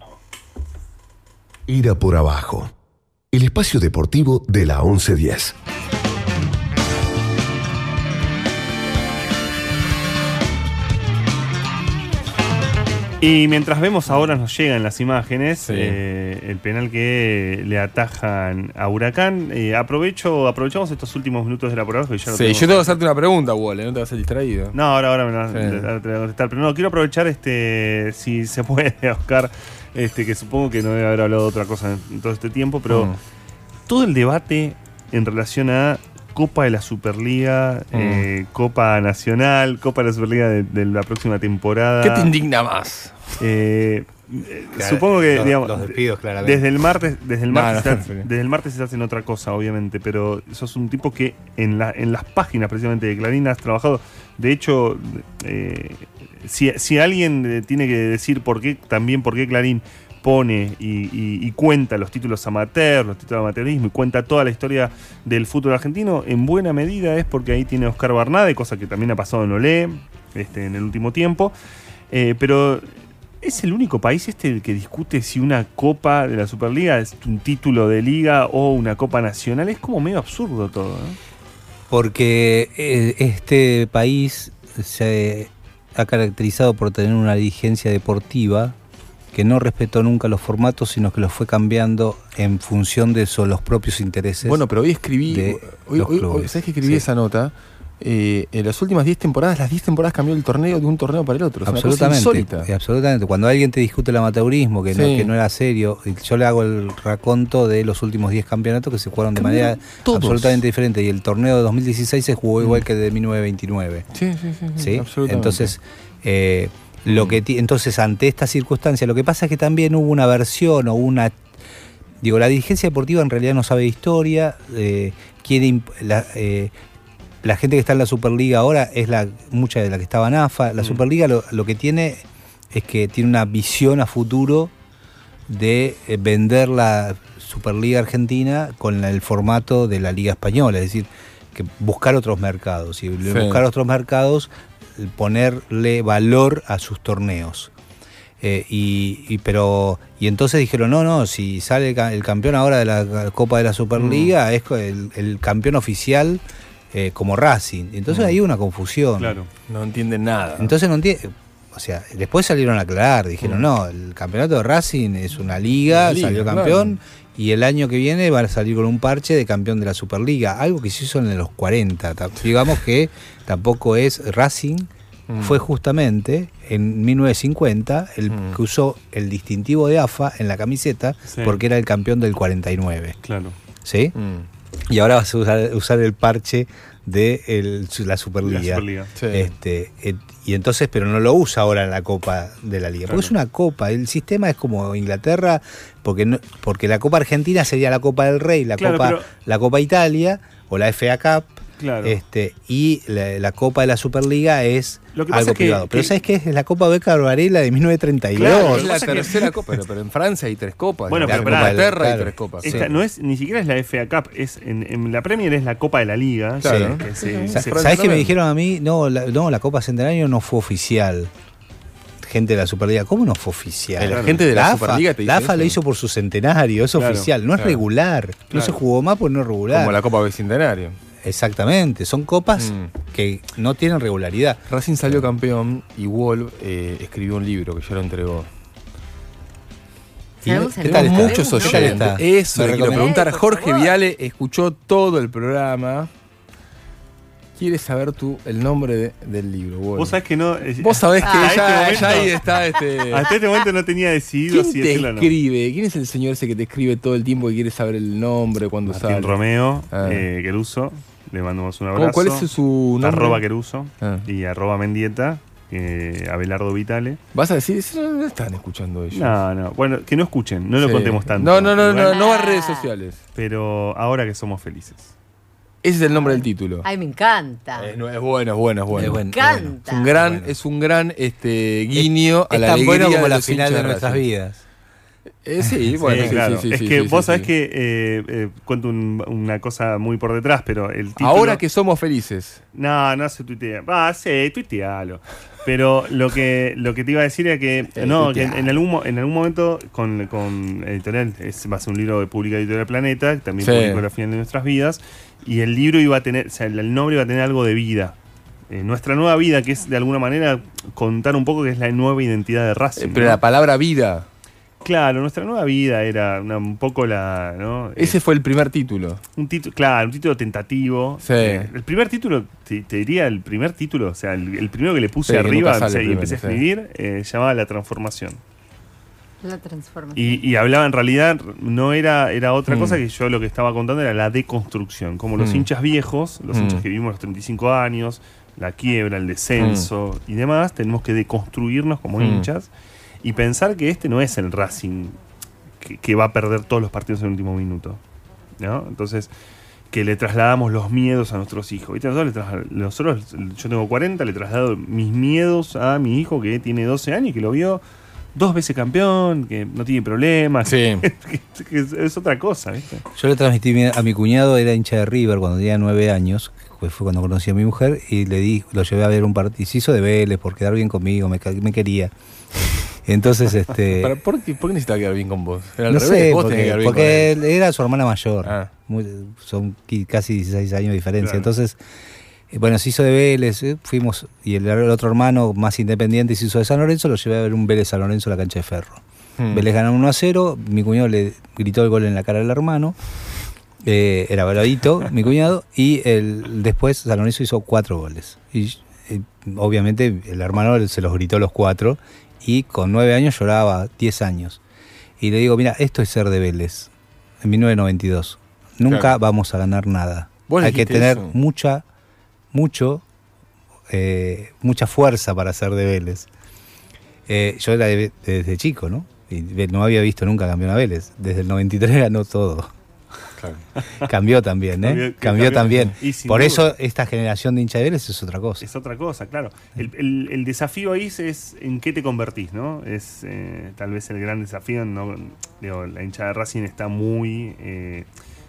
A: Ira por abajo. El espacio deportivo de la once diez.
C: Y mientras vemos ahora nos llegan las imágenes,
B: sí.
C: eh, el penal que le atajan a Huracán. Eh, aprovecho, aprovechamos estos últimos minutos de la prueba. Ya
B: sí, yo tengo que hacerte una pregunta, Wally, no te vas a ser distraído.
C: No, ahora, ahora me la, sí. la, te voy a contestar. Pero no, quiero aprovechar, este si se puede, Oscar, este, que supongo que no debe haber hablado de otra cosa en todo este tiempo, pero mm. todo el debate en relación a Copa de la Superliga, mm. eh, Copa Nacional, Copa de la Superliga de, de la próxima temporada.
B: ¿Qué te indigna más?
C: Eh, claro, supongo que
K: los,
C: digamos,
K: los despidos, claramente.
C: Desde el martes, desde el martes,
B: no, no,
C: se, desde el martes se hacen otra cosa, obviamente, pero sos un tipo que en la, en las páginas precisamente de Clarín has trabajado. De hecho, eh, si, si alguien tiene que decir por qué, también por qué Clarín pone y, y, y cuenta los títulos amateur, los títulos de amateurismo y cuenta toda la historia del fútbol argentino, en buena medida es porque ahí tiene Oscar Barnade, cosa que también ha pasado en Olé este, en el último tiempo. Eh, pero ¿es el único país este el que discute si una Copa de la Superliga es un título de liga o una Copa Nacional? Es como medio absurdo todo, ¿no?
K: Porque eh, este país se ha caracterizado por tener una dirigencia deportiva que no respetó nunca los formatos, sino que los fue cambiando en función de eso, los propios intereses.
B: Bueno, pero hoy escribí, hoy, hoy, hoy, ¿sabes que escribí sí. esa nota? Eh, en las últimas diez temporadas, las diez temporadas cambió el torneo de un torneo para el otro. Es
K: absolutamente,
B: una cosa insólita.
K: Absolutamente. Cuando alguien te discute el amateurismo, que, sí. no, que no era serio, yo le hago el raconto de los últimos diez campeonatos que se jugaron de Cambió manera todos. absolutamente diferente. Y el torneo de dos mil dieciséis se jugó igual mm. que el de mil novecientos veintinueve.
B: Sí, sí, sí. sí,
K: ¿sí?
B: Absolutamente.
K: Entonces, eh, lo que t- entonces, ante esta circunstancia, lo que pasa es que también hubo una versión o una. Digo, la dirigencia deportiva en realidad no sabe de historia, eh, quiere. Imp- la, eh, La gente que está en la Superliga ahora es la mucha de la que estaba en A F A. La mm. Superliga lo, lo que tiene es que tiene una visión a futuro de eh, vender la Superliga Argentina con la, el formato de la Liga Española, es decir, que buscar otros mercados y sí. buscar otros mercados, ponerle valor a sus torneos. Eh, y, y pero y entonces dijeron no no si sale el, el campeón ahora de la Copa de la Superliga mm. es el, el campeón oficial. Eh, como Racing. Entonces mm. hay una confusión.
B: Claro, no entienden nada.
K: Entonces no entienden. O sea, después salieron a aclarar. Dijeron, mm. no, el campeonato de Racing es una liga, liga salió campeón, claro. y el año que viene va a salir con un parche de campeón de la Superliga. Algo que se hizo en los cuarenta. Digamos que tampoco es Racing. Mm. Fue justamente en mil novecientos cincuenta el mm. que usó el distintivo de A F A en la camiseta sí. porque era el campeón del cuarenta y nueve.
C: Claro.
K: ¿Sí? Mm. Y ahora vas a usar, usar el parche de el, la Superliga. La Superliga. Sí. Este, et, y entonces, pero no lo usa ahora en la Copa de la Liga. Claro. Porque es una Copa. El sistema es como Inglaterra, porque no, porque la Copa Argentina sería la Copa del Rey, la, claro, Copa, pero... la Copa Italia o la F A Cup. Claro. Este, y la, la Copa de la Superliga es Lo que algo es privado. Que, pero que... ¿sabes qué? Es la Copa Beca Barbarella de mil novecientos treinta y dos.
B: Claro, es la tercera que... Copa, pero, pero en Francia hay tres copas.
C: Bueno, pero
B: en Inglaterra claro. hay tres copas.
C: Esta, sí. no es, ni siquiera es la F A Cup, es en, en la Premier es la Copa de la Liga.
K: Claro. Que se, sí. se, ¿Sabés qué me dijeron a mí? No la, no, la Copa Centenario no fue oficial. Gente de la Superliga, ¿cómo no fue oficial?
B: La gente de la, la Superliga te dice
K: La A F A lo hizo por su centenario, es claro, oficial, no es claro, regular. Claro. No se jugó más porque no es regular.
B: Como la Copa Bicentenario.
K: Exactamente, son copas mm. que no tienen regularidad.
B: Racing salió campeón y Wolf eh, escribió un libro que ya lo entregó. Y tenemos muchos oyentes. Eso le quiero preguntar. Jorge Viale escuchó todo el programa. ¿Quieres saber tú el nombre de, del libro? Wolf?
C: Vos sabés que no.
B: Vos sabés que ah, ya, este ya ahí está. Este...
C: Hasta este momento no tenía decidido
B: ¿Quién
C: si
B: te
C: decirlo o no.
B: escribe? ¿Quién es el señor ese que te escribe todo el tiempo y quiere saber el nombre cuando
C: Martín
B: sale?
C: Romeo, ah. eh, Queruso. Le mandamos un abrazo.
B: ¿Cuál es su nombre?
C: Arroba Queruso ah. y arroba Mendieta, eh, Abelardo Vitale.
B: ¿Vas a decir? No están escuchando ellos.
C: No, no. Bueno, que no escuchen, no sí. lo contemos tanto.
B: No, no, no, no, no a redes sociales.
C: Pero ahora que somos felices.
B: Ese es el nombre del título.
G: Ay, me encanta.
B: Es, es bueno, es bueno, es bueno.
G: Me encanta.
B: Es un gran, bueno. es un gran este, guiño
K: es,
B: a la
K: es tan
B: alegría
K: bueno como
B: de
K: la final de, de nuestras vidas.
B: Eh, sí, bueno,
C: sí,
B: sí,
C: claro.
B: sí, sí,
C: es
B: sí,
C: que
B: sí,
C: vos
B: sí,
C: sabés
B: sí.
C: que eh, eh, cuento un- una cosa muy por detrás, pero el título...
B: Ahora que somos felices.
C: No, no se tuitea. Ah, sí, tuitealo. Pero lo que lo que te iba a decir era que
B: Sí,
C: no, que en,
B: tuitealo.
C: en algún mo- en algún momento con, con editorial, es, va a ser un libro de publica Editorial Planeta, que también
B: Sí.
C: publicó La final de nuestras vidas, y el libro iba a tener, o sea, el nombre iba a tener algo de vida. Eh, nuestra nueva vida, que es de alguna manera contar un poco que es la nueva identidad de Racing.
B: Eh, pero
C: ¿no?
B: la palabra vida.
C: Claro, nuestra nueva vida era una- un poco la, ¿no?
B: Ese fue el primer título.
C: Un título, claro, un título tentativo.
B: Sí.
C: Eh, el primer título, te, te diría el primer título, o sea, el, el primero que le puse
B: Sí, que
C: arriba
B: nunca sale
C: o sea,
B: el
C: y
B: primero,
C: empecé a
B: sí.
C: escribir, eh, llamaba La Transformación.
G: La transformación.
C: Y, y hablaba en realidad, no era, era otra
B: Mm.
C: cosa que yo lo que estaba contando era la deconstrucción. Como los
B: Mm.
C: hinchas viejos, los
B: Mm.
C: hinchas que vivimos los treinta y cinco años, la quiebra, el descenso y demás, tenemos que deconstruirnos como
B: Mm.
C: hinchas y pensar que este no es el Racing que, que va a perder todos los partidos en el último minuto, ¿no? Entonces, que le trasladamos los miedos a nuestros hijos. ¿Viste? Nosotros, le trasla- nosotros, yo tengo cuarenta, le traslado mis miedos a mi hijo que tiene doce años y que lo vio dos veces campeón, que no tiene problemas,
B: Sí.
C: que, que es, es otra cosa, ¿viste?
K: Yo le transmití mi- a mi cuñado, era hincha de River cuando tenía nueve años, que fue cuando conocí a mi mujer, y le di, lo llevé a ver un partido, y se hizo de Vélez por quedar bien conmigo, me, ca- me quería. Entonces, este...
B: Para- ¿Por qué, por qué necesitaba quedar bien con vos? Era al
K: no
B: revés,
K: sé,
B: vos
K: porque,
B: tenés que quedar bien
K: porque
B: con
K: él era su hermana mayor.
B: Ah.
K: Muy- son qui- casi dieciséis años de diferencia.
C: Claro.
K: Entonces, eh, bueno, se hizo de Vélez, eh, fuimos, y el, el otro hermano más independiente se hizo de San Lorenzo, lo llevé a ver un Vélez San Lorenzo en la cancha de Ferro.
B: Hmm.
K: Vélez ganó uno a cero, mi cuñado le gritó el gol en la cara al hermano, eh, era bravito, mi cuñado, y el, después San Lorenzo hizo cuatro goles. Y eh, obviamente el hermano se los gritó los cuatro, y con nueve años lloraba, diez años. Y le digo, mira, esto es ser de Vélez, en mil novecientos noventa y dos. Nunca
B: Claro.
K: vamos a ganar nada.
B: ¿Vos le
K: Hay que
B: dijiste
K: tener
B: eso?
K: mucha, mucho, eh, mucha fuerza para ser de Vélez. Eh, yo era de- desde chico, ¿no? Y ve- no había visto nunca campeón a Vélez. Desde el noventa y tres ganó todo.
B: Claro.
K: Cambió también, ¿eh?
C: Cambió-
K: Cambió,
C: cambió
K: también.
C: y sin
K: Por
C: duda.
K: eso esta generación de hincha de Vélez es otra cosa.
C: Es otra cosa, claro. El, el- el desafío ahí es, es en qué te convertís, ¿no? Es eh, tal vez el gran desafío. ¿No? Digo, la hinchada de Racing está muy eh,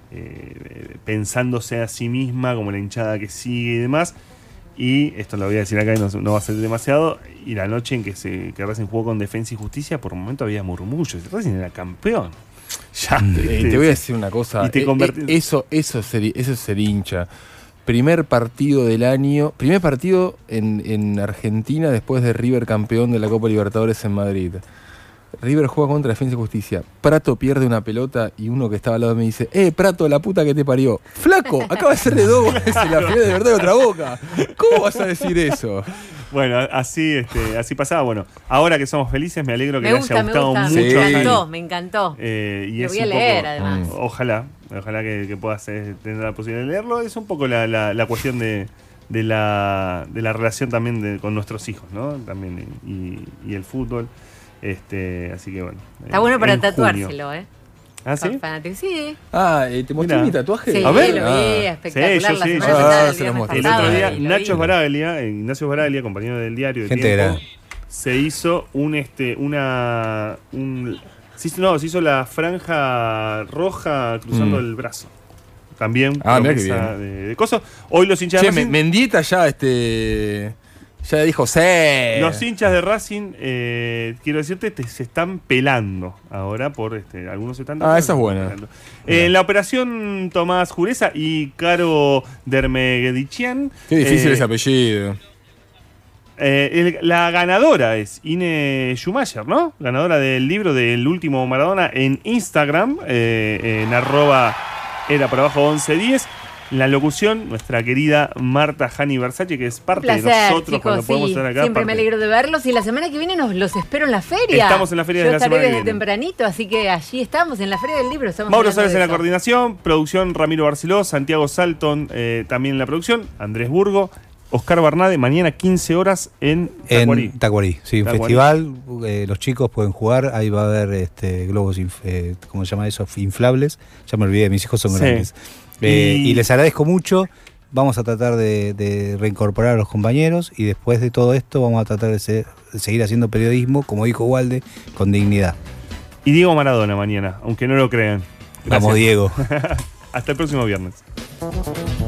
C: eh, pensándose a sí misma como la hinchada que sigue y demás. Y esto lo voy a decir acá y no, no va a ser demasiado. Y la noche en que, se, que Racing jugó con Defensa y Justicia, por un momento había murmullos. Racing era campeón. Ya,
B: Eh, te voy a decir una cosa.
C: Y te
B: Eh,
C: convertís-
B: eh, eso, eso, es ser, eso es ser hincha. Primer partido del año. Primer partido en, en Argentina después de River campeón de la Copa Libertadores en Madrid. River juega contra Defensa y Justicia. Prato pierde una pelota y uno que estaba al lado me dice: ¡Eh, Prato, la puta que te parió! ¡Flaco! Acaba de ser de dos goles en la final de verdad de otra boca. ¿Cómo vas a decir eso?
C: Bueno, así, este, así pasaba. Bueno, ahora que somos felices, me alegro que
G: Me
C: le
G: gusta,
C: haya
G: me
C: gustado
G: gusta.
C: mucho.
G: Me
B: Sí.
G: encantó, me encantó.
C: Eh, y
G: Lo
C: es
G: voy a
C: un
G: leer,
C: poco-
G: además.
C: Ojalá, ojalá que, que puedas eh, tener la posibilidad de leerlo. Es un poco la, la, la cuestión de, de, la, de la relación también de, con nuestros hijos, ¿no? También y, y el fútbol. Este, así que bueno.
G: Está
C: eh,
G: bueno para
C: en
G: tatuárselo,
C: junio.
G: ¿eh?
C: ¿Ah, sí?
G: Son fanáticos. Sí.
B: Ah, eh, ¿te mostré
C: Mira.
B: mi tatuaje?
G: Sí,
C: A ver.
G: lo vi,
B: Ah.
G: espectacular.
C: Sí, yo
G: la
C: sí,
G: semana
C: yo-
G: pasada,
B: Ah,
G: el
B: se
G: viernes
B: los mostré.
C: El
G: pasado,
C: otro día,
G: y lo
C: Nacho
G: vi.
C: Baraglia, eh, Ignacio Baraglia, compañero del diario de
K: Gente
C: Tiempo,
K: grande.
C: se hizo un este una un se hizo, no, se hizo la franja roja cruzando
B: Mm.
C: el brazo. También
B: Ah, mirá qué
C: promesa
B: bien.
C: de, de cosas. Hoy los hinchas
B: Che,
C: de
B: Me-
C: Racing,
B: Mendieta ya este ya dijo sí.
C: los hinchas de Racing, eh, quiero decirte, te- se están pelando ahora por este, algunos se están
B: Ah, esa es buena.
C: pelando. Eh, en la operación Tomás Jureza y Caro Dermegedichian.
B: Qué difícil
C: eh,
B: ese apellido.
C: Eh, el- la ganadora es Ine Schumacher, ¿no? Ganadora del libro del último Maradona en Instagram, eh, en arroba era por abajo once diez. La locución, nuestra querida Marta Jani Versace, que es
G: Un
C: parte de
G: placer,
C: nosotros
G: chicos,
C: cuando podemos
G: sí.
C: estar acá.
G: Siempre me
C: parte-
G: alegro de verlos y la semana que viene nos los espero en la feria.
C: Estamos en la feria
G: Yo
C: de la
G: estaré
C: semana que
G: desde
C: viene.
G: tempranito, así que allí estamos, en la feria del libro. Estamos
C: Mauro
G: hablando
C: Sárez
G: de
C: en la
G: eso.
C: coordinación, producción Ramiro Barceló, Santiago Salton eh, también en la producción, Andrés Burgo, Oscar Barnade, mañana quince horas en Tacuarí.
K: En Tacuarí, sí, un
C: Tacuarí.
K: festival, eh, los chicos pueden jugar, ahí va a haber este, globos, inf- eh, ¿cómo se llama eso? Inflables, ya me olvidé, mis hijos son
C: Sí.
K: grandes. Eh,
C: Y-
K: y... les agradezco mucho, vamos a tratar de, de reincorporar a los compañeros y después de todo esto vamos a tratar de, ser- de seguir haciendo periodismo, como dijo Walde, con dignidad.
C: Y Diego Maradona mañana, aunque no lo crean. Gracias.
K: Vamos, Diego.
C: Hasta el próximo viernes.